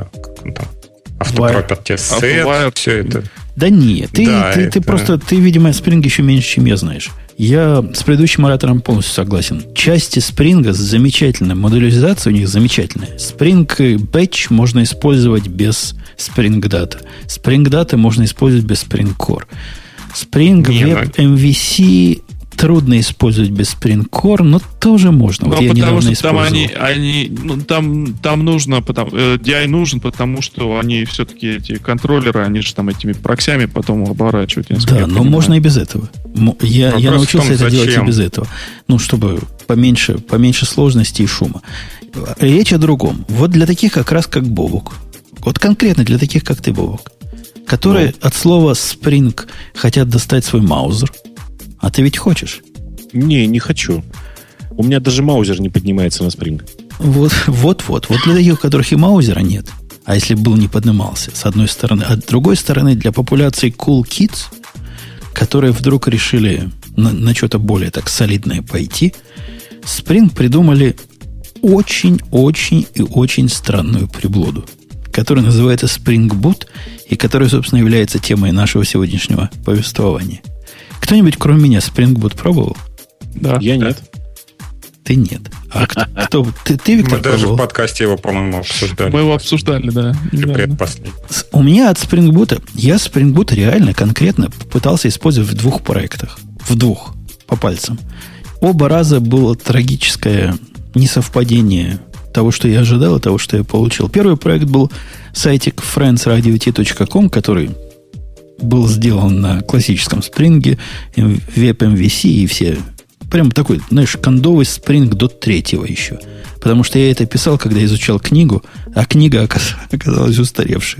автопроперти set, все это. Да нет, ты просто, видимо, Spring еще меньше, чем я знаешь. Я с предыдущим оратором полностью согласен. Части Spring замечательная, модуляризация у них замечательная. Spring Batch можно использовать без Spring Data. Spring Data можно использовать без Spring Core. Spring Web MVC трудно использовать без Spring Core, но тоже можно. Вот я недавно использовал. Там нужно, DI нужен, потому что они все-таки, эти контроллеры, они же там этими проксями потом оборачивают. Да, но можно и без этого. Я научился это делать и без этого. Чтобы поменьше сложности и шума. Речь о другом. Вот для таких как раз как Бобук. Вот конкретно для таких, как ты, Бобук. Которые от слова Spring хотят достать свой маузер. А ты ведь хочешь? Не хочу. У меня даже маузер не поднимается на Spring. Вот для таких, у которых и маузера нет. А если бы был, не поднимался, с одной стороны. А с другой стороны, для популяции Cool Kids, которые вдруг решили на что-то более так солидное пойти, Spring придумали очень-очень и очень странную приблуду, которая называется Spring Boot, и которая, собственно, является темой нашего сегодняшнего повествования. Кто-нибудь, кроме меня, Spring Boot пробовал? Да. Я нет. Ты нет. А кто? Ты, Виктор, мы даже в подкасте его, по-моему, обсуждали. Мы его обсуждали, да. У меня от Spring Boot, я Spring Boot реально конкретно пытался использовать в 2 проектах. В 2, по пальцам. Оба раза было трагическое несовпадение того, что я ожидал, и того, что я получил. Первый проект был сайтик friendsradiot.com, который был сделан на классическом Spring, WebMVC и все. Прям такой, знаешь, кондовый Spring до 3 еще. Потому что я это писал, когда изучал книгу, а книга оказалась устаревшей.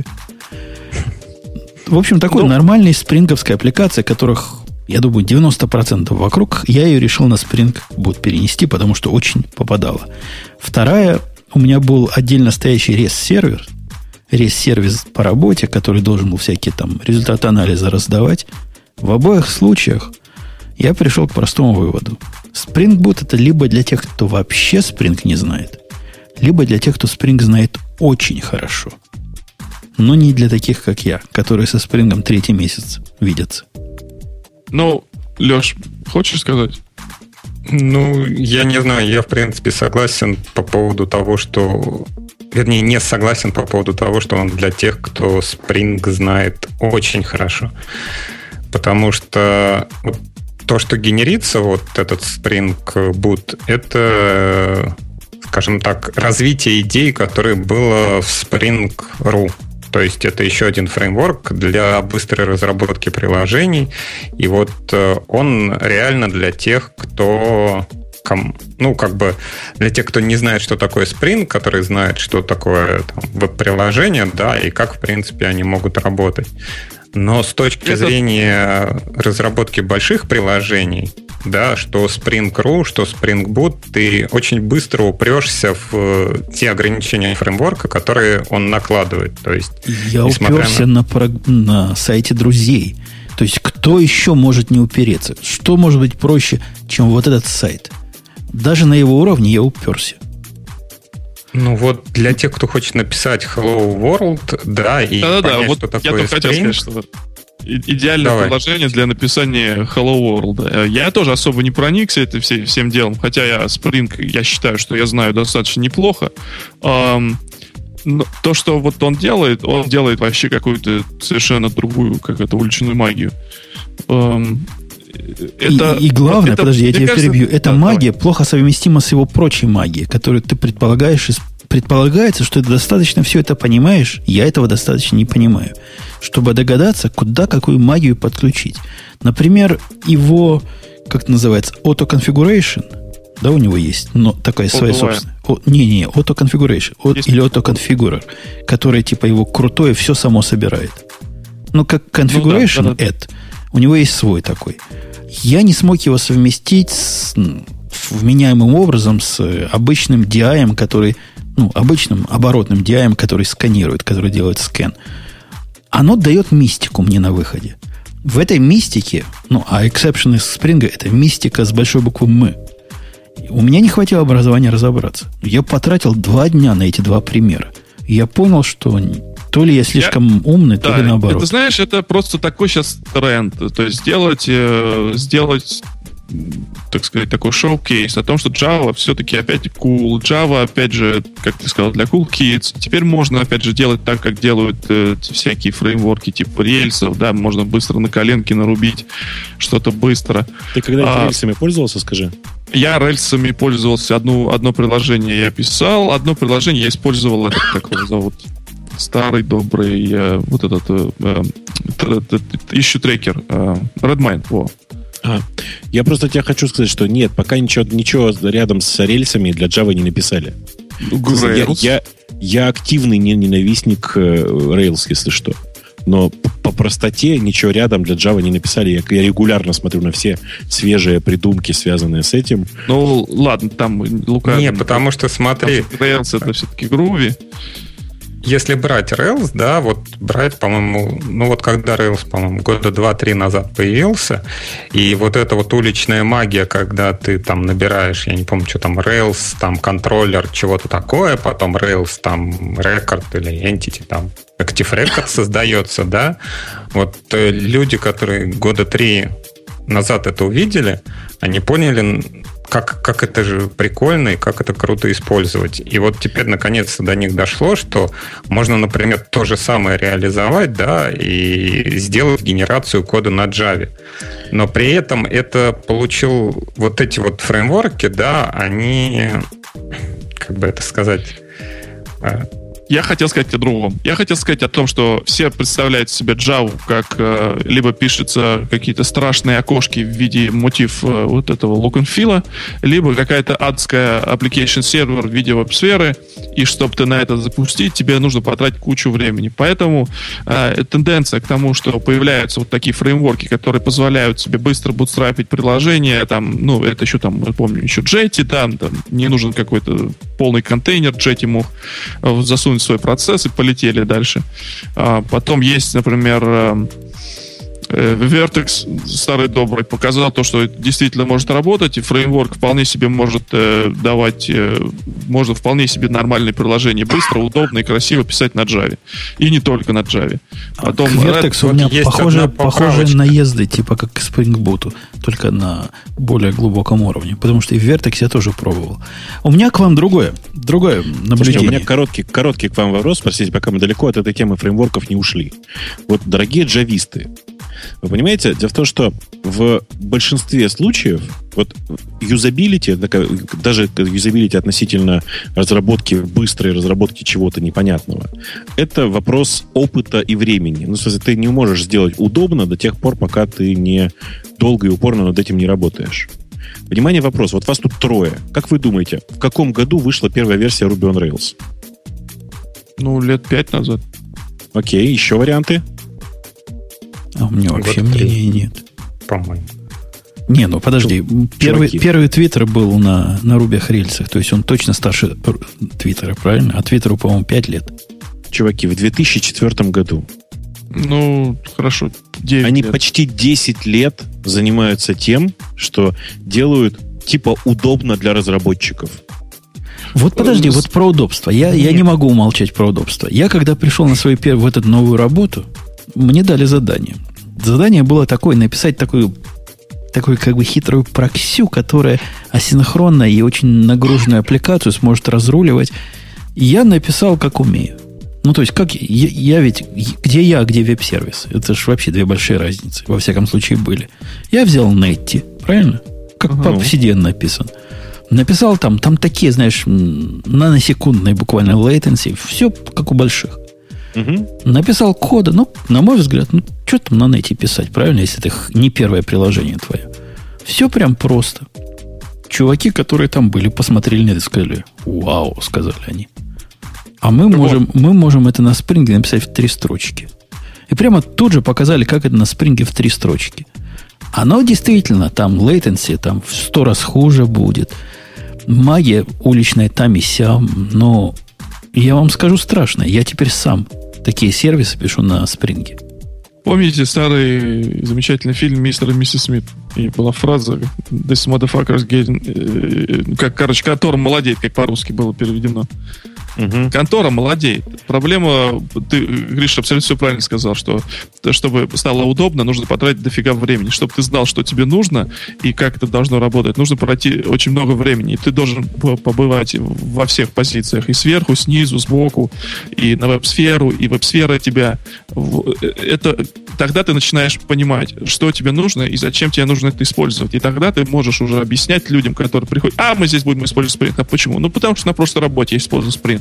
В общем, такой нормальный спринговская аппликация, которых, я думаю, 90% вокруг. Я ее решил на Spring Boot перенести, потому что очень попадала. Вторая, у меня был отдельно стоящий REST-сервер, REST-сервис по работе, который должен был всякие там результаты анализа раздавать. В обоих случаях я пришел к простому выводу. Spring Boot это либо для тех, кто вообще Spring не знает, либо для тех, кто Spring знает очень хорошо. Но не для таких, как я, которые со Spring 3-й месяц видятся. Ну, Леш, хочешь сказать? Ну, я не знаю, я, в принципе, согласен по поводу того, что... Вернее, не согласен по поводу того, что он для тех, кто Spring знает очень хорошо. Потому что то, что генерится, вот этот Spring Boot, это, скажем так, развитие идей, которое было в Spring.ru. То есть это еще один фреймворк для быстрой разработки приложений. И вот он реально для тех, кто... Ну, как бы для тех, кто не знает, что такое Spring, который знает, что такое там, веб-приложение, да, и как, в принципе, они могут работать. Но с точки зрения разработки больших приложений, да, что Spring.ru, что Spring Boot, ты очень быстро упрешься в те ограничения фреймворка, которые он накладывает. То есть, я уперся на сайте друзей. То есть, кто еще может не упереться? Что может быть проще, чем вот этот сайт? Даже на его уровне я уперся. Ну вот для тех, кто хочет написать Hello World, да, и понять, вот что такое я хотел сказать, что идеальное приложение для написания Hello World. Я тоже особо не проникся этим всем делом, хотя я Spring, я считаю, что я знаю достаточно неплохо. Но то, что вот он делает вообще какую-то совершенно другую, какую-то уличную магию. И главное, подожди, я тебя перебью. Эта магия плохо совместима с его прочей магией, которую ты предполагаешь. Предполагается, что ты достаточно все это понимаешь. Я этого достаточно не понимаю. Чтобы догадаться, куда какую магию подключить. Например, его, как это называется, auto-configuration. Да, у него есть, но такая своя собственная. Не, auto-configuration. Или auto-configurer, который типа его крутое все само собирает. Ну, как configuration add. У него есть свой такой. Я не смог его совместить вменяемым образом с обычным DI, который, обычным оборотным DI, который сканирует, который делает скан. Оно дает мистику мне на выходе. В этой мистике, а exception из Spring это мистика с большой буквы «М». У меня не хватило образования разобраться. Я потратил 2 дня на эти 2 примера. И я понял, что то ли я слишком умный, то ли наоборот. Это, знаешь, это просто такой сейчас тренд. То есть сделать, так сказать, такой шоу-кейс о том, что Java все-таки опять cool. Java, опять же, как ты сказал, для cool kids. Теперь можно, опять же, делать так, как делают всякие фреймворки типа рельсов. Да, можно быстро на коленке нарубить что-то быстро. Ты когда рельсами пользовался, скажи? Я рельсами пользовался. Одно приложение я писал, одно приложение я использовал, как его зовут? Старый, добрый, вот этот issue трекер, Redmine. Во. Я просто тебе хочу сказать, что нет, пока ничего рядом с рельсами для Java не написали. Я активный ненавистник Rails, если что. Но по простоте ничего рядом для Java не написали. Я регулярно смотрю на все свежие придумки, связанные с этим. Ну, ладно, там Лука... Не, потому что, смотри... Rails это все-таки Groovy. Если брать Rails, да, вот брать, по-моему, когда Rails, по-моему, года 2-3 назад появился, и вот эта вот уличная магия, когда ты там набираешь, я не помню, что там, Rails, там, контроллер, чего-то такое, потом Rails, там, Record или Entity, там, Active Record создается, да, вот люди, которые года 3 назад это увидели, они поняли, как это же прикольно и как это круто использовать. И вот теперь наконец-то до них дошло, что можно, например, то же самое реализовать, да, и сделать генерацию кода на Java. Но при этом это получил вот эти вот фреймворки, да, они, как бы это сказать, Я хотел сказать о другом. Я хотел сказать о том, что все представляют себе Java как либо пишутся какие-то страшные окошки в виде мотив вот этого look and feel, либо какая-то адская application сервер в виде веб-сферы, и чтобы ты на это запустить, тебе нужно потратить кучу времени. Поэтому тенденция к тому, что появляются вот такие фреймворки, которые позволяют тебе быстро бутстрапить приложение, там, ну, это еще там, я помню, еще Jetty, там не нужен какой-то полный контейнер, Jetty мог засунуть свой процесс и полетели дальше. Потом есть, например, Vertex, старый добрый, показал то, что это действительно может работать, и фреймворк вполне себе может давать, можно вполне себе нормальные приложения быстро, удобно и красиво писать на Java. И не только на Java. Потом Vertex у меня похожие наезды, типа как к Spring Boot, только на более глубоком уровне. Потому что и в Vertex я тоже пробовал. У меня к вам другое наблюдение. Слушайте, у меня короткий к вам вопрос, спросите, пока мы далеко от этой темы фреймворков не ушли. Вот, дорогие джависты, вы понимаете, дело в том, что в большинстве случаев вот юзабилити, даже юзабилити относительно разработки, быстрой разработки чего-то непонятного, это вопрос опыта и времени. Ну, в смысле, ты не можешь сделать удобно до тех пор, пока ты не долго и упорно над этим не работаешь. Внимание, вопрос. Вот вас тут трое. Как вы думаете, в каком году вышла первая версия Ruby on Rails? Ну, лет 5 назад. Окей, еще варианты? А у меня вообще мнения нет. По-моему. Не, ну подожди. Первый Твиттер был на Ruby рельсах. То есть он точно старше Твиттера, правильно? А Твиттеру, по-моему, 5 лет. Чуваки, в 2004 году. Ну, хорошо. 9 Они лет. почти 10 лет занимаются тем, что делают типа удобно для разработчиков. Вот подожди, вот про удобство. Я не могу умолчать про удобство. Я когда пришел на свою первую вот эту новую работу, мне дали задание. Задание было такое, написать такую как бы хитрую проксю, которая асинхронно и очень нагруженную аппликацию сможет разруливать. И я написал, как умею. Ну, то есть, как я ведь... Где где веб-сервис? Это же вообще две большие разницы. Во всяком случае, были. Я взял Netty, правильно? Как по CDN написан. Написал там такие, знаешь, наносекундные буквально latency. Все как у больших. Написал кода, ну, на мой взгляд, ну, что там на Netty писать, правильно, если это не первое приложение твое. Все прям просто. Чуваки, которые там были, посмотрели на это и сказали, вау, сказали они. А мы можем это на Spring написать в 3 строчки. И прямо тут же показали, как это на Spring в 3 строчки. Оно действительно, там latency, там в 100 раз хуже будет. Магия уличная там и сям, но я вам скажу страшно. Я теперь сам такие сервисы пишу на Spring. Помните старый замечательный фильм «Мистер и миссис Смит»? И была фраза «This motherfucker's getting...» контора молодеет, как по-русски было переведено. Контора молодеет. Проблема, ты, Гриша, абсолютно все правильно сказал, что чтобы стало удобно, нужно потратить дофига времени. Чтобы ты знал, что тебе нужно и как это должно работать, нужно пройти очень много времени. И ты должен побывать во всех позициях. И сверху, снизу, сбоку, и на веб-сферу, и веб-сфера тебя. Тогда ты начинаешь понимать, что тебе нужно и зачем тебе нужно это использовать. И тогда ты можешь уже объяснять людям, которые приходят, мы здесь будем использовать Spring. А почему? Ну, потому что на прошлой работе я использую Spring.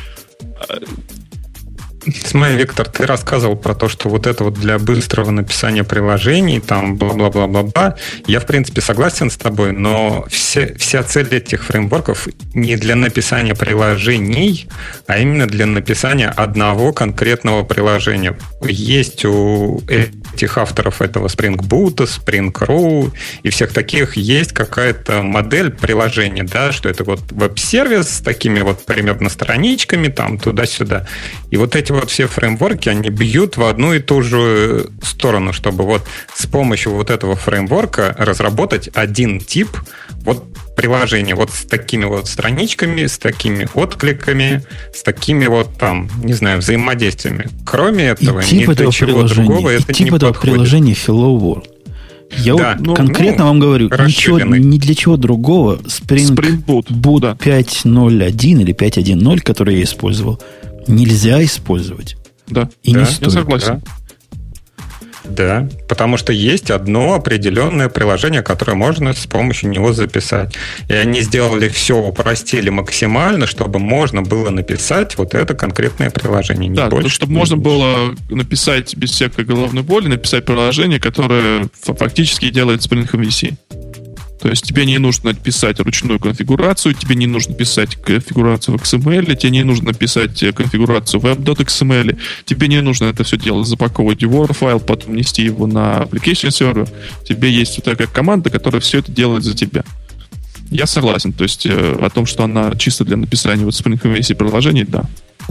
Смотри, Виктор, ты рассказывал про то, что вот это вот для быстрого написания приложений, там бла-бла-бла-бла-бла. Я, в принципе, согласен с тобой, но вся цель этих фреймворков не для написания приложений, а именно для написания одного конкретного приложения. Есть у этих авторов этого Spring Boot, Spring Row и всех таких есть какая-то модель приложения, да, что это вот веб-сервис с такими вот примерно страничками, там туда-сюда. И вот эти вот все фреймворки, они бьют в одну и ту же сторону, чтобы вот с помощью вот этого фреймворка разработать один тип вот приложения, вот с такими вот страничками, с такими откликами, с такими вот там, не знаю, взаимодействиями. Кроме этого, ни для чего другого это не подходит. Тип приложения Hello World. Я конкретно вам говорю, ни для чего другого Spring Boot 5.0.1 или 5.1.0, который я использовал, нельзя использовать. Да. И не стоит. Я согласен. Да, потому что есть одно определенное приложение, которое можно с помощью него записать. И они сделали все, упростили максимально, чтобы можно было написать вот это конкретное приложение. Да, больше, чтобы можно было написать без всякой головной боли, написать приложение, которое фактически делает Spring MVC. То есть тебе не нужно писать ручную конфигурацию, тебе не нужно писать конфигурацию в XML, тебе не нужно писать конфигурацию в web.xml, тебе не нужно это все дело запаковывать в Word-файл, потом нести его на application server. Тебе есть вот такая команда, которая все это делает за тебя. Я согласен, то есть о том, что она чисто для написания вот Spring MVC приложений, да.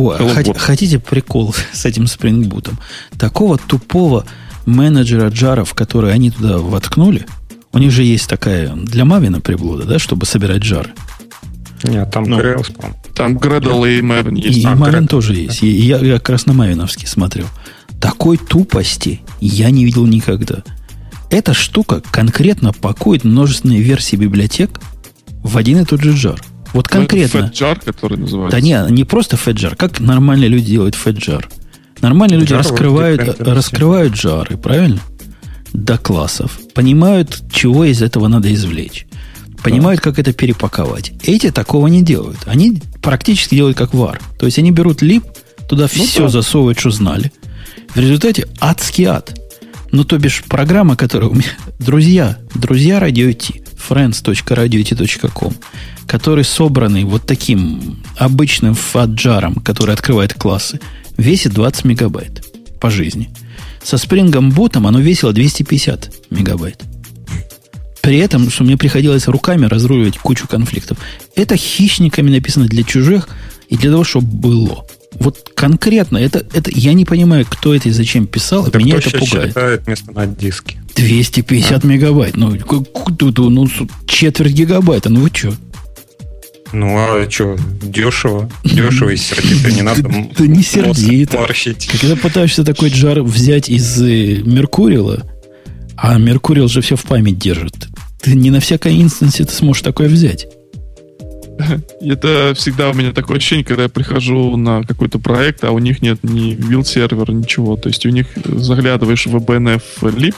Хотите прикол с этим Spring Boot? Такого тупого менеджера джаров, который они туда воткнули, у них же есть такая для Maven приблуда, да, чтобы собирать жары. Нет, там Gradle, по-моему. Там Gradle и Maven есть. И Maven тоже есть. Я как раз на Maven-овский смотрел. Такой тупости я не видел никогда. Эта штука конкретно пакует множественные версии библиотек в один и тот же джар. Вот конкретно. FatJar, который называется. Да не просто FatJar. Как нормальные люди делают FatJar? Нормальные люди раскрывают жары, правильно? До классов. Понимают, чего из этого надо извлечь. Понимают, как это перепаковать. Эти такого не делают. Они практически делают как var. То есть они берут lib, туда все засовывают, что знали. В результате адский ад. Ну, то бишь, программа, которая у меня... Друзья Radio T, friends.radiot.com, который собранный вот таким обычным фатджаром, который открывает классы, весит 20 мегабайт по жизни. Со Spring Boot оно весило 250 мегабайт. При этом, что мне приходилось руками разруливать кучу конфликтов. Это хищниками написано для чужих и для того, чтобы было. Вот конкретно, это я не понимаю, кто это и зачем писал, это меня это пугает. Считает место на диске. 250 мегабайт. Ну, четверть гигабайта. Ну, вы что? Ну, а что, дешево. Дешево и сердито. Не надо не сердито. Морщить. Когда пытаешься такой джар взять из Меркурила, а Меркурил же все в память держит, ты не на всякой инстансе ты сможешь такое взять. Это всегда у меня такое ощущение, когда я прихожу на какой-то проект, а у них нет ни билд-сервера, ничего. То есть у них заглядываешь в BNF lib,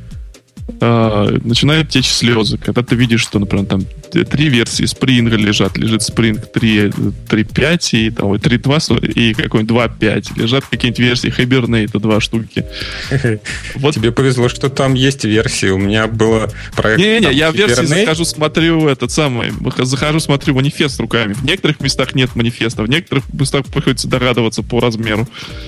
начинают течь слезы, когда ты видишь, что, например, там 3 версии Spring лежат. Лежит Spring 3.5 и 3.2 и какой-нибудь 2.5. Лежат какие-нибудь версии Hibernate, 2 штуки. Вот. Тебе повезло, что там есть версии. У меня было проект... Не-не-не, я в версии захожу, смотрю манифест руками. В некоторых местах нет манифеста, в некоторых местах приходится дорадоваться по размеру.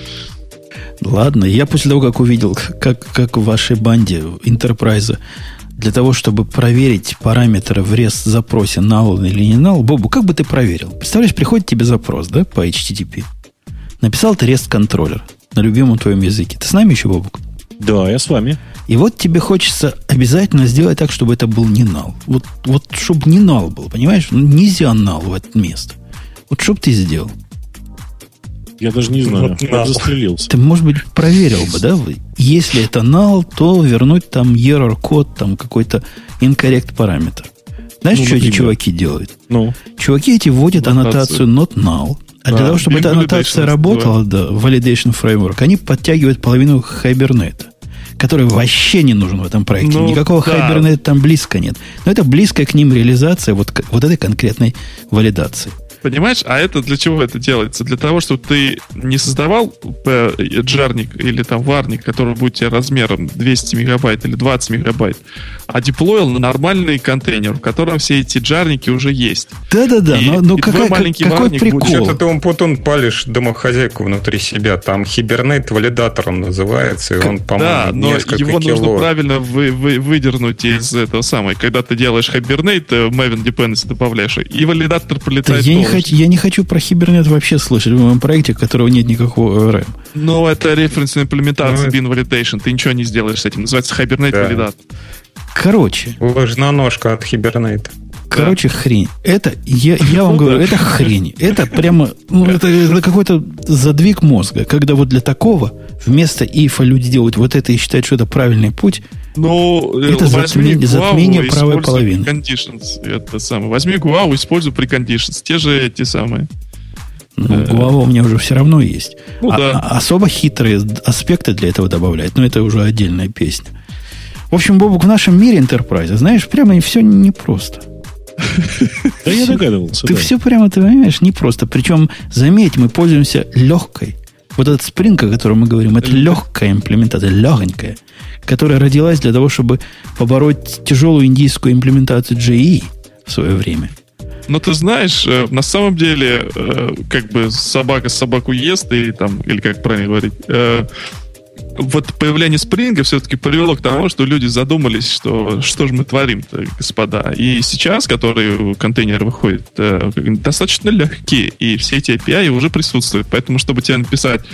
Ладно, я после того, как увидел, как в вашей банде Enterprise для того, чтобы проверить параметры в REST-запросе null или не null, Бобу, как бы ты проверил? Представляешь, приходит тебе запрос, да, по HTTP. Написал ты REST-контроллер на любимом твоем языке. Ты с нами еще, Бобук? Да, я с вами. И вот тебе хочется обязательно сделать так, чтобы это был не null. Вот чтобы не null был, понимаешь? Нельзя null в это место. Вот чтобы ты сделал. Я даже не знаю, я застрелился. Ты, может быть, проверил бы, да? Если это null, то вернуть там error код, там какой-то incorrect параметр. Знаешь, что эти чуваки делают? Чуваки эти вводят аннотацию not null. А для того, чтобы эта аннотация работала, validation framework, они подтягивают половину Hibernate, который вообще не нужен в этом проекте. Никакого Hibernate там близко нет. Но это близкая к ним реализация вот этой конкретной валидации. Понимаешь, а это для чего это делается? Для того, чтобы ты не создавал джарник или там варник, который будет у тебя размером 200 мегабайт или 20 мегабайт, а деплоил на нормальный контейнер, в котором все эти джарники уже есть. Да-да-да, но какой прикол? Что-то ты Путун палишь домохозяйку внутри себя. Там Hibernate валидатором называется, и он, по-моему, несколько его кило. Нужно правильно выдернуть из этого самого. Когда ты делаешь Hibernate, Maven Dependency добавляешь, и валидатор прилетает в Я не хочу про Hibernate вообще слышать в моем проекте, у которого нет никакого ORM. Но это референсная имплементация Bean Validation. Ты ничего не сделаешь с этим. Называется Hibernate валидатор. Короче. Ложноножка от Hibernate. Короче, хрень. Это, я вам говорю, это хрень. Это прямо, это какой-то задвиг мозга. Когда вот для такого вместо ифа люди делают вот это и считают, что это правильный путь. Это затмение правой половины. Это самое. Возьми Guau, используй preconditions. Те же эти самые. Ну, Guava у меня уже все равно есть. Да. Особо хитрые аспекты для этого добавлять, но это уже отдельная песня. В общем, Бобук, в нашем мире Enterprise, знаешь, прямо все непросто. Да я догадывался. Ты все прямо, ты понимаешь, непросто. Причем, заметь, мы пользуемся легкой. Вот этот Spring, о котором мы говорим, это легкая имплементация, легонькая, которая родилась для того, чтобы побороть тяжелую индийскую имплементацию JE в свое время. Но ты знаешь, на самом деле, как бы собака собаку ест, или как правильно говорить, вот появление Спринга все-таки привело к тому, что люди задумались, что же мы творим-то, господа. И сейчас, которые контейнеры выходят, достаточно легкие, и все эти API уже присутствуют. Поэтому, чтобы тебе написать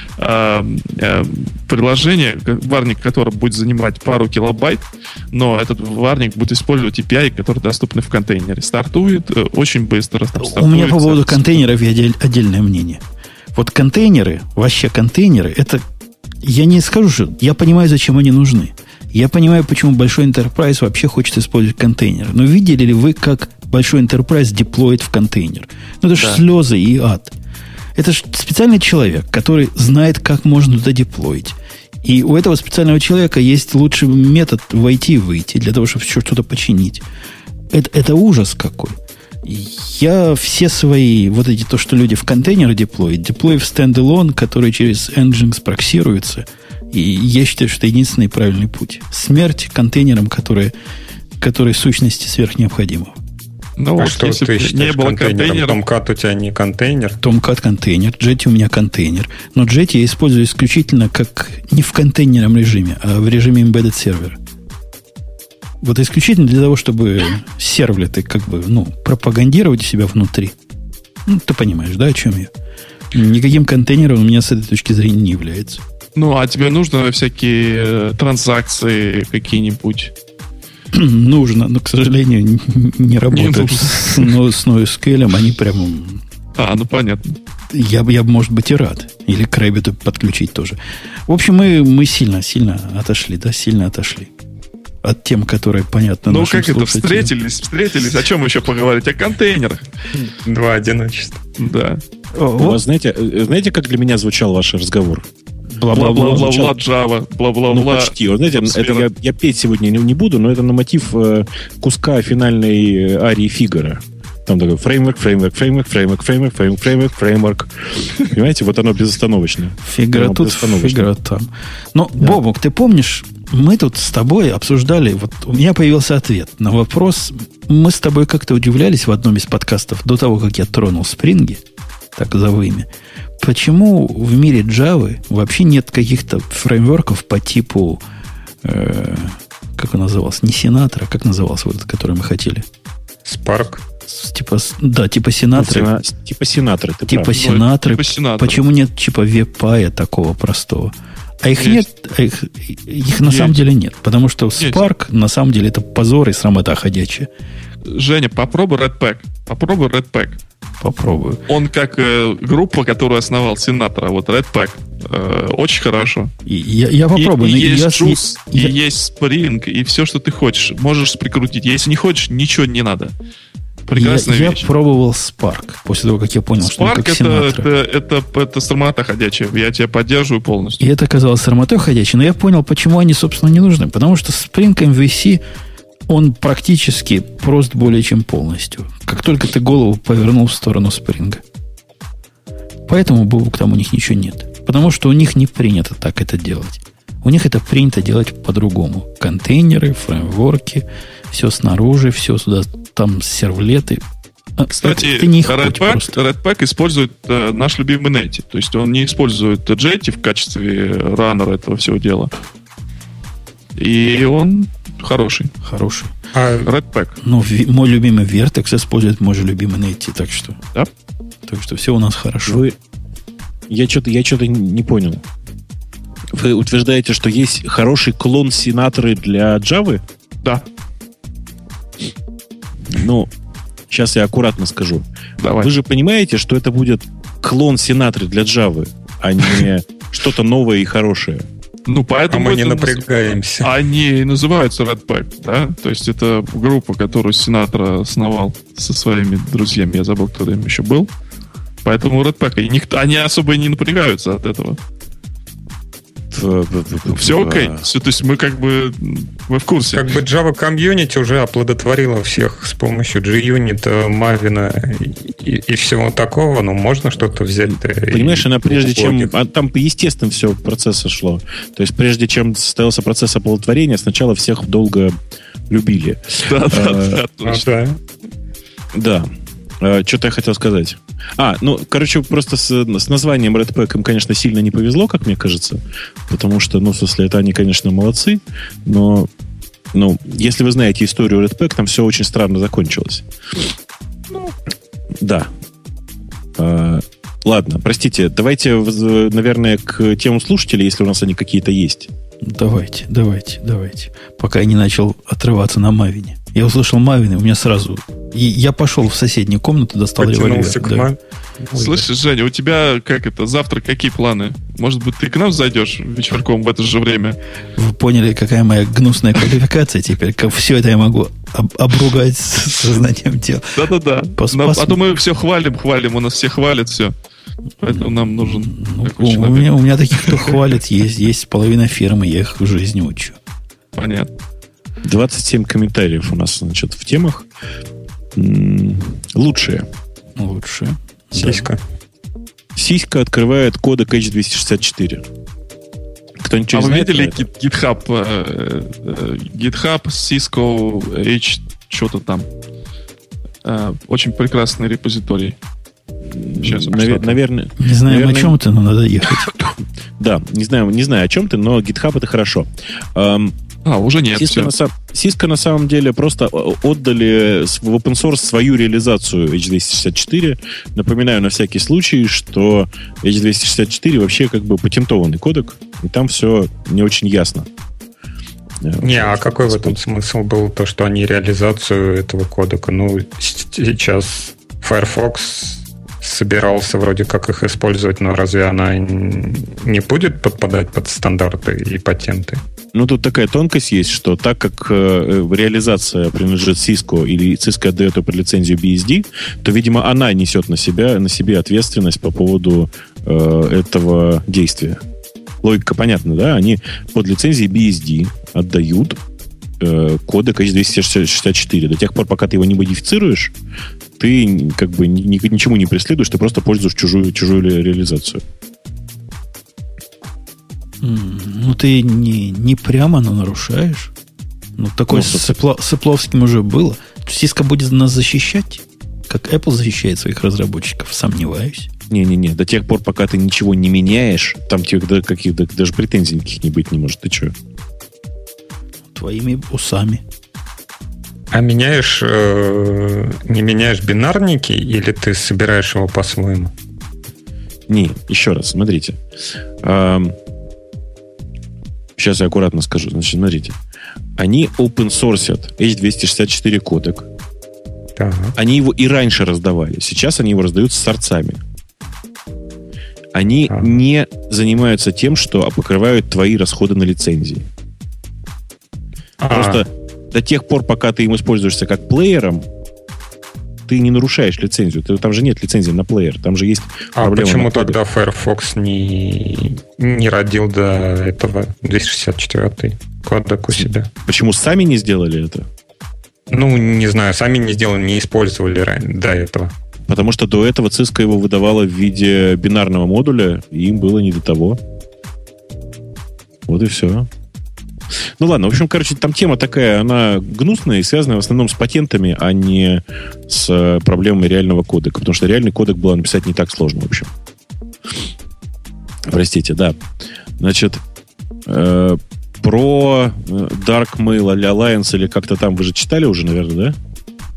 приложение, варник, которое будет занимать пару килобайт, но этот варник будет использовать API, которые доступны в контейнере. Стартует очень быстро. У меня по поводу контейнеров отдельное мнение. Вот контейнеры, вообще контейнеры, это... Я не скажу, что я понимаю, зачем они нужны. Я понимаю, почему большой enterprise вообще хочет использовать контейнеры. Но видели ли вы, как большой enterprise деплоит в контейнер? Ну, это же слезы и ад. Это же специальный человек, который знает, как можно туда деплоить. И у этого специального человека есть лучший метод войти и выйти, для того, чтобы что-то починить. Это ужас какой. Я все свои, вот эти, то, что люди в контейнеры деплоят в стендалон, который через Nginx проксируется. И я считаю, что это единственный правильный путь. Смерть контейнерам, которые сущности сверхнеобходимы. Ну, а что ты считаешь не было контейнером? Tomcat у тебя не контейнер? Tomcat контейнер, Jetty у меня контейнер. Но Jetty я использую исключительно как не в контейнерном режиме, а в режиме embedded сервера. Вот исключительно для того, чтобы сервлеты пропагандировать у себя внутри. Ну, ты понимаешь, да, о чем я? Никаким контейнером у меня с этой точки зрения не является. Ну, а тебе нужно всякие транзакции какие-нибудь? Нужно, но, к сожалению, не работают с NoSQL. Они прямо... ну понятно. Я бы, может быть, и рад. Или к Rabbit подключить тоже. В общем, мы сильно отошли, да, сильно отошли. От тем, которые понятны нашим слушателям. Ну, как это? Встретились. О чем еще поговорить? О контейнерах. Два одиночества. Да. У вас, знаете, как для меня звучал ваш разговор? Бла-бла-бла-бла, Java, бла-бла-бла. Ну, почти. Вот, знаете, это я петь сегодня не буду, но это на мотив куска финальной арии Фигаро. Там такой фреймворк. Понимаете, вот оно безостановочно. Фигаро тут, Фигаро там. Но, да. Бобук, ты помнишь, мы тут с тобой обсуждали, вот у меня появился ответ на вопрос. Мы с тобой как-то удивлялись в одном из подкастов до того, как я тронул спринги, так зову имя. Почему в мире Java вообще нет каких-то фреймворков по типу, как он назывался, не Синатра, как назывался вот этот, который мы хотели? Spark. Типа Синатры. Типа Синатры. Типа Синатры. Почему нет типа веб-пая такого простого? А их есть. Нет, их на самом деле нет. Потому что Spark на самом деле это позор и срамота ходячая. Женя, попробуй Redpack. Попробую. Он как группа, которую основал Синатра, вот Redpack. Очень хорошо. Я попробую. И есть Juice, и есть Spring, и все, что ты хочешь. Можешь прикрутить. Если не хочешь, ничего не надо. Прекрасная вещь. Я пробовал Spark, после того, как я понял, что он как Синатра. Это срамота ходячая. Я тебя поддерживаю полностью. И это оказалось срамотой ходячей, но я понял, почему они, собственно, не нужны. Потому что Spring MVC, он практически прост более чем полностью. Как только ты голову повернул в сторону Spring. Поэтому, Бобук, там у них ничего нет. Потому что у них не принято так это делать. У них это принято делать по-другому. Контейнеры, фреймворки, все снаружи, все сюда, там сервлеты. Кстати, Redpack использует наш любимый Netty. То есть он не использует Jetty в качестве раннера этого всего дела. И он хороший. Redpack. Ну, мой любимый Vertex использует мой же любимый Netty, так что... Да? Так что все у нас хорошо. Я что-то не понял. Вы утверждаете, что есть хороший клон Синатры для Java? Да. Ну, сейчас я аккуратно скажу. Давай. Вы же понимаете, что это будет клон Синатры для Java, а не что-то новое и хорошее. Ну, поэтому мы не напрягаемся. Они называются Redpack, да? То есть это группа, которую Синатра основал со своими друзьями. Я забыл, кто им еще был. Поэтому Redpack, и они особо и не напрягаются от этого. Все окей. Все, то есть мы мы в курсе. Как бы Java Community уже оплодотворила всех с помощью JUnit, Maven и всего такого, но можно что-то взять. Понимаешь, она прежде чем... Там естественно все процесса шло. То есть прежде чем состоялся процесс оплодотворения, сначала всех долго любили. Да. Что-то я хотел сказать. Просто с названием Redpack им, конечно, сильно не повезло, как мне кажется. Потому что, в смысле, это они, конечно, молодцы. Но, если вы знаете историю Redpack, там все очень странно закончилось. Да. Ладно, простите. Давайте, наверное, к темам слушателей, если у нас они какие-то есть. Давайте. Пока я не начал отрываться на Мавине. Я услышал Мавин, и у меня сразу... И я пошел в соседнюю комнату, достал револьвер. Слышишь, Женя, у тебя завтра какие планы? Может быть, ты к нам зайдешь вечерком в это же время? Вы поняли, какая моя гнусная квалификация теперь? Как все это я могу обругать с сознанием дела. Да-да-да. А то мы все хвалим, у нас все хвалят все. Поэтому нам нужен у меня таких, кто хвалит, есть половина фирмы, я их в жизни учу. Понятно. 27 комментариев у нас, в темах. Лучшие. Сиська. Сиська открывает кодек H264. Кто-нибудь знает? Вы видели GitHub, Cisco, H, что-то там? Очень прекрасный репозиторий. Сейчас, наверное... Не знаем, о чем ты, но надо ехать. Да, не знаю, о чем ты, но GitHub это хорошо. Уже нет. Cisco на самом деле просто отдали в open source свою реализацию H264. Напоминаю на всякий случай, что H264 вообще патентованный кодек, и там все не очень ясно. А какой в этом смысл был? То, что они реализацию этого кодека? Сейчас Firefox собирался вроде как их использовать, но разве она не будет подпадать под стандарты и патенты? Тут такая тонкость есть, что так как реализация принадлежит Cisco или Cisco отдает ее под лицензию BSD, то, видимо, она несет на себе ответственность по поводу этого действия. Логика понятна, да? Они под лицензией BSD отдают кодек H264. До тех пор, пока ты его не модифицируешь, ты ничему не преследуешь, ты просто пользуешь чужую реализацию. Ты не прямо, но нарушаешь. Такое с Эппловским уже было. Cisco будет нас защищать, как Apple защищает своих разработчиков, сомневаюсь. Не-не-не, до тех пор, пока ты ничего не меняешь, там тебе даже претензий никаких не быть не может. Ты что? Твоими усами. А не меняешь бинарники, или ты собираешь его по-своему? Не, еще раз, смотрите. Сейчас я аккуратно скажу. Значит, смотрите. Они open-sourcят H264 кодек. Так. Они его и раньше раздавали. Сейчас они его раздают с сорцами. Они не занимаются тем, что покрывают твои расходы на лицензии. Просто до тех пор, пока ты им используешься как плеером, ты не нарушаешь лицензию. Там же нет лицензии на плеер. Там же есть проблема. Почему тогда Firefox не родил до этого 264 кодек у себя? Почему сами не сделали это? Не знаю, сами не сделали, не использовали до этого. Потому что до этого Cisco его выдавала в виде бинарного модуля, и им было не до того. Вот и все. Ладно, в общем, там тема такая, она гнусная и связанная в основном с патентами, а не с проблемами реального кодека. Потому что реальный кодек было написать не так сложно, в общем. Простите, да. Значит, про Dark Mail Alliance или как-то там вы же читали уже, наверное, да?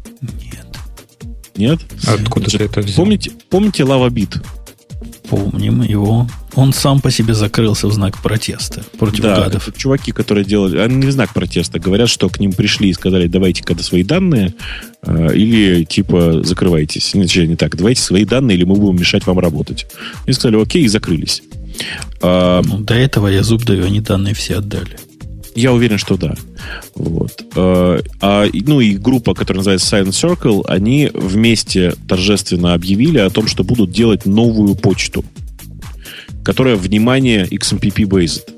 Нет? Откуда ты это взял? Помните LavaBit? Помним его. Он сам по себе закрылся в знак протеста против гадов. Да, чуваки, которые делали... Они не в знак протеста. Говорят, что к ним пришли и сказали, давайте-ка свои данные, или закрывайтесь. Не так. Давайте свои данные, или мы будем мешать вам работать. И сказали, окей, и закрылись. До этого я зуб даю, они данные все отдали. Я уверен, что да. Вот. Ну и группа, которая называется Silent Circle, они вместе торжественно объявили о том, что будут делать новую почту, которая, внимание, XMPP-based.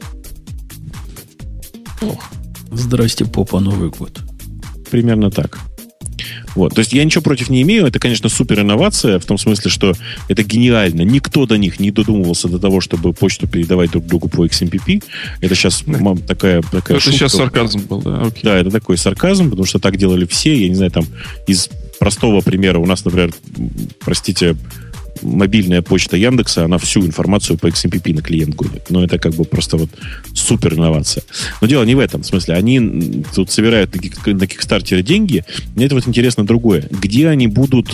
Здрасте, попа, Новый год. Примерно так. Вот. То есть я ничего против не имею. Это, конечно, супер инновация, в том смысле, что это гениально. Никто до них не додумывался до того, чтобы почту передавать друг другу по XMPP. Это сейчас такая это шутка. Сейчас сарказм был, да? Окей. Да, это такой сарказм, потому что так делали все. Я не знаю, там из простого примера у нас, например, простите, мобильная почта Яндекса, она всю информацию по XMPP на клиент гонит. Но это как бы просто вот супер инновация. Но дело не в этом. В смысле, они тут собирают на Кикстартере деньги. Мне это вот интересно другое. Где они будут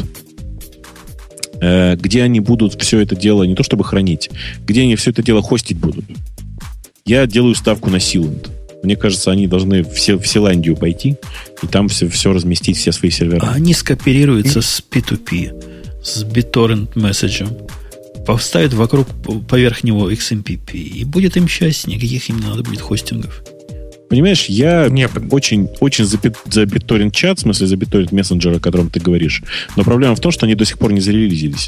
все это дело не то чтобы хранить, где они все это дело хостить будут? Я делаю ставку на Sealand. Мне кажется, они должны в Силандию пойти и там все разместить, все свои сервера. Они скооперируются с P2P, с BitTorrent месседжем, поставят поверх него XMPP, и будет им счастье, никаких им не надо будет хостингов. Понимаешь, я очень за BitTorrent чат, в смысле за BitTorrent мессенджер, о котором ты говоришь, но проблема в том, что они до сих пор не зарелизились.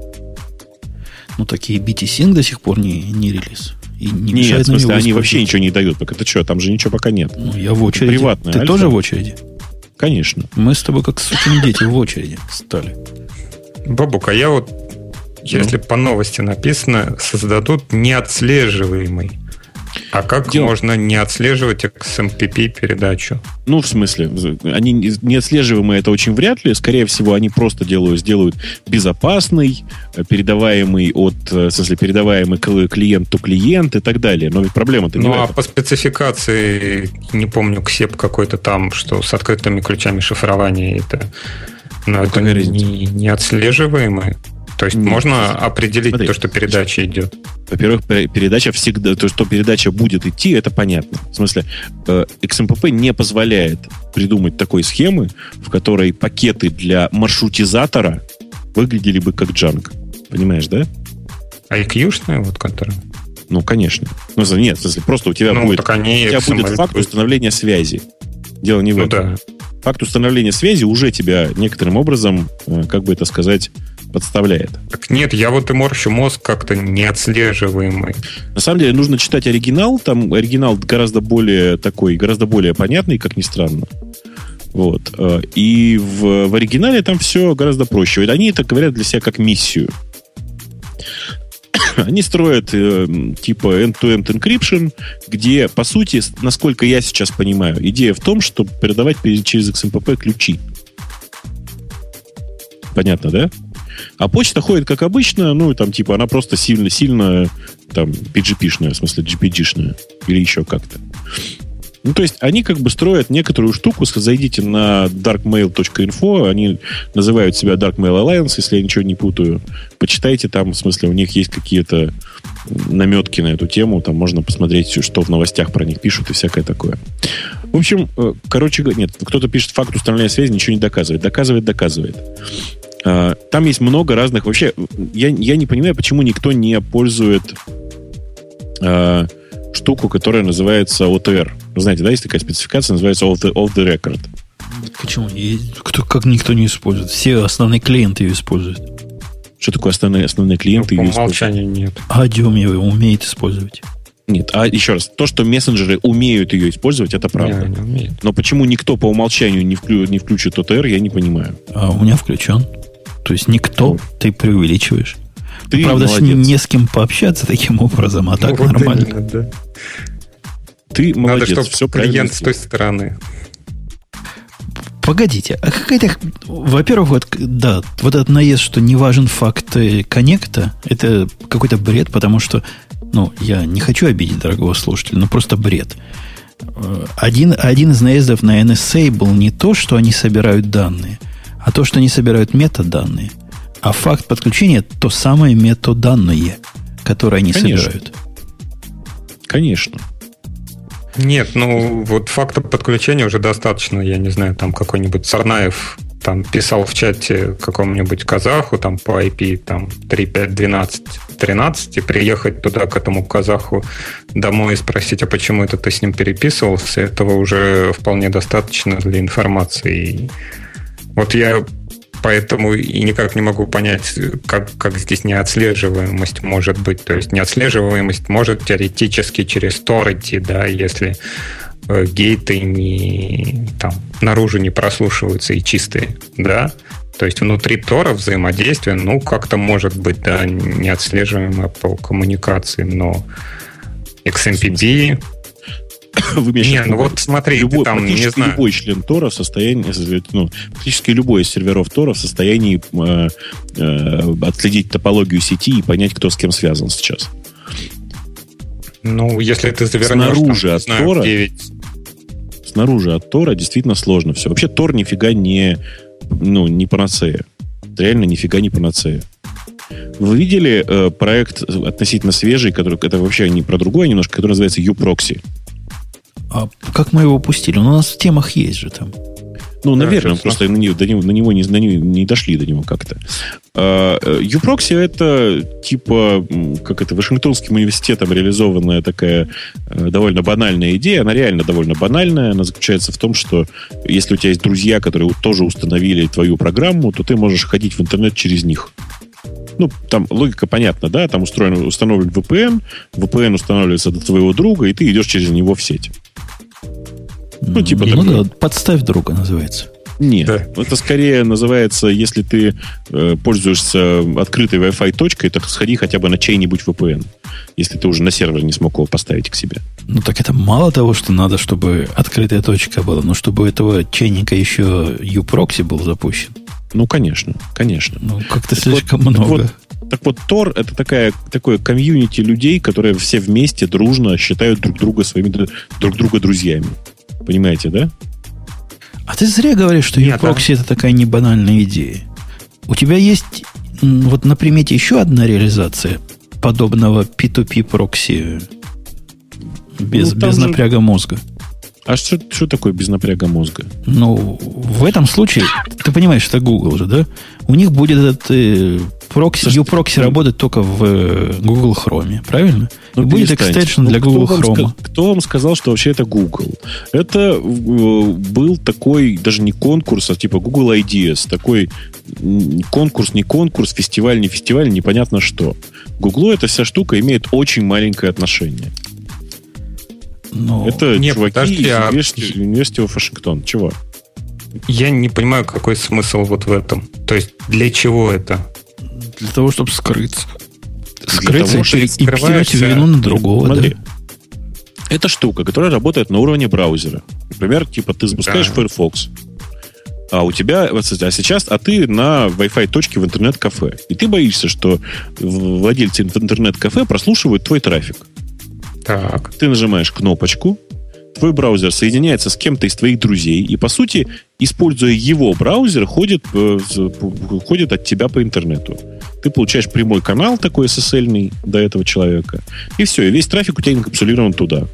Ну, такие BT-Sync до сих пор не релиз. И не нет, в смысле, они вообще ничего не дают. Так это что, там же ничего пока нет. Ну, я в очереди. Приватная ты альфа? тоже в очереди? Конечно. Мы с тобой как сукины дети в очереди стали. Бабук, а я вот, если по новости написано, создадут неотслеживаемый. А как можно не отслеживать XMPP передачу? Ну, в смысле, они неотслеживаемые, это очень вряд ли. Скорее всего, они просто сделают безопасный, передаваемый передаваемый клиент и так далее. Но ведь проблема-то не в этом. Ну, а по спецификации, не помню, КСЕП какой-то там, что с открытыми ключами шифрования это... Но это не отслеживаемое. То есть можно определить то, что передача идет. Во-первых, передача всегда, то, что передача будет идти, это понятно. В смысле, XMPP не позволяет придумать такой схемы, в которой пакеты для маршрутизатора выглядели бы как джанк. Понимаешь, да? А IQ-шные вот, которые? Ну, конечно. Ну, нет, в смысле, просто у тебя будет факт установления связи. Дело не в этом. Да. Факт установления связи уже тебя некоторым образом, как бы это сказать, подставляет. Так нет, я вот и морщу мозг как-то неотслеживаемый. На самом деле нужно читать оригинал. Там оригинал гораздо более понятный, как ни странно. Вот. И в оригинале там все гораздо проще. Они это говорят для себя как миссию. Они строят типа end-to-end encryption, где, по сути, насколько я сейчас понимаю, идея в том, чтобы передавать через XMPP ключи. Понятно, да? А почта ходит как обычно, ну, там, типа, она просто сильно там, PGP-шная, в смысле, GPG-шная. Или еще как-то. Ну, то есть, они как бы строят некоторую штуку. Зайдите на darkmail.info. Они называют себя Dark Mail Alliance, если я ничего не путаю. Почитайте там, в смысле, у них есть какие-то наметки на эту тему. Там можно посмотреть, что в новостях про них пишут и всякое такое. В общем, короче говоря, нет, кто-то пишет, факт установления связи ничего не доказывает. Доказывает. Там есть много разных... Вообще, я не понимаю, почему никто не пользует штуку, которая называется OTR. Вы знаете, да, есть такая спецификация, называется off the record. Почему? Как никто не использует? Все основные клиенты ее используют. Что такое основные клиенты? По умолчанию нет. Адиум ее умеет использовать. Нет, а еще раз, то, что мессенджеры умеют ее использовать, это правда. Не умеют. Но почему никто по умолчанию не включит OTR, я не понимаю. А у меня включен. То есть никто, ты преувеличиваешь. Ты правда, не с кем пообщаться таким образом, а так нормально. Именно, да. Ты молодец. Надо, чтобы клиент с той стороны. Погодите, а какая-то... Во-первых, вот этот наезд, что не важен факт коннекта, это какой-то бред, потому что, я не хочу обидеть дорогого слушателя, но просто бред. Один из наездов на NSA был не то, что они собирают данные, а то, что они собирают метаданные. А факт подключения – то самое метаданные, которое они собирают. Конечно. Нет, вот факта подключения уже достаточно. Я не знаю, там какой-нибудь Сарнаев там писал в чате какому-нибудь казаху там по IP там 3.5.12 12-13, и приехать туда, к этому казаху домой и спросить, а почему это ты с ним переписывался, этого уже вполне достаточно для информации. И вот я поэтому и никак не могу понять, как здесь неотслеживаемость может быть. То есть неотслеживаемость может теоретически через Tor идти, да, если гейты наружу не прослушиваются и чистые, да. То есть внутри Тора взаимодействие, как-то может быть, да, неотслеживаемое по коммуникации, но XMPP... вот смотри, любой член Тора в состоянии, практически любой из серверов Тора в состоянии отследить топологию сети и понять, кто с кем связан сейчас. Если ты завернешь... Снаружи от Тора действительно сложно все. Вообще Тор нифига не панацея. Реально нифига не панацея. Вы видели проект относительно свежий, который, это вообще не про другое немножко, который называется uProxy? А как мы его упустили? У нас в темах есть же там. Наверное, просто на него не дошли до него как-то. uProxy это типа, Вашингтонским университетом реализованная такая довольно банальная идея. Она реально довольно банальная. Она заключается в том, что если у тебя есть друзья, которые тоже установили твою программу, то ты можешь ходить в интернет через них. Там логика понятна, да? Там установлен VPN, VPN устанавливается до твоего друга, и ты идешь через него в сеть. Подставь друга называется. Нет, это скорее называется, если ты пользуешься открытой Wi-Fi точкой, то сходи хотя бы на чей-нибудь VPN, если ты уже на сервер не смог его поставить к себе. Так это мало того, что надо, чтобы открытая точка была, но чтобы у этого чайника еще uProxy был запущен. Конечно. Как-то слишком много. Так вот, Tor — это такое комьюнити людей, которые все вместе дружно считают друг друга друзьями. Понимаете, да? А ты зря говоришь, что uProxy это такая небанальная идея. У тебя есть на примете еще одна реализация подобного P2P прокси без напряга мозга. А что такое без напряга мозга? В этом случае, ты понимаешь, это Google же, да? У них будет этот uProxy работать только в Google Chrome, правильно? И будет экстеншн для Google Chrome. Кто вам сказал, что вообще это Google? Это был такой, даже не конкурс, а типа Google Ideas. Такой конкурс, не конкурс, фестиваль, не фестиваль, непонятно что. Гуглу эта вся штука имеет очень маленькое отношение. Это чуваки из University of Washington. Чего? Я не понимаю, какой смысл вот в этом. То есть, для чего это? Для того, чтобы скрыться. Скрыться и перекинуть вину на другого. Смотри. Да? Это штука, которая работает на уровне браузера. Например, ты запускаешь Firefox, а ты на Wi-Fi точке в интернет-кафе. И ты боишься, что владельцы интернет-кафе прослушивают твой трафик. Так. Ты нажимаешь кнопочку, твой браузер соединяется с кем-то из твоих друзей, и, по сути, используя его браузер, ходит от тебя по интернету. Ты получаешь прямой канал такой SSL-ный до этого человека, и все, и весь трафик у тебя инкапсулирован туда.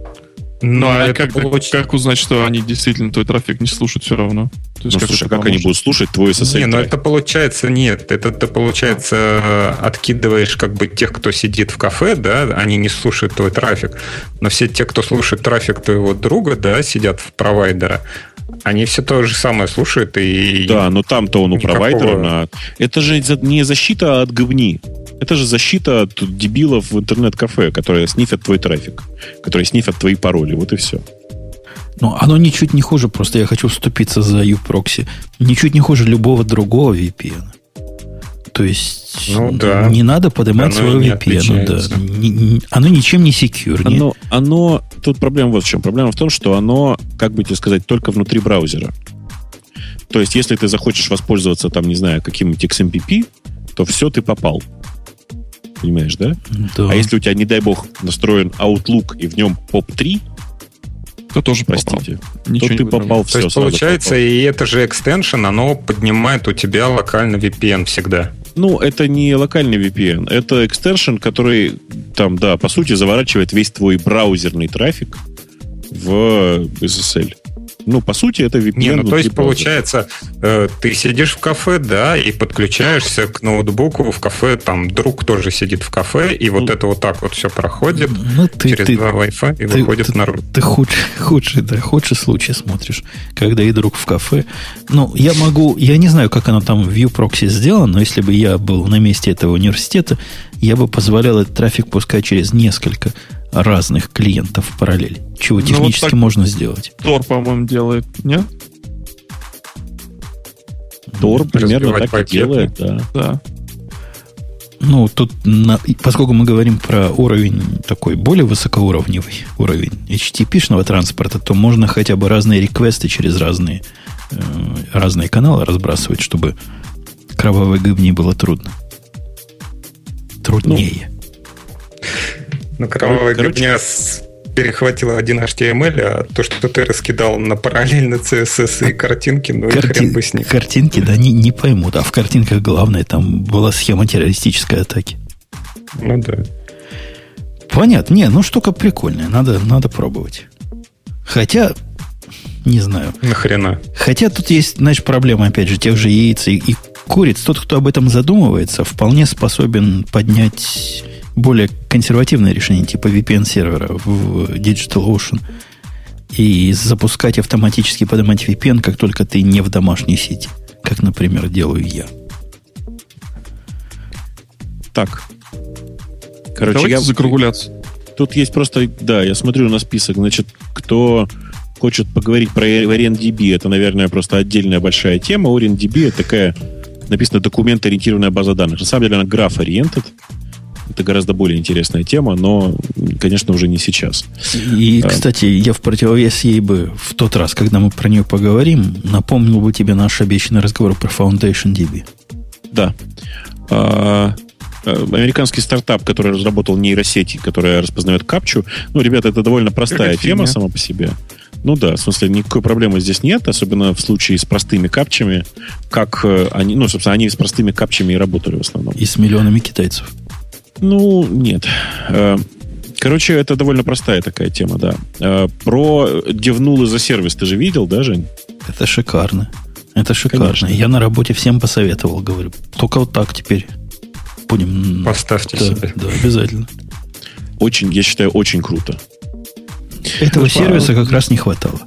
Как узнать, что они действительно твой трафик не слушают все равно? То есть, как они будут слушать твой SSL? Это получается, это ты, получается, откидываешь тех, кто сидит в кафе, да, они не слушают твой трафик, но все те, кто слушает трафик твоего друга, да, сидят в провайдера, они все то же самое слушают. Да, но там-то он у провайдера. Это же не защита от говни. Это же защита от дебилов в интернет-кафе, которые снифят твой трафик, которые снифят твои пароли. Вот и все. Оно ничуть не хуже, просто я хочу вступиться за uProxy, ничуть не хуже любого другого VPN. То есть не надо поднимать свой VPN. Да. Оно ничем не secure. Тут проблема вот в чем. Проблема в том, что оно, только внутри браузера. То есть, если ты захочешь воспользоваться, каким-нибудь XMPP, то все, ты попал. Понимаешь, да? Да. А если у тебя, не дай бог, настроен Outlook и в нем POP3, то тоже простите. То ты попал в все. То есть, получается, попал. И это же экстеншн, оно поднимает у тебя локальный VPN всегда. Это не локальный VPN. Это экстеншн, который по сути, заворачивает весь твой браузерный трафик в SSL. Ну, по сути, это VPN. То есть, получается, ты сидишь в кафе, да, и подключаешься к ноутбуку в кафе, там друг тоже сидит в кафе, и вот это вот так вот все проходит через два Wi-Fi и выходит наружу. Ты худший случай смотришь, когда и друг в кафе. Ну, я не знаю, как оно там в Vue-прокси сделано, но если бы я был на месте этого университета, я бы позволял этот трафик пускать через несколько разных клиентов в параллель. Чего технически можно сделать. Тор, по-моему, делает, нет? Тор примерно так и делает, да. Ну, тут, поскольку мы говорим про уровень такой более высокоуровневый, уровень HTTP-шного транспорта, то можно хотя бы разные реквесты через разные каналы разбрасывать, чтобы кровавой гыбни было трудно. Труднее. Ну, кровавая гыбня перехватила один HTML, а то, что ты раскидал на параллельно CSS и картинки, ну и хрен бы с ним. Картинки, да, не поймут. А в картинках главное, там была схема террористической атаки. Ну да. Понятно. Штука прикольная. Надо пробовать. Хотя, не знаю. Нахрена? Хотя тут есть, знаешь, проблема, опять же, тех же яиц и куриц. Тот, кто об этом задумывается, вполне способен поднять более консервативное решение типа VPN-сервера в DigitalOcean и запускать автоматически, поднимать VPN, как только ты не в домашней сети. Как, например, делаю я. Так. Давайте закругляться. Тут есть просто, да, я смотрю на список, значит, кто хочет поговорить про OrientDB, это, наверное, просто отдельная большая тема. OrientDB — это такая, написано, документ-ориентированная база данных. На самом деле она graph-oriented. Это гораздо более интересная тема, но, конечно, уже не сейчас. И, кстати, я в противовес ей бы в тот раз, когда мы про нее поговорим, напомнил бы тебе наш обещанный разговор про FoundationDB. Да. Американский стартап, который разработал нейросети, которая распознает капчу. Ну, ребята, это довольно простая тема сама по себе. Ну да, в смысле, никакой проблемы здесь нет, особенно в случае с простыми капчами, как они, ну, собственно, они с простыми капчами и работали в основном. И с миллионами китайцев. Ну, нет. Короче, это довольно простая такая тема, да. Про DevNull as a сервис ты же видел, да, Жень? Это шикарно. Это шикарно. Конечно. Я на работе всем посоветовал, говорю. Только вот так теперь будем... Поставьте себе. Да, обязательно. Очень, я считаю, очень круто. Этого сервиса как раз не хватало.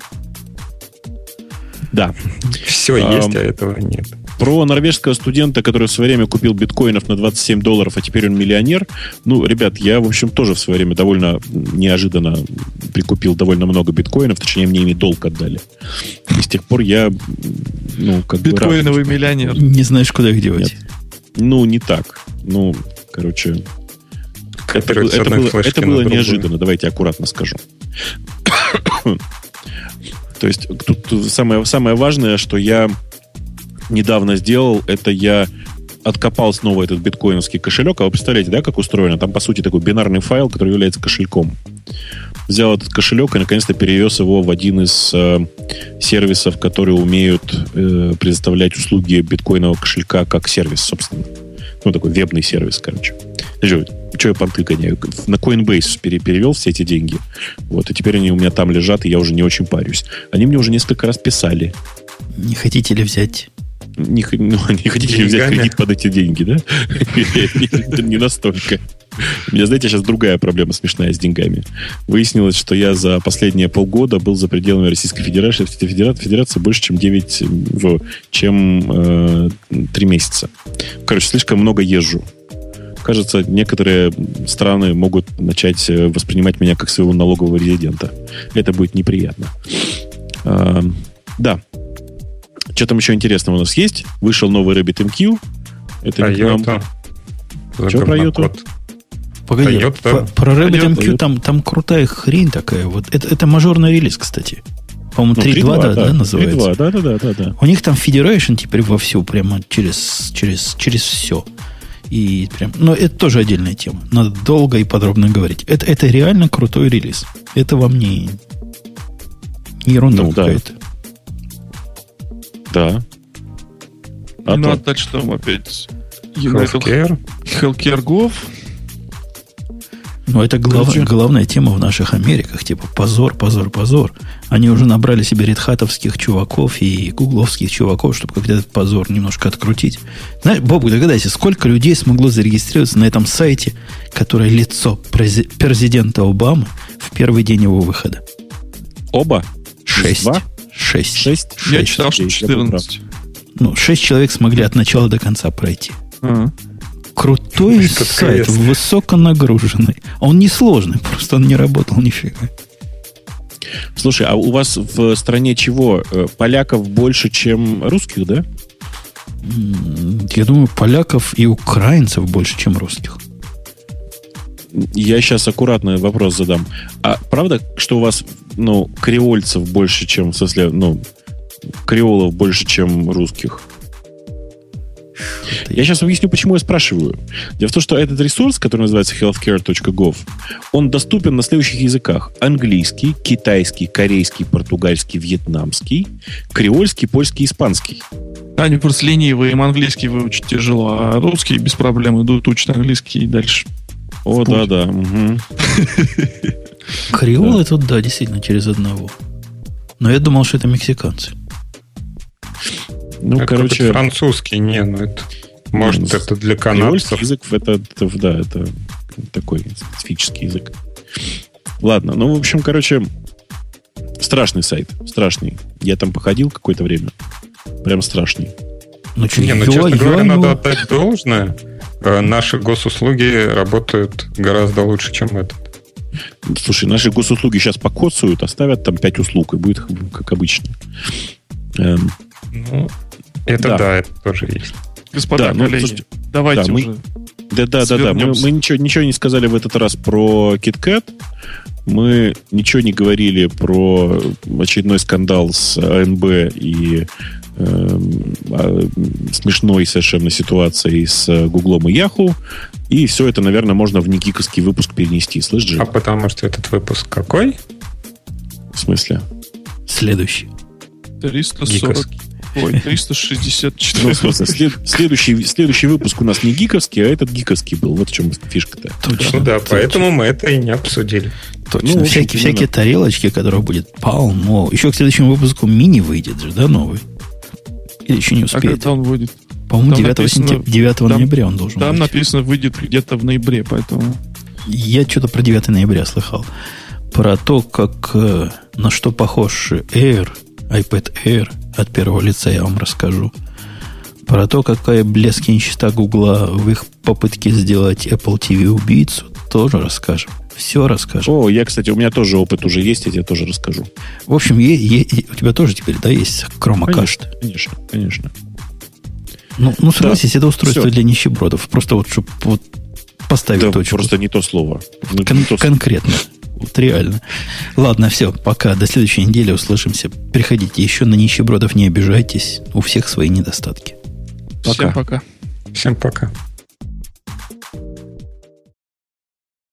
Да. Все есть, а этого нет. Про норвежского студента, который в свое время купил биткоинов на $27, а теперь он миллионер. Ну, ребят, я, в общем, тоже в свое время довольно неожиданно прикупил довольно много биткоинов, точнее, мне ими долг отдали. И с тех пор я, ну, как бы... Биткоиновый миллионер. Не знаешь, куда их девать. Нет. Ну, не так. Ну, короче... Это было неожиданно, давайте аккуратно скажу. То есть, тут самое важное, что я недавно сделал, это я откопал снова этот биткоиновский кошелек. А вы представляете, да, как устроено? Там, по сути, такой бинарный файл, который является кошельком. Взял этот кошелек и, наконец-то, перевез его в один из сервисов, которые умеют предоставлять услуги биткоинового кошелька как сервис, собственно. Ну, такой вебный сервис, короче. Что я понты гоняю? На Coinbase перевел все эти деньги. Вот, и теперь они у меня там лежат, и я уже не очень парюсь. Они мне уже несколько раз писали. Не хотите ли взять? Не хотите ли взять кредит под эти деньги, да? Не настолько. У меня, знаете, сейчас другая проблема смешная с деньгами. Выяснилось, что я за последние полгода был за пределами Российской Федерации больше, чем 3 месяца. Короче, слишком много езжу. Кажется, некоторые страны могут начать воспринимать меня как своего налогового резидента. Это будет неприятно. Да. Что там еще интересного у нас есть? Вышел новый RabbitMQ. Это не к нам. Что про Йоту? Погоди, про RabbitMQ там крутая хрень такая. Вот это мажорный релиз, кстати. По-моему, 3.2, да, называется? 3.2, да. У них там Federation теперь вовсю, прямо через все. И прям, но это тоже отдельная тема. Надо долго и подробно говорить. Это реально крутой релиз. Это вам не ерунда какая-то. Да. А дальше там опять Healthcare Gov. Ну, это главная тема в наших Америках. Типа позор, позор, позор. Они уже набрали себе редхатовских чуваков и гугловских чуваков, чтобы как-то этот позор немножко открутить. Знаешь, Боб, догадайся, сколько людей смогло зарегистрироваться на этом сайте, которое лицо президента Обамы в первый день его выхода? Оба? 6. 6. Я читал, что 14. 6 человек смогли от начала до конца пройти. Крутой сайт, высоконагруженный. Он не сложный, просто он не работал нифига. Слушай, а у вас в стране чего? Поляков больше, чем русских, да? Я думаю, поляков и украинцев больше, чем русских. Я сейчас аккуратный вопрос задам. А правда, что у вас, креольцев больше, чем, в смысле, креолов больше, чем русских? Я сейчас объясню, почему я спрашиваю. Дело в том, что этот ресурс, который называется healthcare.gov, он доступен на следующих языках. Английский, китайский, корейский, португальский, вьетнамский, креольский, польский, испанский. Они просто ленивые, им английский выучить тяжело, а русские без проблем идут, учат английский и дальше. О, да. Угу. Креолы тут, да, действительно, через одного. Но я думал, что это мексиканцы. Короче... Французский, это... Может, это для канадцев. Язык, это такой специфический язык. Ладно, в общем, страшный сайт. Страшный. Я там походил какое-то время. Прям страшный. Честно говоря, надо отдать должное. Наши госуслуги работают гораздо лучше, чем этот. Слушай, наши госуслуги сейчас покоцают, оставят там 5 услуг, и будет как обычно. Это тоже есть. Господа, коллеги, слушайте, давайте уже. Да. Мы ничего не сказали в этот раз про KitKat. Мы ничего не говорили про очередной скандал с АНБ и смешной совершенно ситуацией с Гуглом и Яху. И все это, наверное, можно в негиковский выпуск перенести. Слышишь, Джим? А потому что этот выпуск какой? В смысле? Следующий. 340. 364. Следующий выпуск у нас не гиковский, а этот гиковский был. Вот в чем фишка-то. Точно, да, поэтому мы это и не обсудили. Точно. Всякие тарелочки, которых будет полно. Еще к следующему выпуску мини выйдет же, да, новый? Или еще не успеет? А когда он выйдет? По-моему, 9 ноября он должен быть. Там написано, выйдет где-то в ноябре, поэтому... Я что-то про 9 ноября слыхал. Про то, как на что похож Air, iPad Air от первого лица я вам расскажу. Про то, какая блескинчата Гугла в их попытке сделать Apple TV убийцу, тоже расскажем. Все расскажем. О, кстати, у меня тоже опыт уже есть, я тебе тоже расскажу. В общем, у тебя тоже теперь, да, есть Chromecast? Конечно. Согласись, это устройство для нищебродов. Просто чтобы поставить точку. Просто не то слово. Конкретно. Реально. Ладно, все, пока. До следующей недели услышимся. Приходите еще, на нищебродов не обижайтесь. У всех свои недостатки. Всем пока. Всем пока.